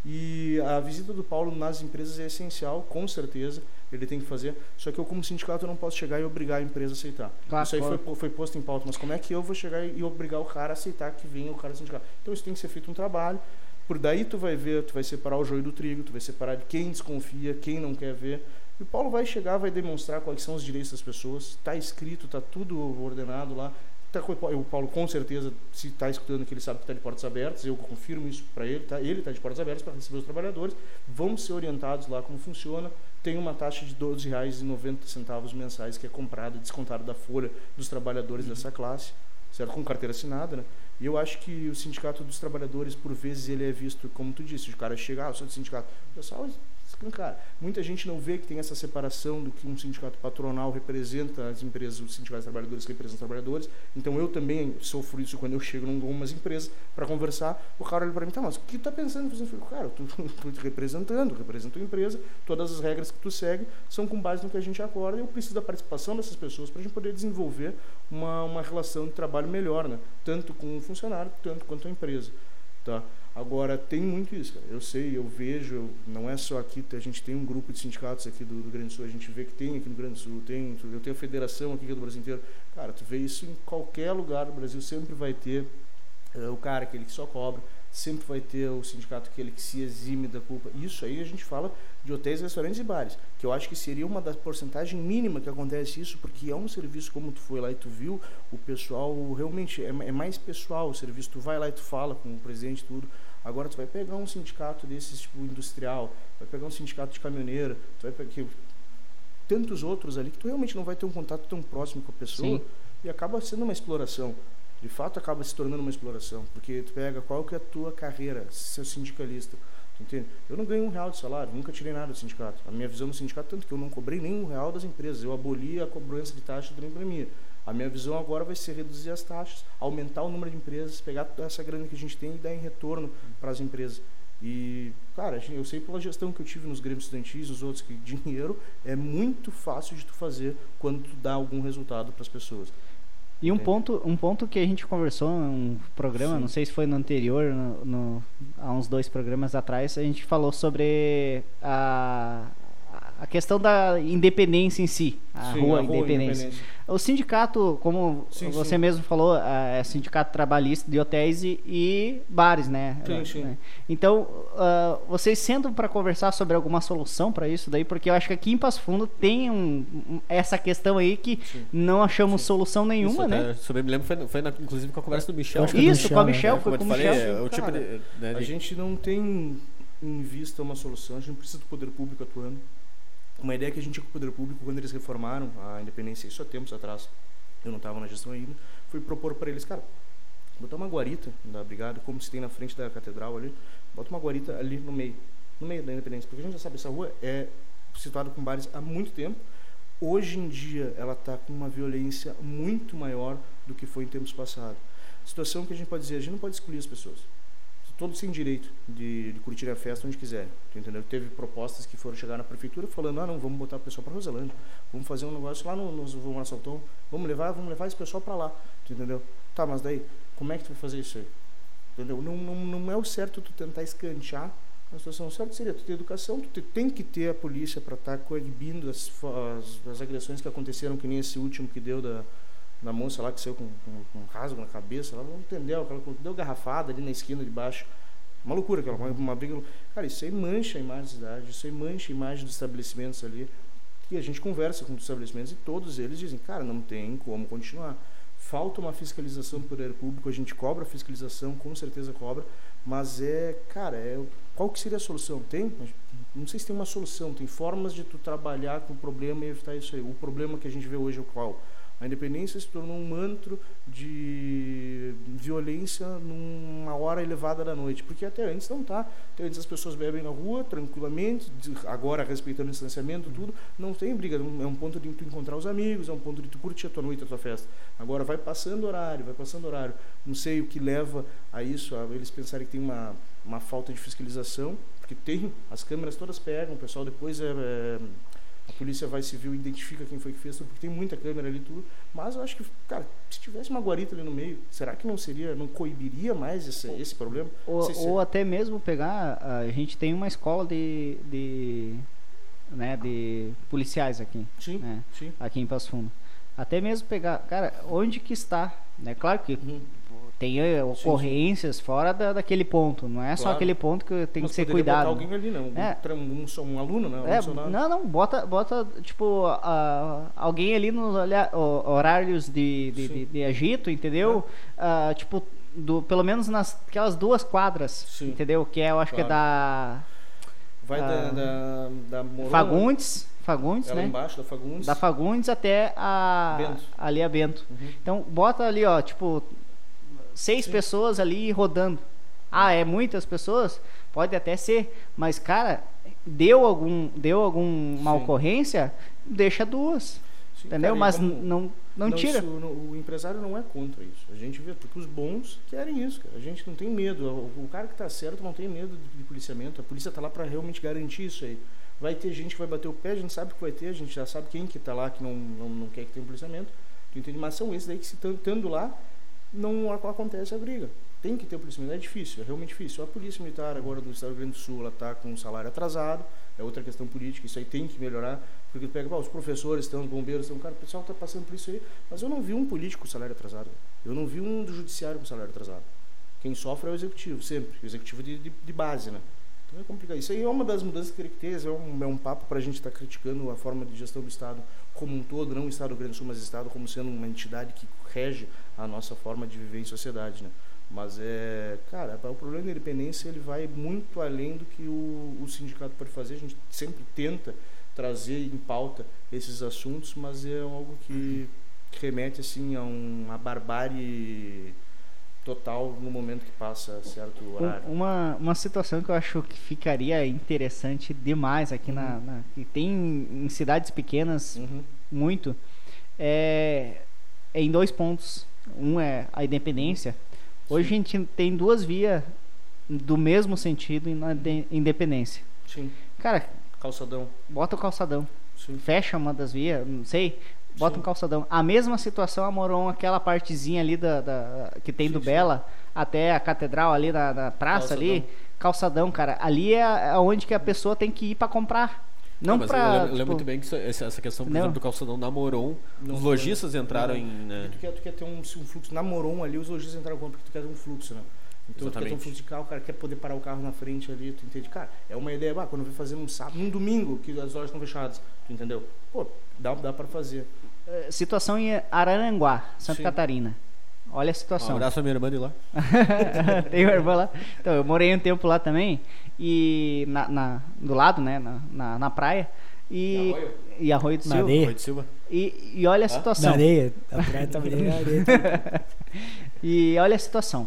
E a visita do Paulo nas empresas é essencial, com certeza, ele tem que fazer. Só que eu, como sindicato, eu não posso chegar e obrigar a empresa a aceitar. Claro, isso aí claro. foi, foi posto em pauta, mas como é que eu vou chegar e obrigar o cara a aceitar que venha o cara sindicato? Então isso tem que ser feito um trabalho. Por daí tu vai ver, tu vai separar o joio do trigo, tu vai separar de quem desconfia, quem não quer ver. E o Paulo vai chegar, vai demonstrar quais são os direitos das pessoas. Está escrito, está tudo ordenado lá. Tá, o Paulo, com certeza, se está escutando, que ele sabe que está de portas abertas. Eu confirmo isso para ele. Tá? Ele está de portas abertas para receber os trabalhadores. Vamos ser orientados lá como funciona. Tem uma taxa de doze reais e noventa centavos mensais que é comprada, descontada da folha dos trabalhadores uhum. dessa classe, certo? Com carteira assinada, né? E eu acho que o sindicato dos trabalhadores, por vezes, ele é visto, como tu disse, o cara chega, ah, eu sou do sindicato. O pessoal, cara, muita gente não vê que tem essa separação do que um sindicato patronal representa as empresas, os sindicatos de trabalhadores que representam os trabalhadores. Então eu também sofro isso quando eu chego em algumas empresas para conversar. O cara olha para mim, tá, mas o que tu tá pensando? Eu falo, cara, eu tô te representando, represento a empresa, todas as regras que tu segue são com base no que a gente acorda e eu preciso da participação dessas pessoas para a gente poder desenvolver uma, uma relação de trabalho melhor, né? Tanto com o funcionário, tanto quanto a empresa. Tá? Agora, tem muito isso, cara. Eu sei, eu vejo, eu, não é só aqui, a gente tem um grupo de sindicatos aqui do, do Rio Grande do Sul, a gente vê que tem aqui no Rio Grande do Sul, tem, eu tenho a federação aqui que é do Brasil inteiro. Cara, tu vê isso em qualquer lugar do Brasil, sempre vai ter uh, o cara, aquele que só cobra, sempre vai ter o sindicato, aquele que se exime da culpa. Isso aí a gente fala de hotéis, restaurantes e bares, que eu acho que seria uma das porcentagem mínima que acontece isso, porque é um serviço, como tu foi lá e tu viu, o pessoal realmente, é, é mais pessoal o serviço, tu vai lá e tu fala com o presidente tudo. Agora tu vai pegar um sindicato desses, tipo, industrial, vai pegar um sindicato de caminhoneiro, tu vai pegar tantos outros ali que tu realmente não vai ter um contato tão próximo com a pessoa. Sim. E acaba sendo uma exploração. De fato, acaba se tornando uma exploração, porque tu pega qual que é a tua carreira, ser sindicalista, tu entende? Eu não ganho um real de salário, nunca tirei nada do sindicato. A minha visão do sindicato, tanto que eu não cobrei nem um real das empresas, eu aboli a cobrança de taxa durante a pandemia. A minha visão agora vai ser reduzir as taxas, aumentar o número de empresas, pegar toda essa grana que a gente tem e dar em retorno para as empresas. E, cara, eu sei pela gestão que eu tive nos grêmios estudantis, os outros, que dinheiro é muito fácil de tu fazer quando tu dá algum resultado para as pessoas. E um ponto, um ponto que a gente conversou em um programa, Sim. não sei se foi no anterior, no, no, há uns dois programas atrás, a gente falou sobre a, a questão da independência em si, a Sim, rua, a rua Independência. Independência. O sindicato, como sim, você sim. mesmo falou, é sindicato trabalhista de hotéis e, e bares, né? Sim, sim. Então, uh, vocês sentam para conversar sobre alguma solução para isso daí? Porque eu acho que aqui em Passo Fundo tem um, um, essa questão aí que sim. não achamos sim. solução nenhuma, isso, né? Sobre eu me lembro, foi, foi na, inclusive com a conversa do Michel. Isso, Michel, com a né? Michel, é, foi com o falei, Michel. é, o tipo Cara, de, né, a de... gente não tem em vista uma solução, a gente não precisa do poder público atuando. Uma ideia que a gente tinha com o poder público quando eles reformaram a independência, isso há tempos atrás, eu não estava na gestão ainda, foi propor para eles, cara, botar uma guarita da brigada, como se tem na frente da catedral ali, bota uma guarita ali no meio, no meio da Independência, porque a gente já sabe, essa rua é situada com bares há muito tempo. Hoje em dia ela está com uma violência muito maior do que foi em tempos passados. Situação que a gente pode dizer, a gente não pode excluir as pessoas. Todos têm direito de, de curtir a festa onde quiser, entendeu? Teve propostas que foram chegar na prefeitura falando, ah não, vamos botar o pessoal para Roselândia, vamos fazer um negócio lá no, no vamos na Saltão, vamos levar, vamos levar esse pessoal para lá, entendeu? Tá, mas daí, como é que tu vai fazer isso aí? Entendeu? Não, não, não é o certo tu tentar escantear a situação. O certo seria tu ter educação, tu te, tem que ter a polícia para estar tá coibindo as, as, as agressões que aconteceram, que nem esse último que deu da da moça lá que saiu com, com, com um rasgo na cabeça, ela não entendeu, ela deu garrafada ali na esquina de baixo. Uma loucura, aquela, uma, uma briga. Cara, isso aí mancha a imagem da cidade, isso aí mancha a imagem dos estabelecimentos ali. E a gente conversa com os estabelecimentos e todos eles dizem, cara, não tem como continuar. Falta uma fiscalização do poder público, a gente cobra a fiscalização, com certeza cobra, mas é, cara, é, qual que seria a solução? Tem? Não sei se tem uma solução, tem formas de tu trabalhar com o problema e evitar isso aí. O problema que a gente vê hoje é o qual? A Independência se tornou um antro de violência numa hora elevada da noite, porque até antes não tá. Até antes as pessoas bebem na rua tranquilamente, agora respeitando o distanciamento, tudo, não tem briga, é um ponto de tu encontrar os amigos, é um ponto de tu curtir a tua noite, a tua festa. Agora vai passando horário, vai passando horário. Não sei o que leva a isso, a eles pensarem que tem uma, uma falta de fiscalização, porque tem, as câmeras todas pegam, o pessoal depois é... é a polícia vai civil identifica quem foi que fez tudo, porque tem muita câmera ali tudo, mas eu acho que, cara, se tivesse uma guarita ali no meio, será que não seria, não coibiria mais esse, esse problema? Ou, se, se... ou até mesmo pegar, a gente tem uma escola de, de, né, de policiais aqui, sim, né, sim. aqui em Passo Fundo. Até mesmo pegar, cara, onde que está, né? Claro que uhum. tem ocorrências sim, sim. fora da, daquele ponto, não é claro. Só aquele ponto que tem mas que ser cuidado. Botar alguém ali, não, é. um, um, um aluno, né? Um é, não, não, bota, bota tipo, uh, alguém ali nos horários de, de, de, de agito, entendeu? É. Uh, tipo, do, pelo menos nas aquelas duas quadras, sim. entendeu? Que é, eu acho claro. que é da... Vai uh, da, da, da Morona, Fagundes, Fagundes, ela né? embaixo da Fagundes. Da Fagundes até a... Bento. Ali a Bento. Uhum. Então, bota ali, ó, tipo... Seis Sim. pessoas ali rodando. Ah, é muitas pessoas? Pode até ser. Mas, cara, deu algum, deu alguma Sim. ocorrência, deixa duas. Sim, entendeu? Cara, mas não, não, não tira. Isso, o empresário não é contra isso. A gente vê, porque os bons querem isso, cara. A gente não tem medo. O, o cara que está certo não tem medo de, de policiamento. A polícia está lá para realmente garantir isso aí. Vai ter gente que vai bater o pé, a gente sabe que vai ter, a gente já sabe quem que está lá que não, não, não quer que tenha um policiamento. Tu entende? Mas são esses aí que, se estando lá, não acontece a briga. Tem que ter o policiamento. É difícil, é realmente difícil. A polícia militar agora do Estado do Rio Grande do Sul, ela está com um salário atrasado, é outra questão política, isso aí tem que melhorar, porque tu pega, os professores estão, os bombeiros estão, cara, o pessoal está passando por isso aí, mas eu não vi um político com salário atrasado, eu não vi um do judiciário com salário atrasado. Quem sofre é o executivo, sempre, o executivo de, de, de base, né? Então é complicado. Isso aí é uma das mudanças que teria que ter, é um, é um papo para a gente estar tá criticando a forma de gestão do Estado como um todo, não o Estado do Rio Grande do Sul, mas o Estado como sendo uma entidade que rege a nossa forma de viver em sociedade, né? Mas é, cara, o problema da independência ele vai muito além do que o, o sindicato pode fazer. A gente sempre tenta trazer em pauta esses assuntos, mas é algo que remete assim a um, uma barbárie total no momento que passa certo horário. Uma, uma situação que eu acho que ficaria interessante demais aqui uhum. na, na que tem em cidades pequenas uhum. muito é, é em dois pontos. Um é a independência. Hoje Sim. a gente tem duas vias do mesmo sentido na de, independência. Sim. Cara, calçadão. Bota o calçadão. Sim. Fecha uma das vias, não sei. Bota sim. um calçadão. A mesma situação a Moron, aquela partezinha ali da, da que tem sim, do sim. Bela até a catedral ali da, da praça calçadão. ali, calçadão, cara. Ali é onde que a pessoa tem que ir para comprar. Não, não pra, eu lembro, tipo, lembro muito bem que essa, essa questão, por exemplo, do calçadão na Moron, não, os lojistas não, entraram não, em... Né? Tu, quer, tu quer ter um, um fluxo na Moron ali, os lojistas entraram com porque tu quer ter um fluxo, né? Então Exatamente. Tu quer ter um fluxo de carro, o cara quer poder parar o carro na frente ali, tu entende? Cara, é uma ideia, ah, quando eu vou fazer um sábado, um domingo, que as lojas estão fechadas, tu entendeu? Pô, dá, dá pra fazer. É, situação em Araranguá, Santa Sim. Catarina. Olha a situação. Um abraço a minha irmã de lá. Tem uma irmã lá. Então, eu morei um tempo lá também, e na, na, do lado, né, na, na, na praia. E E Arroio do Na Silva. areia. Arroio de Silva. E, e olha a Ah? Na situação. areia. A praia tá bem na areia. E olha a situação.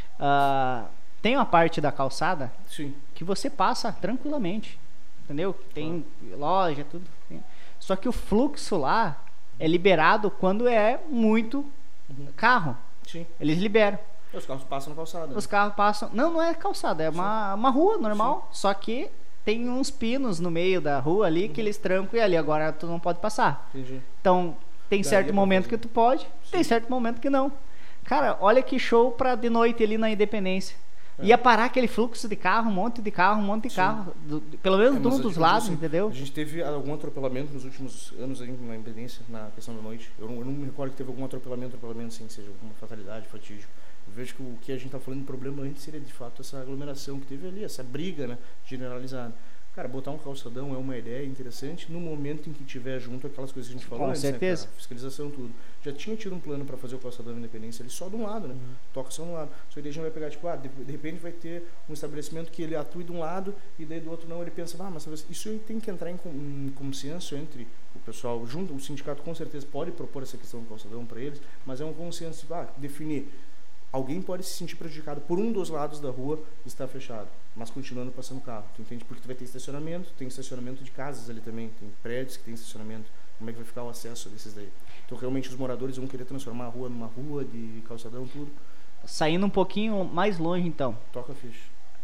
Ah, tem uma parte da calçada Sim. que você passa tranquilamente. Entendeu? Tem loja, tudo. Só que o fluxo lá é liberado quando é muito carro. Sim. Eles liberam. Os carros passam na calçada. Os carros passam. Não, não é calçada, é uma, uma rua normal. Só que tem uns pinos no meio da rua ali que eles trancam e ali agora tu não pode passar. Entendi. Então, tem Daria certo pra momento fazer. que tu pode, tem certo momento que não. Cara, olha que show pra de noite ali na Independência. É. Ia parar aquele fluxo de carro, um monte de carro, um monte de Sim. carro. do- pelo menos É, de mas um eu dos digo lados, assim, entendeu? A gente teve algum atropelamento nos últimos anos aí na Independência, na questão da noite. Eu não, eu não me recordo que teve algum atropelamento, atropelamento assim, seja alguma fatalidade, fatídico. Eu vejo que o que a gente tá falando de problema antes seria de fato essa aglomeração que teve ali, essa briga, né, generalizada. Cara, botar um calçadão é uma ideia interessante no momento em que tiver junto aquelas coisas que a gente falou Com antes, certeza. né, cara? Fiscalização, tudo. Já tinha tido um plano para fazer o calçadão da Independência ali só de um lado, né? Uhum. Toca só de um lado. Só que daí a gente vai pegar, tipo, ah, de, de repente vai ter um estabelecimento que ele atue de um lado e daí do outro não, ele pensa, ah, mas talvez isso aí tem que entrar em, com, em consenso entre o pessoal junto, o sindicato com certeza pode propor essa questão do calçadão para eles, mas é um consenso, tipo, ah, definir. Alguém pode se sentir prejudicado por um dos lados da rua estar fechado, mas continuando passando carro. Tu entende? Porque tu vai ter estacionamento, tem estacionamento de casas ali também, tem prédios que tem estacionamento. Como é que vai ficar o acesso desses daí? Então realmente os moradores vão querer transformar a rua numa rua de calçadão, tudo. Saindo um pouquinho mais longe então, Toca a ficha.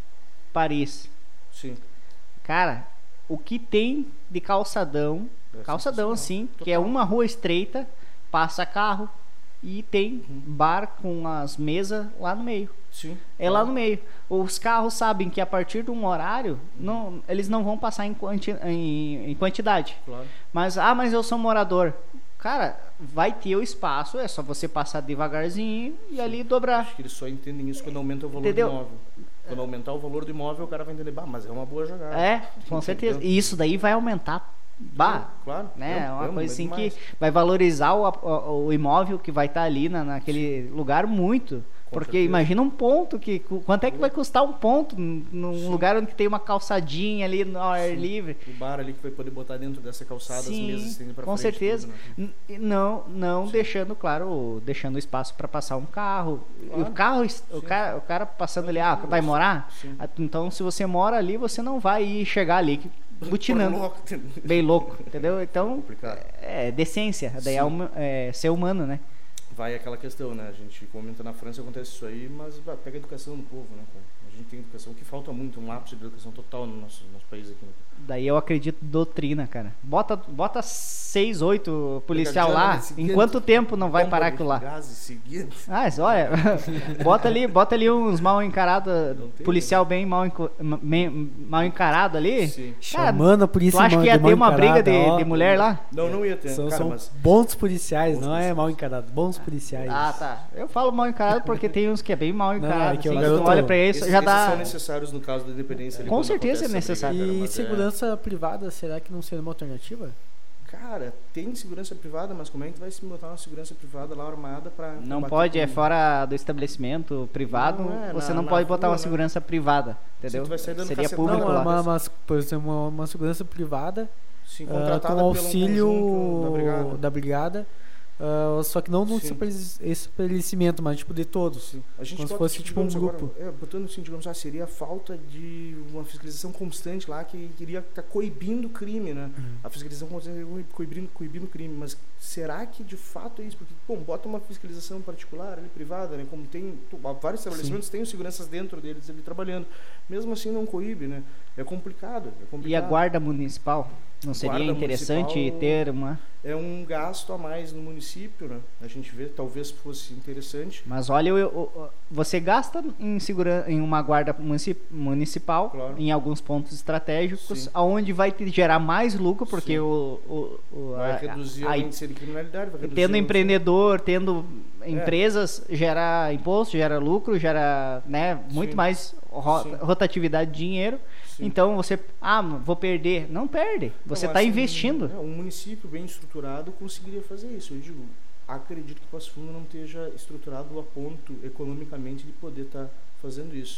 Paris. Sim. Cara, o que tem de calçadão, É calçadão assim, sensacional. que é Total. uma rua estreita, passa carro e tem bar com as mesas lá no meio. Sim. É lá no meio. Os carros sabem que a partir de um horário, não, eles não vão passar em, quanti, em, em quantidade. Claro. Mas, ah, mas eu sou morador. Cara, vai ter o espaço, é só você passar devagarzinho e ali dobrar. Acho que eles só entendem isso quando aumenta o valor Entendeu? do imóvel. Quando aumentar o valor do imóvel, o cara vai entender, bah, mas é uma boa jogada. É, com certeza. E isso daí vai aumentar. Bah, Claro. né? É Não, uma não, coisa é assim demais. que vai valorizar o, o, o imóvel que vai estar ali na, naquele lugar muito. Com Porque certeza. imagina um ponto, que quanto é que vai custar um ponto num num Sim. lugar onde tem uma calçadinha ali no ar Sim. livre? O bar ali que vai poder botar dentro dessa calçada as Sim, mesas estendendo pra com frente. certeza. Tudo, né? N- Não, não Sim. deixando, claro, deixando espaço para passar um carro. E Claro. o carro, o Sim. cara, o cara passando ali, ah, vai morar? Sim. Ah, Então, se você mora ali, você não vai ir chegar ali que- butinando, Por louco. bem louco, entendeu? Então, Complicado. é decência, daí Sim. é, huma- é ser humano, né? Vai aquela questão, né? A gente comenta na França, acontece isso aí, mas bah, pega a educação do povo, né, cara? A gente tem educação, que falta muito, um lapso de educação total no nosso, nosso país aqui, né? Daí eu acredito doutrina, cara. Bota, bota seis, oito policial Brigadiano, lá, né, em seguindo. quanto tempo não vai Bomba parar de aquilo lá? Gases seguindo. Ah, mas olha, bota ali, bota ali uns mal encarados, Não tem, policial bem mal, enco- me- mal encarado ali. Sim. Cara, Chamando a polícia tu acha mal- que ia de mal ter uma briga encarada, de, ó. de mulher lá? Não, não ia ter, São, cara, são mas... bons policiais, Bons não é policiais. mal encarado, bons policiais. Ah, tá. Eu falo mal encarado porque tem uns que é bem mal Não, encarado. é que o assim, garoto- tu olha pra isso, Esses, já esses dá. são necessários no caso da independência. ali, Com quando certeza acontece é essa necessário. briga, cara, E mas é- segurança privada, será que não seria uma alternativa? Cara, tem segurança privada, mas como é que tu vai se botar uma segurança privada lá armada pra... Não combater pode, é com- fora do estabelecimento privado, Não, é, você na- não na pode botar rua, uma né? segurança privada, entendeu? tu vai sair dando Seria cacetão, público Não, lá. é lá. uma, uma, por exemplo, uma, uma segurança privada Sim, ah, contratada com pelo auxílio conjunto da brigada. da brigada, ah, só que não no Sim. estabelecimento, mas tipo de todos. Sim. A gente Como se bota, fosse, tipo, um digamos, grupo. Agora, é, botando assim, digamos, ah, seria a falta de uma fiscalização constante lá que iria estar coibindo o crime, né? Uhum. A fiscalização constante iria coibindo, coibindo o crime, mas será que de fato é isso? Porque, bom, bota uma fiscalização particular, ali, privada, né? Como tem, tu- vários estabelecimentos têm os seguranças dentro deles ali trabalhando. Mesmo assim não coíbe, né? É complicado, é complicado. E a guarda municipal? Não seria Guarda interessante municipal- ter uma. É um gasto a mais no município, né? A gente vê, talvez fosse interessante. Mas olha, eu- eu- você gasta em, segura, em uma guarda munici- municipal, Claro. em alguns pontos estratégicos, Sim. aonde vai te gerar mais lucro, porque Sim. o, o, o- Vai a- reduzir a- o índice de criminalidade, vai reduzir tendo o- empreendedor, tendo empresas, gera imposto, gera lucro, gera, né, muito Sim. mais ro- Sim. rotatividade de dinheiro. Sim. Então você, ah, vou perder. Não perde. Você Não, está assim, investindo. é, um município bem estruturado conseguiria fazer isso. Eu digo, acredito que Passo Fundo não esteja estruturado a ponto economicamente de poder estar fazendo isso.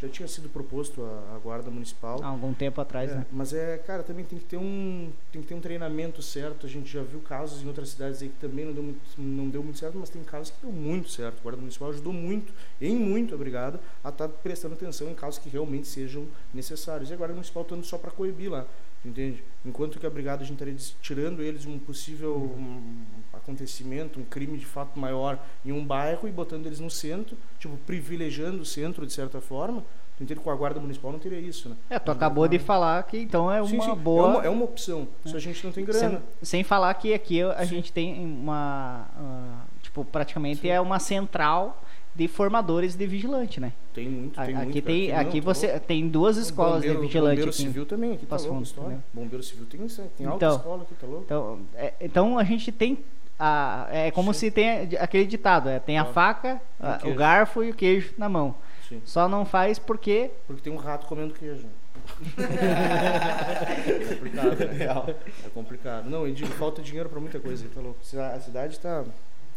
já tinha sido proposto a, a guarda municipal. Há algum tempo atrás, é, né? Mas é, cara, também tem que ter um tem que ter um treinamento certo. A gente já viu casos em outras cidades aí que também não deu muito, não deu muito certo, mas tem casos que deu muito certo. A guarda municipal ajudou muito, em muito, obrigado, a estar prestando atenção em casos que realmente sejam necessários. E a guarda municipal estando só para coibir lá, entende? Enquanto que a brigada a gente estaria tirando eles um possível um acontecimento, um crime de fato maior em um bairro e botando eles no centro, tipo privilegiando o centro de certa forma. Entende? Com a guarda municipal não teria isso, né? É, tu acabou de falar que então é uma sim, sim. boa... É uma, é uma opção, é. Se a gente não tem grana. Sem, sem falar que aqui a sim. gente tem uma... Uh, tipo, praticamente sim. é uma central de formadores de vigilante, né? Tem muito, tem aqui muito. Tem, aqui, aqui não, você tá tem duas escolas bombeiro, de vigilante. Bombeiro aqui civil também, aqui tá louco, história. Bombeiro civil tem, tem alta então, escola aqui, tá louco? Então, é, então a gente tem... A, é como sim. se tem aquele ditado, é, tem a ah, faca, a, o garfo e o queijo na mão. Sim. Só não faz porque... Porque tem um rato comendo queijo. É complicado, né? Real. É complicado. Não, e falta dinheiro pra muita coisa, tá louco? A cidade tá...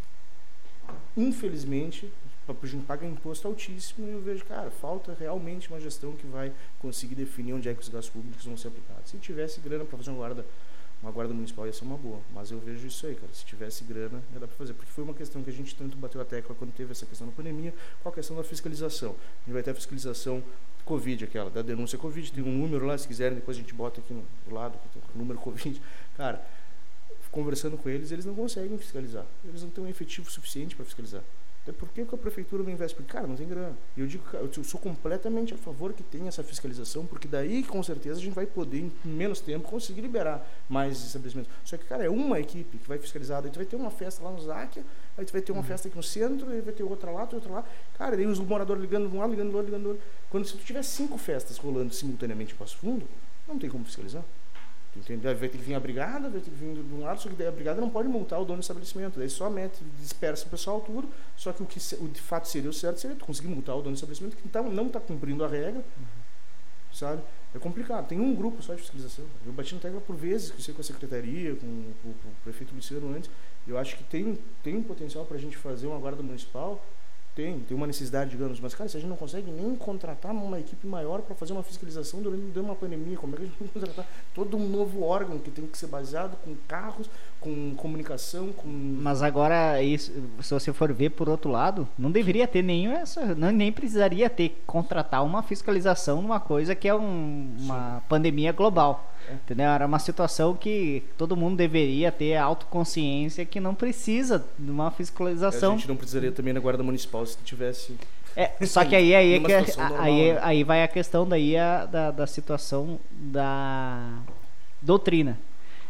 Infelizmente, a gente paga imposto altíssimo e eu vejo, cara, falta realmente uma gestão que vai conseguir definir onde é que os gastos públicos vão ser aplicados. Se tivesse grana pra fazer uma guarda... Uma guarda municipal ia ser uma boa, mas eu vejo isso aí, cara. Se tivesse grana, ia dar para fazer. Porque foi uma questão que a gente tanto bateu a tecla quando teve essa questão da pandemia, com a questão da fiscalização. A gente vai ter a fiscalização Covid, aquela, da denúncia Covid. Tem um número lá, se quiserem, depois a gente bota aqui no, do lado, o número Covid. Cara, conversando com eles, eles não conseguem fiscalizar. Eles não têm um efetivo suficiente para fiscalizar. Até porque a prefeitura não investe, porque, cara, não tem grana. E eu digo, eu sou completamente a favor que tenha essa fiscalização, porque daí, com certeza, a gente vai poder, em menos tempo, conseguir liberar mais estabelecimentos. Só que, cara, é uma equipe que vai fiscalizar, daí tu vai ter uma festa lá no Záquia, aí tu vai ter uma uhum. festa aqui no centro, aí vai ter outra lá, outra lá. Cara, daí os moradores ligando de um lado, ligando do outro, ligando do outro. Quando se tu tiver cinco festas rolando simultaneamente em Passo Fundo, não tem como fiscalizar. Entendeu? Vai ter que vir a brigada, vai ter que vir de um lado, só que daí a brigada não pode multar o dono do estabelecimento, daí só mete, dispersa o pessoal tudo, só que o que o de fato seria o certo seria tu conseguir multar o dono do estabelecimento que então não está cumprindo a regra, uhum. sabe? É complicado, tem um grupo só de fiscalização. Eu bati na tecla por vezes, que sei com a secretaria, com o, o, o prefeito Luciano antes, eu acho que tem, tem um potencial para a gente fazer uma guarda municipal. Tem, tem uma necessidade, digamos, mas, cara, se a gente não consegue nem contratar uma equipe maior para fazer uma fiscalização durante uma pandemia, como é que a gente vai contratar todo um novo órgão que tem que ser baseado com carros, com comunicação, com... Mas agora, isso, se você for ver por outro lado, não deveria ter nenhum essa, não, nem precisaria ter contratar uma fiscalização numa coisa que é um, uma Sim. pandemia global. É. Entendeu? Era uma situação que todo mundo deveria ter autoconsciência que não precisa de uma fiscalização. A gente não precisaria também na guarda municipal se tivesse... É, só que aí, aí, que, normal, aí, né? aí vai a questão daí a, da, da situação da doutrina.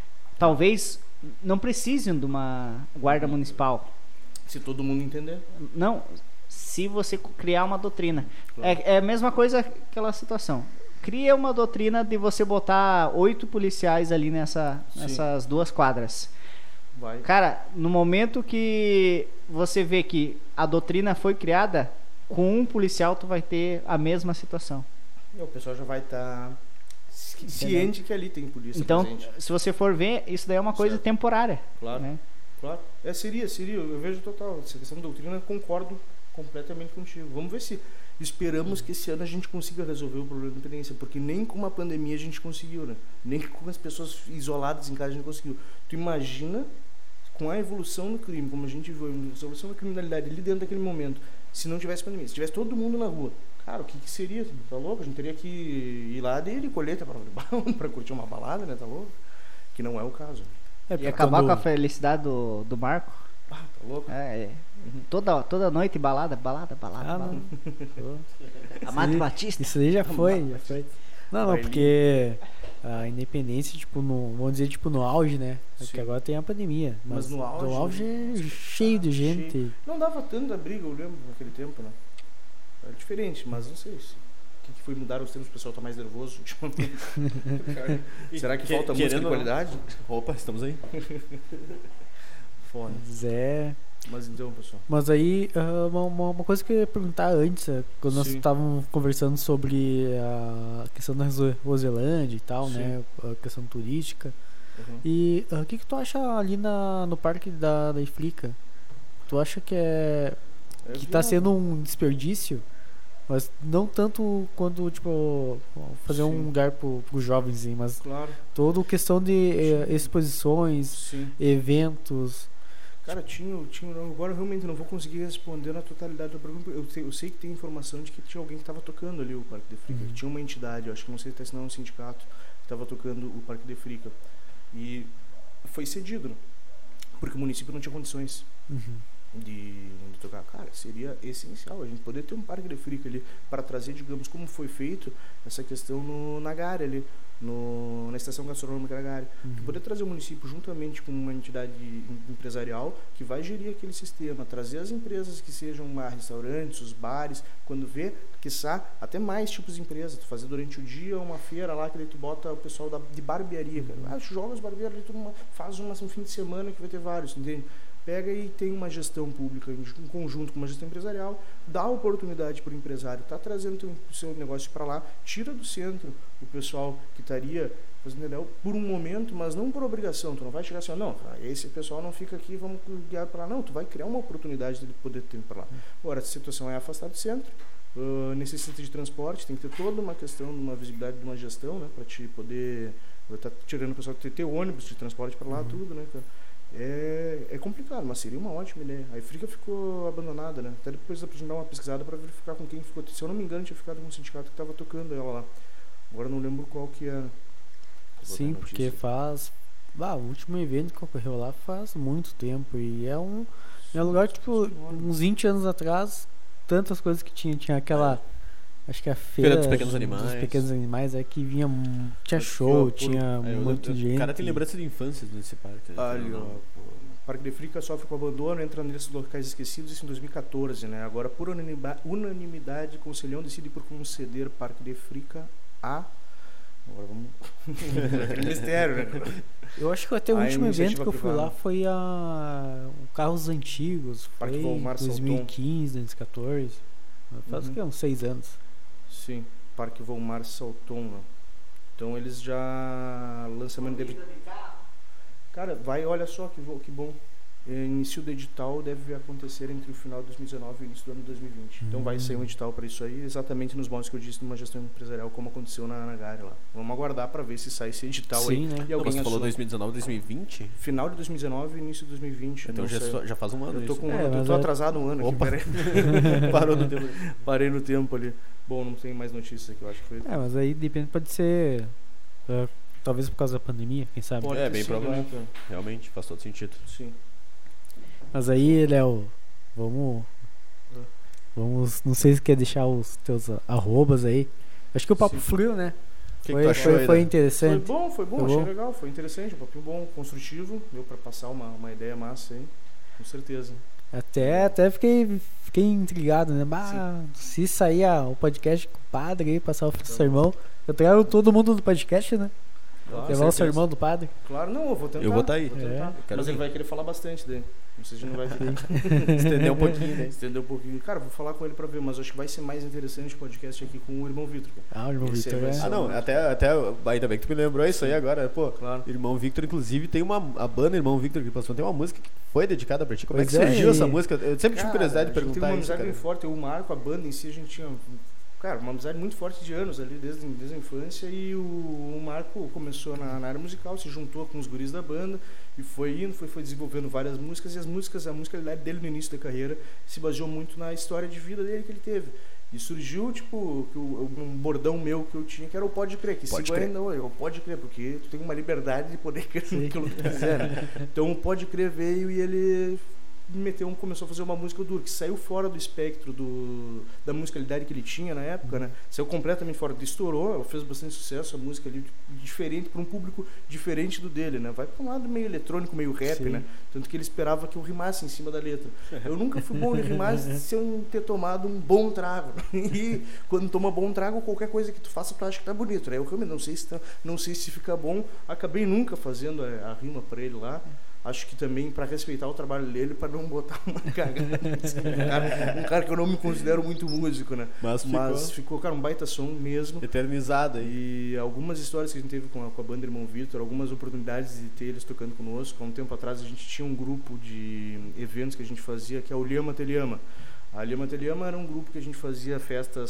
Talvez não precisem de uma guarda municipal. Se todo mundo entender. Não, se você criar uma doutrina. Claro. É, é a mesma coisa aquela situação. Cria uma doutrina de você botar oito policiais ali nessa, nessas duas quadras. Vai. Cara, no momento que você vê que a doutrina foi criada, com um policial tu vai ter a mesma situação. E o pessoal já vai estar tá ciente que ali tem polícia então, presente. Se você for ver, isso daí é uma coisa certo. temporária. Claro, né? claro. É, seria, seria. Eu vejo total. Essa questão da doutrina, concordo completamente contigo. Vamos ver se... Esperamos que esse ano a gente consiga resolver o problema da independência, porque nem com uma pandemia a gente conseguiu, né? Nem com as pessoas isoladas em casa a gente conseguiu. Tu imagina com a evolução do crime, como a gente viu, a evolução da criminalidade ali dentro daquele momento, se não tivesse pandemia, se tivesse todo mundo na rua, cara, o que, que seria? Tá louco? A gente teria que ir lá de colheita para curtir uma balada, né? Tá louco? Que não é o caso. É, e acabar quando... com a felicidade do, do Marco. Ah, tá louco? É, é. Toda, toda noite balada, balada, balada, ah, balada. Amado Batista. Isso aí já foi, já foi. Não, não, porque a independência, tipo, no, vamos dizer, tipo, no auge, né? Porque agora tem a pandemia. Mas, mas no auge, no auge é cheio de gente. Cheio. Não dava tanta briga, eu lembro, naquele tempo, né? Era diferente, mas não sei se... O que foi mudar os tempos, o pessoal tá mais nervoso ultimamente. Será que, que falta música de qualidade? Opa, estamos aí. Foda. Mas é... Mas então, pessoal. Mas aí, uh, uma, uma coisa que eu ia perguntar antes, quando Sim. nós estávamos conversando sobre a questão da Roselândia e tal, Sim. né? A questão turística. Uhum. E o uh, que, que tu acha ali na, no parque da, da Iflica? Tu acha que é. é que está sendo um desperdício? Mas não tanto quando, tipo, fazer Sim. um lugar pro, pro jovens, mas claro. toda questão de eh, exposições, Sim. eventos. Cara, tinha, tinha, agora eu realmente não vou conseguir responder na totalidade da pergunta. Eu, eu sei que tem informação de que tinha alguém que estava tocando ali o Parque de Frica. Uhum. Tinha uma entidade, eu acho que não sei se não é um sindicato, que estava tocando o Parque de Frica. E foi cedido, porque o município não tinha condições. Uhum. De, de tocar. Cara, seria essencial a gente poder ter um Parque de Frica ali para trazer, digamos, como foi feito essa questão no, na Gare ali, no, na estação gastronômica da Gare. Uhum. Poder trazer o município juntamente com uma entidade empresarial que vai gerir aquele sistema, trazer as empresas que sejam ah, restaurantes, os bares, quando vê, quiçá, até mais tipos de empresas. Tu fazer durante o dia uma feira lá que daí tu bota o pessoal da, de barbearia, cara. Ah, joga os barbearia ali, tu uma, faz uma, um fim de semana que vai ter vários, entende? Pega e tem uma gestão pública em conjunto com uma gestão empresarial, dá oportunidade para o empresário, está trazendo o seu negócio para lá, tira do centro o pessoal que estaria fazendo entendeu? Por um momento, mas não por obrigação. Tu não vai chegar assim, não, esse pessoal não fica aqui, vamos guiar para lá. Não, tu vai criar uma oportunidade de poder ter para lá. Agora, a situação é afastar do centro, uh, necessita de transporte, tem que ter toda uma questão de uma visibilidade, de uma gestão, né, para te poder estar tá tirando o pessoal, ter, ter ônibus de transporte para lá, uhum. tudo, né, cara. É, é complicado, mas seria uma ótima ideia. A Frica ficou abandonada, né? Até depois da gente dar uma pesquisada para verificar com quem ficou. Se eu não me engano, tinha ficado com um sindicato que estava tocando ela lá. Agora não lembro qual que era. Sim, porque faz... Ah, o último evento que ocorreu lá faz muito tempo. E é um, é um lugar, tipo, uns vinte anos atrás, tantas coisas que tinha. Tinha aquela... Acho que a feira, feira dos pequenos animais. Dos pequenos animais é que vinha. Tinha show, tinha é, muito de gente. O cara tem lembrança de infância nesse parque. Ali, ó. O Parque de Frica sofre com abandono, entra nesses locais esquecidos, isso em dois mil e catorze, né? Agora, por unanimidade, o Conselhão decide por conceder Parque de Frica a. Agora vamos. Aquele mistério, né? Eu acho que até o a último evento que eu fui lá foi a. O Carros Antigos. Foi em dois mil e quinze, dois mil e catorze. Faz uhum. o que? Uns seis anos. Sim, Parque Volmar Salton, né? Então eles já lançamento deve... Cara, vai, olha só que, que bom. É, início do edital deve acontecer entre o final de dois mil e dezenove e o início do ano de dois mil e vinte. Uhum. Então vai sair um edital para isso aí, exatamente nos moldes que eu disse, numa gestão empresarial, como aconteceu na, na Gare lá. Vamos aguardar para ver se sai esse edital. Sim, aí. Né? E alguém Não, você falou dois mil e dezenove, dois mil e vinte? Final de dois mil e dezenove e início de dois mil e vinte. Então já, já faz um ano. Eu tô, com, é, eu tô é... atrasado um ano. Opa. Aqui, Parou no tempo. Parei no tempo ali. Bom, não tem mais notícias aqui, eu acho que foi. É, mas aí depende, pode ser. Uh, talvez por causa da pandemia, quem sabe? Pode é, bem sido, provável. Né? Realmente, faz todo sentido. Sim. Mas aí, Léo, vamos. Vamos. Não sei se quer deixar os teus arrobas aí. Acho que o papo Sim. fluiu, né? Que foi, que tu achou foi, aí, foi né? interessante. Foi bom, foi bom, foi achei bom. legal, foi interessante, um papinho bom, construtivo, deu pra passar uma, uma ideia massa aí, com certeza. Até, até fiquei, fiquei intrigado, né? Bah, se sair a, o podcast com o padre aí, passar o tá sermão, eu trago todo mundo do podcast, né? Claro, levar o sermão do padre. Claro, não, eu vou tentar. Eu vou estar tá aí. Vou tentar. É. Mas ele vai querer falar bastante dele. Não sei se não vai querer. Estender um pouquinho, né? Estender um pouquinho. Cara, vou falar com ele pra ver, mas acho que vai ser mais interessante o podcast aqui com o irmão Victor. Ah, o irmão Esse Victor, é. Ah, não, até, até, ainda bem que tu me lembrou isso aí agora, pô. Claro. Irmão Victor, inclusive, tem uma, a banda Irmão Victor que passou, tem uma música que foi dedicada pra ti. Como pois é que surgiu é, essa e... música? Eu sempre tive curiosidade de perguntar isso. Tem uma amizade bem forte, eu, o Marco, a banda em si, a gente tinha... Cara, uma amizade muito forte de anos ali, desde, desde a infância, e o, o Marco começou na, na área musical, se juntou com os guris da banda e foi indo, foi, foi desenvolvendo várias músicas, e as músicas, a musicalidade dele no início da carreira se baseou muito na história de vida dele que ele teve. E surgiu, tipo, um bordão meu que eu tinha, que era o Pode Crer, que pode sigo crer. ainda hoje, o Pode Crer, porque tu tem uma liberdade de poder crer naquilo que tu quiser, né? Então o Pode Crer veio e ele... meteu, começou a fazer uma música dura, que saiu fora do espectro do, da musicalidade que ele tinha na época, né? Saiu completamente fora, estourou, ela fez bastante sucesso, a música ali diferente, para um público diferente do dele, né? Vai para um lado meio eletrônico, meio rap, Sim. né? Tanto que ele esperava que eu rimasse em cima da letra. Eu nunca fui bom em rimar sem ter tomado um bom trago. E quando toma bom trago, qualquer coisa que tu faça, tu acha que tá bonito, né? Eu realmente não sei se, tá, não sei se fica bom, acabei nunca fazendo a, a rima para ele lá. Acho que também para respeitar o trabalho dele, para não botar uma cagada. um, cara, um cara que eu não me considero muito músico, né? Mas ficou, Mas ficou cara, um baita som mesmo. Eternizado. E algumas histórias que a gente teve com a, com a banda Irmão Victor, algumas oportunidades de ter eles tocando conosco. Há um tempo atrás a gente tinha um grupo de eventos que a gente fazia, que é o Lhama Te Lhama. A Lhama Te Lhama era um grupo que a gente fazia festa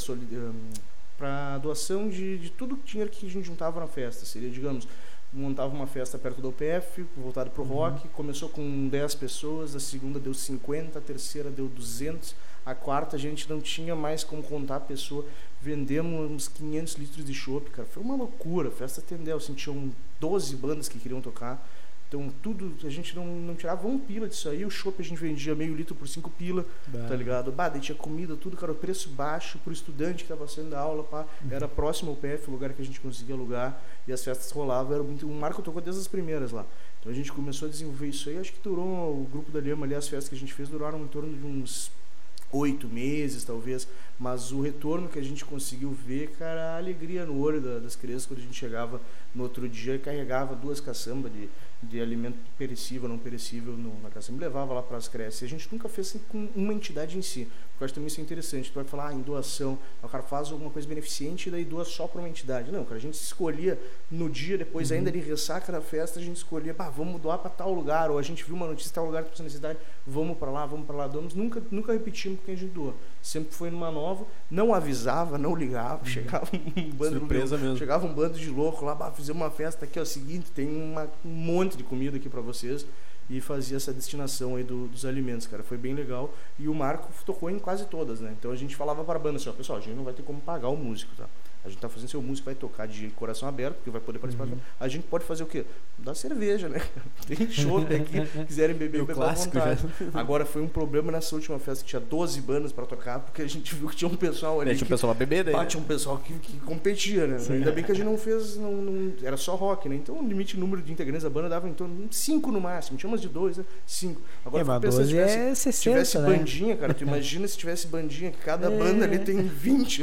para doação de, de tudo o dinheiro que a gente juntava na festa. Seria, digamos, montava uma festa perto do O P F, voltado para o rock, uhum. Começou com dez pessoas, a segunda deu cinquenta, a terceira deu duzentos, a quarta a gente não tinha mais como contar a pessoa, vendemos uns quinhentos litros de chopp, cara, foi uma loucura, festa atendeu, assim, tinham doze bandas que queriam tocar, então tudo, a gente não, não tirava um pila disso aí, o chopp a gente vendia meio litro por cinco pila, bah. Tá ligado? Bah, daí tinha comida, tudo, cara, o preço baixo pro estudante que tava saindo da aula, pá, uhum. Era próximo ao P F, o lugar que a gente conseguia alugar, e as festas rolavam, era muito, o Marco tocou desde as primeiras lá, então a gente começou a desenvolver isso aí, acho que durou, o grupo da Lhama ali, as festas que a gente fez duraram em torno de uns oito meses, talvez, mas o retorno que a gente conseguiu ver, cara, a alegria no olho da, das crianças quando a gente chegava no outro dia e carregava duas caçambas de, de alimento perecível, não perecível no, na caçamba e levava lá para as creches. E a gente nunca fez assim, com uma entidade em si, porque eu acho também isso é interessante. Tu vai falar ah, em doação, o cara faz alguma coisa beneficente e daí doa só para uma entidade. Não, cara, a gente escolhia no dia, depois uhum. ainda de ressaca da festa, a gente escolhia, bah, vamos doar para tal lugar, ou a gente viu uma notícia, tal lugar que precisa necessidade, vamos para lá, vamos para lá, doamos. Nunca, nunca repetimos porque a gente doa. Sempre foi numa nova, não avisava, não ligava, chegava um bando Surpresa de, mesmo. Chegava um bando de louco lá, bah, fizemos uma festa aqui, é o seguinte, tem uma, um monte de comida aqui para vocês, e fazia essa destinação aí do, dos alimentos, cara, foi bem legal, e o Marco tocou em quase todas, né, então a gente falava para a banda assim, ó, pessoal, a gente não vai ter como pagar o músico, tá, a gente tá fazendo, seu músico vai tocar de coração aberto, porque vai poder participar, uhum. A gente pode fazer o quê? Dar cerveja, né, tem show aqui, quiserem beber, beber à vontade. Já. Agora foi um problema nessa última festa, que tinha doze bandas para tocar, porque a gente viu que tinha um pessoal ali, tinha um pessoal a beber daí, ah, né? Tinha um pessoal que, que competia, né, sim. Ainda bem que a gente não fez, não, não, era só rock, né, então o limite de número de integrantes da banda dava em torno de cinco no máximo, tinha umas de dois, né? cinco. Agora, é, mas pensa, se tivesse, é sessenta, tivesse né? bandinha, cara, tu imagina se tivesse bandinha, que cada é. banda ali tem vinte.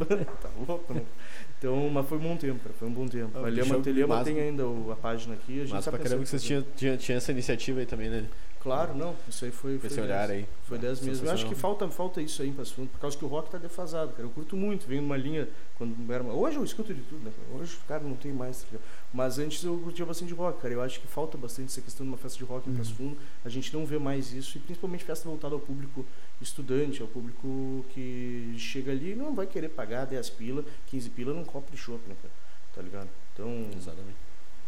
Tá louco, né? Então, mas foi um bom tempo, cara, foi um bom tempo. A Lhama Te Lhama tem ainda o, a página aqui. A gente mas tá pra caramba que vocês tinham, tinham, tinham essa iniciativa aí também, né? Claro, não, isso aí foi... Foi esse olhar aí. Foi dez meses. Eu acho que falta, falta isso aí em Passo Fundo, por causa que o rock tá defasado, cara. Eu curto muito, venho numa linha... Quando era uma... Hoje eu escuto de tudo, né? Hoje, cara, não tem mais. Tá, mas antes eu curtia bastante rock, cara. Eu acho que falta bastante essa questão de uma festa de rock em Passo Fundo. A gente não vê mais isso, e principalmente festa voltada ao público estudante, ao público que chega ali e não vai querer pagar dez pila, quinze pila num copo de chopp, né, cara? Tá ligado? Então... Exatamente.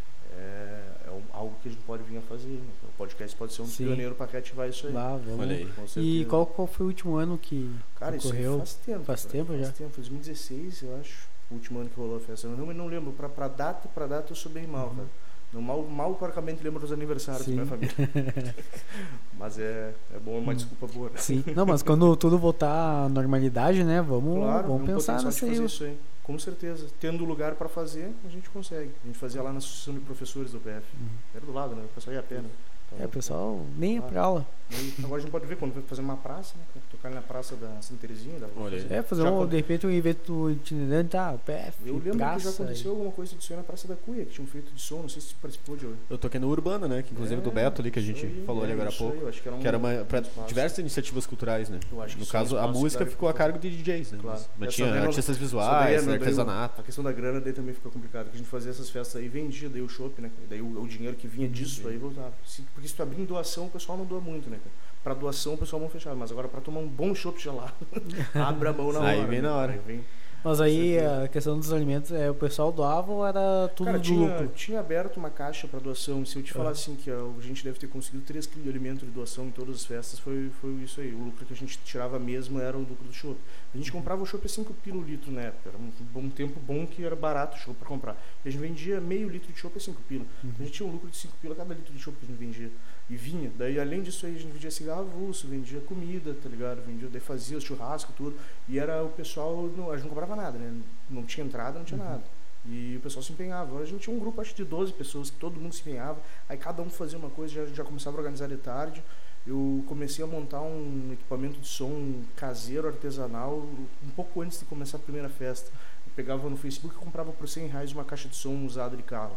É, é um, algo que a gente pode vir a fazer, né? O podcast pode ser um Sim. pioneiro para reativar isso aí. Lá, vamos. Olha aí. E qual, qual foi o último ano que cara, ocorreu? Isso faz tempo. Faz cara, tempo faz já? Tempo, foi dois mil e dezesseis, eu acho, o último ano que rolou a festa. Eu realmente não lembro, pra, pra data, pra data eu sou bem mal, uhum. cara. Não, mal, mal porcamente lembro dos aniversários Sim. da minha família. Mas é, é bom, é uma desculpa boa. Né? Sim, não, mas quando tudo voltar à normalidade, né, vamos, claro, vamos pensar nisso aí. Isso aí. Com certeza. Tendo lugar para fazer, a gente consegue. A gente fazia lá na Associação de Professores do P F. Uhum. Era do lado, né? O pessoal ia a pé, né? É, o pessoal nem ia pra aula. E agora a gente pode ver quando vai fazer uma praça, né? Tocar na praça da Santa Terezinha. Da é, fazer um, de repente um evento itinerante, tá? P F, eu lembro praça, que já aconteceu aí. alguma coisa disso aí na Praça da Cuia, que tinha um feito de som, não sei se participou de hoje. Eu toquei no Urbana, né? Que inclusive é, do Beto ali, que a gente aí, falou é, ali agora há pouco. Aí, eu acho que era, um, que era uma, pra diversas iniciativas culturais, né? Eu acho que no caso, a música ficou a cargo de D Js, né? Claro. Mas tinha grana, artistas visuais, daí, artesanato. Daí, a questão da grana daí também ficou complicado, porque a gente fazia essas festas aí, vendia daí o chopp, né? Daí o, o dinheiro que vinha disso aí voltava. Se, porque se tu abrir em doação, o pessoal não doa muito, né, cara? Pra doação o pessoal vão fechar, mas agora pra tomar um bom chopp gelado, abre a mão na hora. Aí vem na hora. Aí vem, mas aí a questão dos alimentos, é, o pessoal doava ou era tudo cara, do tinha, lucro? Tinha aberto uma caixa para doação. Se eu te falar assim que a gente deve ter conseguido três quilos de alimento de doação em todas as festas, foi, foi isso aí. O lucro que a gente tirava mesmo era o lucro do chopp. A gente comprava o chopp a cinco pila o litro na época. Era um bom tempo bom que era barato o chopp para comprar. E a gente vendia meio litro de chopp a cinco pila. Uhum. A gente tinha um lucro de cinco pila cada litro de chopp que a gente vendia. E vinha. Daí, além disso aí, a gente vendia cigarro avulso, vendia comida, tá ligado? Vendia, daí fazia o churrasco, tudo. E era o pessoal, não, a gente não comprava nada, né? Não tinha entrada, não tinha uhum. nada. E o pessoal se empenhava. Agora a gente tinha um grupo, acho, de doze pessoas, que todo mundo se empenhava. Aí cada um fazia uma coisa, já, já começava a organizar de tarde. Eu comecei a montar um equipamento de som caseiro, artesanal, um pouco antes de começar a primeira festa. Eu pegava no Facebook e comprava por cem reais uma caixa de som usada de carro.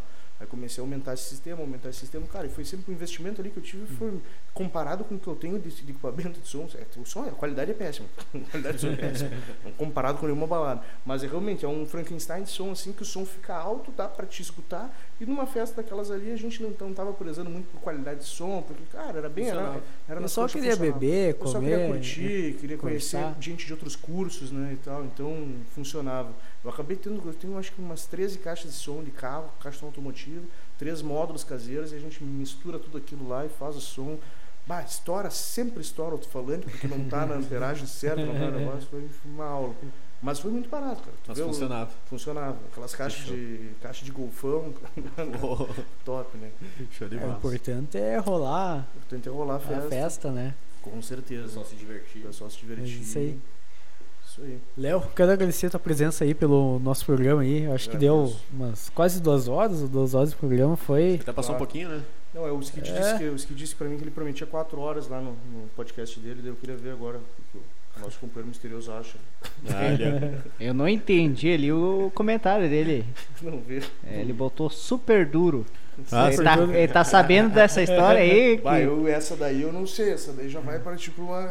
Aí comecei a aumentar esse sistema, aumentar esse sistema, cara, e foi sempre um investimento ali que eu tive, foi comparado com o que eu tenho de, de equipamento de som, é, o som, a qualidade é péssima, a qualidade do som é péssima, comparado com nenhuma balada, mas é, realmente é um Frankenstein de som, assim, que o som fica alto, dá pra te escutar, e numa festa daquelas ali a gente não, não tava prezando muito por qualidade de som, porque, cara, era bem, era, era eu só queria beber, comer, eu só queria curtir, queria conhecer conversar. gente de outros cursos, né, e tal, então funcionava. Eu acabei tendo, eu tenho acho que umas treze caixas de som de carro, caixa de som automotivo, três módulos caseiros, e a gente mistura tudo aquilo lá e faz o som. Bah, estoura, sempre estoura o alto-falante, porque não tá na amperagem certa, não tá no negócio, foi uma aula. Mas foi muito barato, cara. Tu Mas vê, funcionava. Funcionava. Aquelas caixas de, caixa de golfão, Oh, top, né? show de É, o bola. importante é rolar Eu tentei rolar a a festa. festa, né? Com certeza. O pessoal se divertir. O pessoal se divertir. É isso aí. Isso aí. Léo, quero agradecer a tua presença aí pelo nosso programa aí. Eu acho que deu Agradeço. umas quase duas horas, duas horas de programa. Foi. Até passou Claro. um pouquinho, né? Não, é o Skid É. disse que o Skid disse pra mim que ele prometia quatro horas lá no, no podcast dele, daí eu queria ver agora o que o nosso companheiro misterioso acha. Olha. Eu não entendi ali o comentário dele. Não vê. É, ele botou super duro. Ah, ele, super tá, duro. ele tá sabendo dessa história aí? Que... Bah, eu, essa daí eu não sei, essa daí já vai para tipo uma.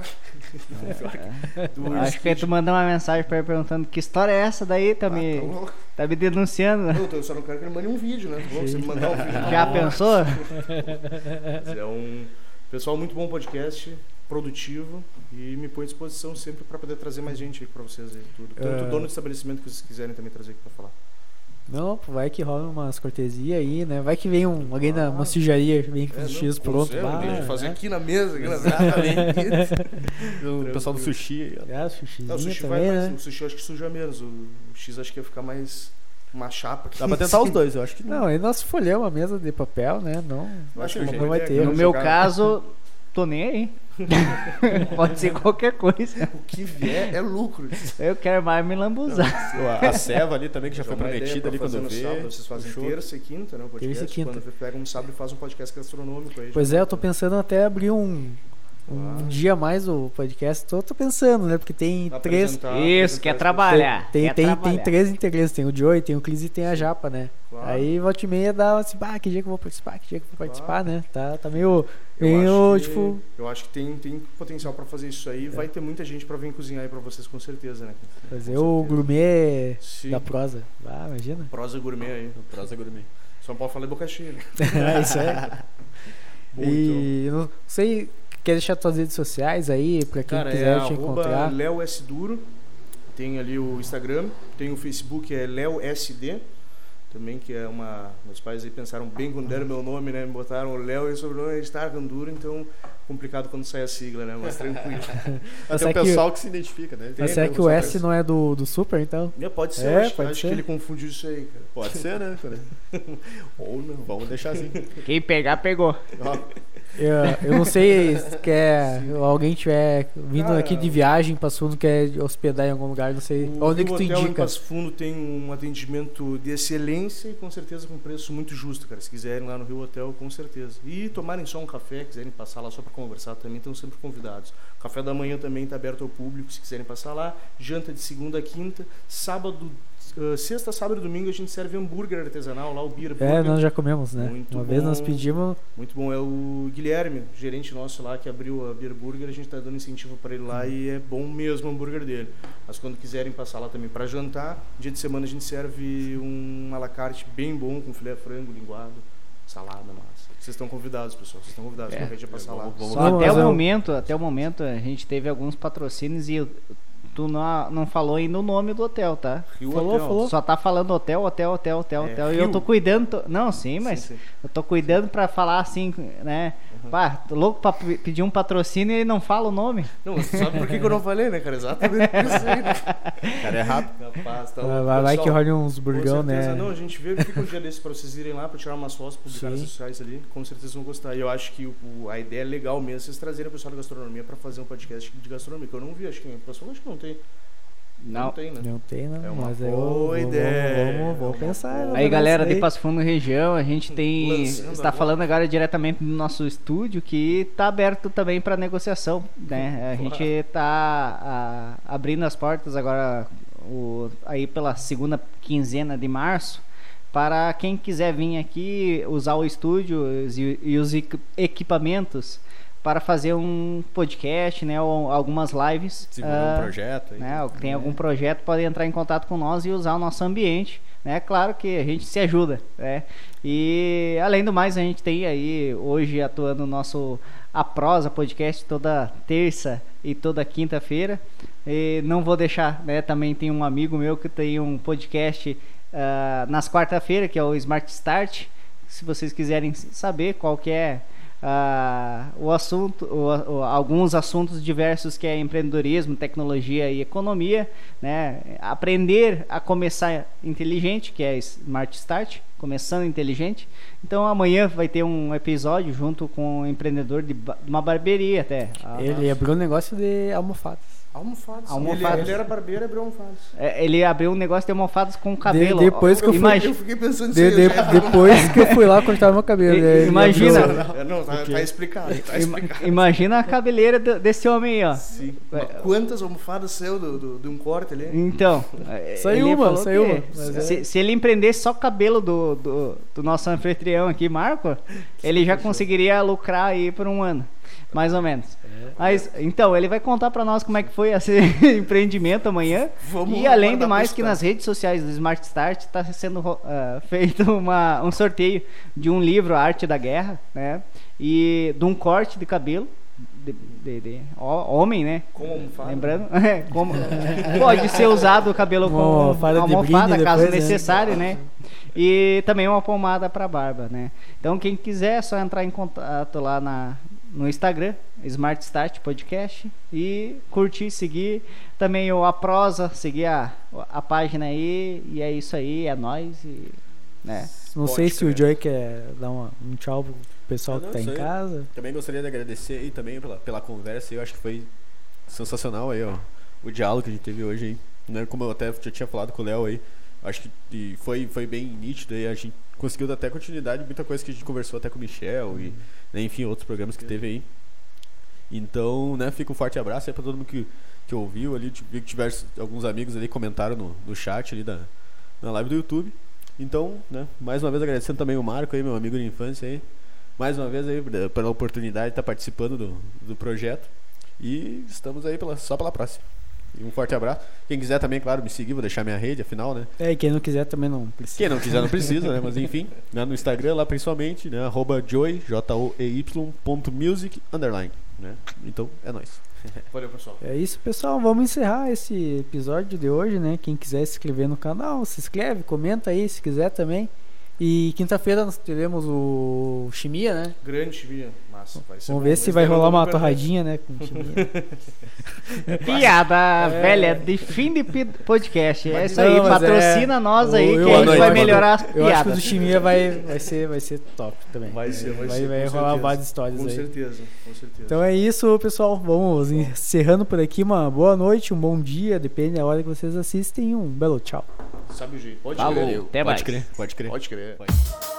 do Acho que tu mandou uma mensagem pra ele perguntando que história é essa daí, tá, Ah, me, tá louco. tá me denunciando, né? Não, eu só não quero que ele mande um vídeo, né? Tá bom? Se ele mandar um vídeo. Já tá bom. pensou? Mas é um pessoal muito bom podcast, produtivo e me põe à disposição sempre para poder trazer mais gente aí para vocês aí, tudo. Tanto É. dono de estabelecimento que vocês quiserem também trazer aqui para falar. Não, pô, vai que rola umas cortesias aí, né? Vai que vem um, alguém da Ah. uma sujaria, vem com É, os não, X com pronto. zero, Bah, deixa eu fazer né? aqui na mesa, aqui na Exatamente. mesa. O pessoal do sushi aí, ó. É, Não, o sushizinho sushi também, vai mais, né? o sushi eu acho que suja menos, o, o X acho que ia ficar mais uma chapa. Dá pra tentar os dois, eu acho que Não, aí nós folhamos a mesa de papel, né? Não, Eu acho que é uma não boa vai ideia, ter. No Vamos meu jogar. caso, tô nem aí. Pode ser qualquer coisa. O que vier é lucro. Eu quero mais me lambuzar. A a Seva ali também, que já É foi uma ideia prometida pra ali fazer quando no vê. sábado, vocês fazem Fechou. terça e quinta, né? O podcast. Terça e quinta. Quando pega um sábado e faz um podcast gastronômico aí. Pois já- é, eu tô pensando até abrir um, um Ah. dia a mais o podcast. Tô, tô pensando, né? Porque tem três. Apresentar- Isso, apresentar quer as trabalhar. Tem, quer tem, tem trabalhar. três integrantes, tem o Joey, tem o Clis e tem a Japa, né? Claro. Aí volta e meia dá assim, bah, que dia que eu vou participar, que dia que eu vou participar, Claro. né? Tá, tá meio, Eu meio acho que- tipo. Eu acho que tem, tem potencial pra fazer isso aí. Vai ter muita gente pra vir cozinhar aí pra vocês, com certeza, né? Fazer Com o certeza. gourmet Sim. da prosa. Ah, imagina. Prosa gourmet aí. Prosa gourmet. São Paulo fala de boca cheia. né? É isso aí. Bom, E eu não sei, quer deixar tuas redes sociais aí, pra quem Cara, é quiser te arroba encontrar. Léo S. Duro. Tem ali o Instagram. Tem o Facebook, é Léo S D. Também, que é uma... Meus pais aí pensaram bem quando deram meu nome, né? Me botaram o Léo e o sobrenome é Starkan Duro, então complicado quando sai a sigla, né? Mas tranquilo. Mas será tem um que- pessoal que se identifica, né? Mas tem, será tem que um o pessoal S que- não é do, do Super, então? É, pode ser, É, eu acho, pode acho ser. que ele confundiu isso aí, cara. Pode ser, né? Ou não. Vamos deixar assim. Quem pegar, pegou. Ó, Eu, eu não sei se quer alguém tiver vindo Cara, aqui de viagem, passando, quer hospedar em algum lugar, não sei. O Onde é que Rio tu Hotel em indica? Passo Fundo tem um atendimento de excelência e com certeza com preço muito justo, cara. Se quiserem lá no Rio Hotel, com certeza. E tomarem só um café, quiserem passar lá só para conversar, também estão sempre convidados. O café da manhã também está aberto ao público, se quiserem passar lá. Janta de segunda a quinta, sábado, uh, sexta, sábado e domingo a gente serve hambúrguer artesanal lá, o Beer Burger. É, nós já comemos, né? Muito Uma vez nós bom. pedimos. Muito bom, é o Guilherme, gerente nosso lá que abriu a Beer Burger, a gente está dando incentivo para ele lá e é bom mesmo o hambúrguer dele. Mas quando quiserem passar lá também para jantar, dia de semana a gente serve um à la carte bem bom com filé frango, linguado, salada, massa. Vocês estão convidados, pessoal, vocês estão convidados, É. qualquer dia passar lá. Vamos- Só Não, até mas o eu- momento, até o momento a gente teve alguns patrocínios e eu- tu não, não falou ainda o nome do hotel, tá? Rio Falou, Hotel. falou. Só tá falando hotel, hotel, hotel, hotel, É, hotel. E Rio. eu tô cuidando. tô- Não, sim, mas Sim, sim. eu tô cuidando pra falar assim, né? Pá, tô louco pra pe- pedir um patrocínio e ele não fala o nome. Não, você sabe por que que eu não falei, né, cara? Exatamente por isso aí, né? cara, é rápido. Capaz, tá Vai, louco. vai, vai que Pessoal, role uns com burgão, certeza, né? Não, a gente vê, fica um dia desse pra vocês irem lá pra tirar umas fotos, publicar nas Sim. redes sociais ali, com certeza vão gostar. E eu acho que o, o- a ideia é legal mesmo, vocês trazerem o pessoal da gastronomia pra fazer um podcast de gastronomia, que eu não vi, acho que o pessoal acho que não tem. Não, Não. tem, né? Não tem, não. É uma mas eu boa vou, ideia, Vamos, vamos, é vamos uma pensar. boa- Aí, galera de aí. Passo Fundo região, a gente tem Lançando está agora. falando agora diretamente do nosso estúdio que está aberto também para negociação, né? A Claro. gente está abrindo as portas agora o, aí pela segunda quinzena de março para quem quiser vir aqui usar o estúdio e, e os equipamentos para fazer um podcast, né, ou algumas lives. Desenvolver uh, um projeto. Aí. Né, tem é. algum projeto, pode entrar em contato com nós e usar o nosso ambiente. Né? Claro que a gente se ajuda. Né? E além do mais, a gente tem aí hoje atuando o nosso A Prosa Podcast toda terça e toda quinta-feira. E não vou deixar, né? Também tem um amigo meu que tem um podcast uh, nas quarta-feiras, que é o Smart Start. Se vocês quiserem saber qual que é Uh, o assunto, o, o, alguns assuntos diversos, que é empreendedorismo, tecnologia e economia, né? Aprender a começar inteligente, que é Smart Start, começando inteligente. Então amanhã vai ter um episódio junto com um empreendedor de, de uma barbearia até. Ele ah, abriu um negócio de almofadas. Almofadas. almofadas. Ele, ele era barbeiro e abriu almofadas. É, ele abriu um negócio de almofadas com cabelo. De, depois que eu, eu, fui, eu fiquei pensando de, de, Depois que eu fui lá cortar meu cabelo. E, imagina. Não, não tá, tá explicado. Tá explicado. Imagina a cabeleira desse homem aí, ó. Sim. Quantas almofadas saiu do, do, de um corte ali? Então. Saiu uma, saiu uma. Se, é. se ele empreendesse só o cabelo do, do, do nosso anfitrião aqui, Marco, ele já conseguiria lucrar aí por um ano. Mais ou menos. É, Mas, é. Então, ele vai contar pra nós como é que foi esse empreendimento amanhã. Vamos e além do mais, que nas redes sociais do Smart Start está sendo uh, feito uma, um sorteio de um livro, A Arte da Guerra, né? E de um corte de cabelo. De, de, de, ó, homem, né? Com almofada. Lembrando, é, como, pode ser usado o cabelo com almofada, almofada caso depois, necessário, né? né? E também uma pomada para barba, né? Então, quem quiser, é só entrar em contato lá na, no Instagram, Smart Start Podcast, e curtir, seguir também o A Prosa, seguir a, a página aí, e é isso aí, é nóis. E, né? Não Pode sei se crer. O Joey quer dar uma, um tchau pro pessoal não, que tá em casa. Também gostaria de agradecer aí também pela, pela conversa, eu acho que foi sensacional aí, ó, o diálogo que a gente teve hoje aí, né? Como eu até já tinha falado com o Léo aí, acho que foi, foi bem nítido aí, a gente conseguiu dar até continuidade, muita coisa que a gente conversou até com o Michel uhum. e, né, enfim, outros programas que teve aí. Então, né, fica um forte abraço aí pra todo mundo que, que ouviu ali, vi que tiveram alguns amigos ali, comentaram no, no chat ali da, na live do YouTube. Então, né, mais uma vez agradecendo também o Marco aí, meu amigo de infância aí, mais uma vez aí pela oportunidade de estar participando do, do projeto, e estamos aí pela, só pela próxima. E um forte abraço. Quem quiser também, claro, me seguir, vou deixar minha rede, afinal, né? É, e quem não quiser também não precisa. Quem não quiser não precisa, né? Mas enfim, né? No Instagram lá principalmente, né? Arroba Joey, J O E Y, ponto music, underline, né? Então, é nóis. Valeu, pessoal. É isso, pessoal. Vamos encerrar esse episódio de hoje, né? Quem quiser se inscrever no canal, se inscreve, comenta aí se quiser também. E quinta-feira nós teremos o Chimia, né? Grande Chimia. Massa, vai ser Vamos bom. ver se vai rolar uma torradinha, né? Com Chimia. É Piada é. velha de fim de podcast. É isso aí, não, patrocina é... nós aí, eu, que a gente vai melhorar as piadas. Eu acho que o do Chimia vai, vai, ser, vai ser top também. Vai ser, vai, vai ser. Vai rolar várias histórias com aí. Com certeza, com certeza. Então é isso, pessoal. Vamos bom. encerrando por aqui. Uma boa noite, um bom dia, depende da hora que vocês assistem. Um belo tchau. Sabe o jeito. Pode Falou, crer. Até pode mais. Crer, pode crer. Pode crer. Pode.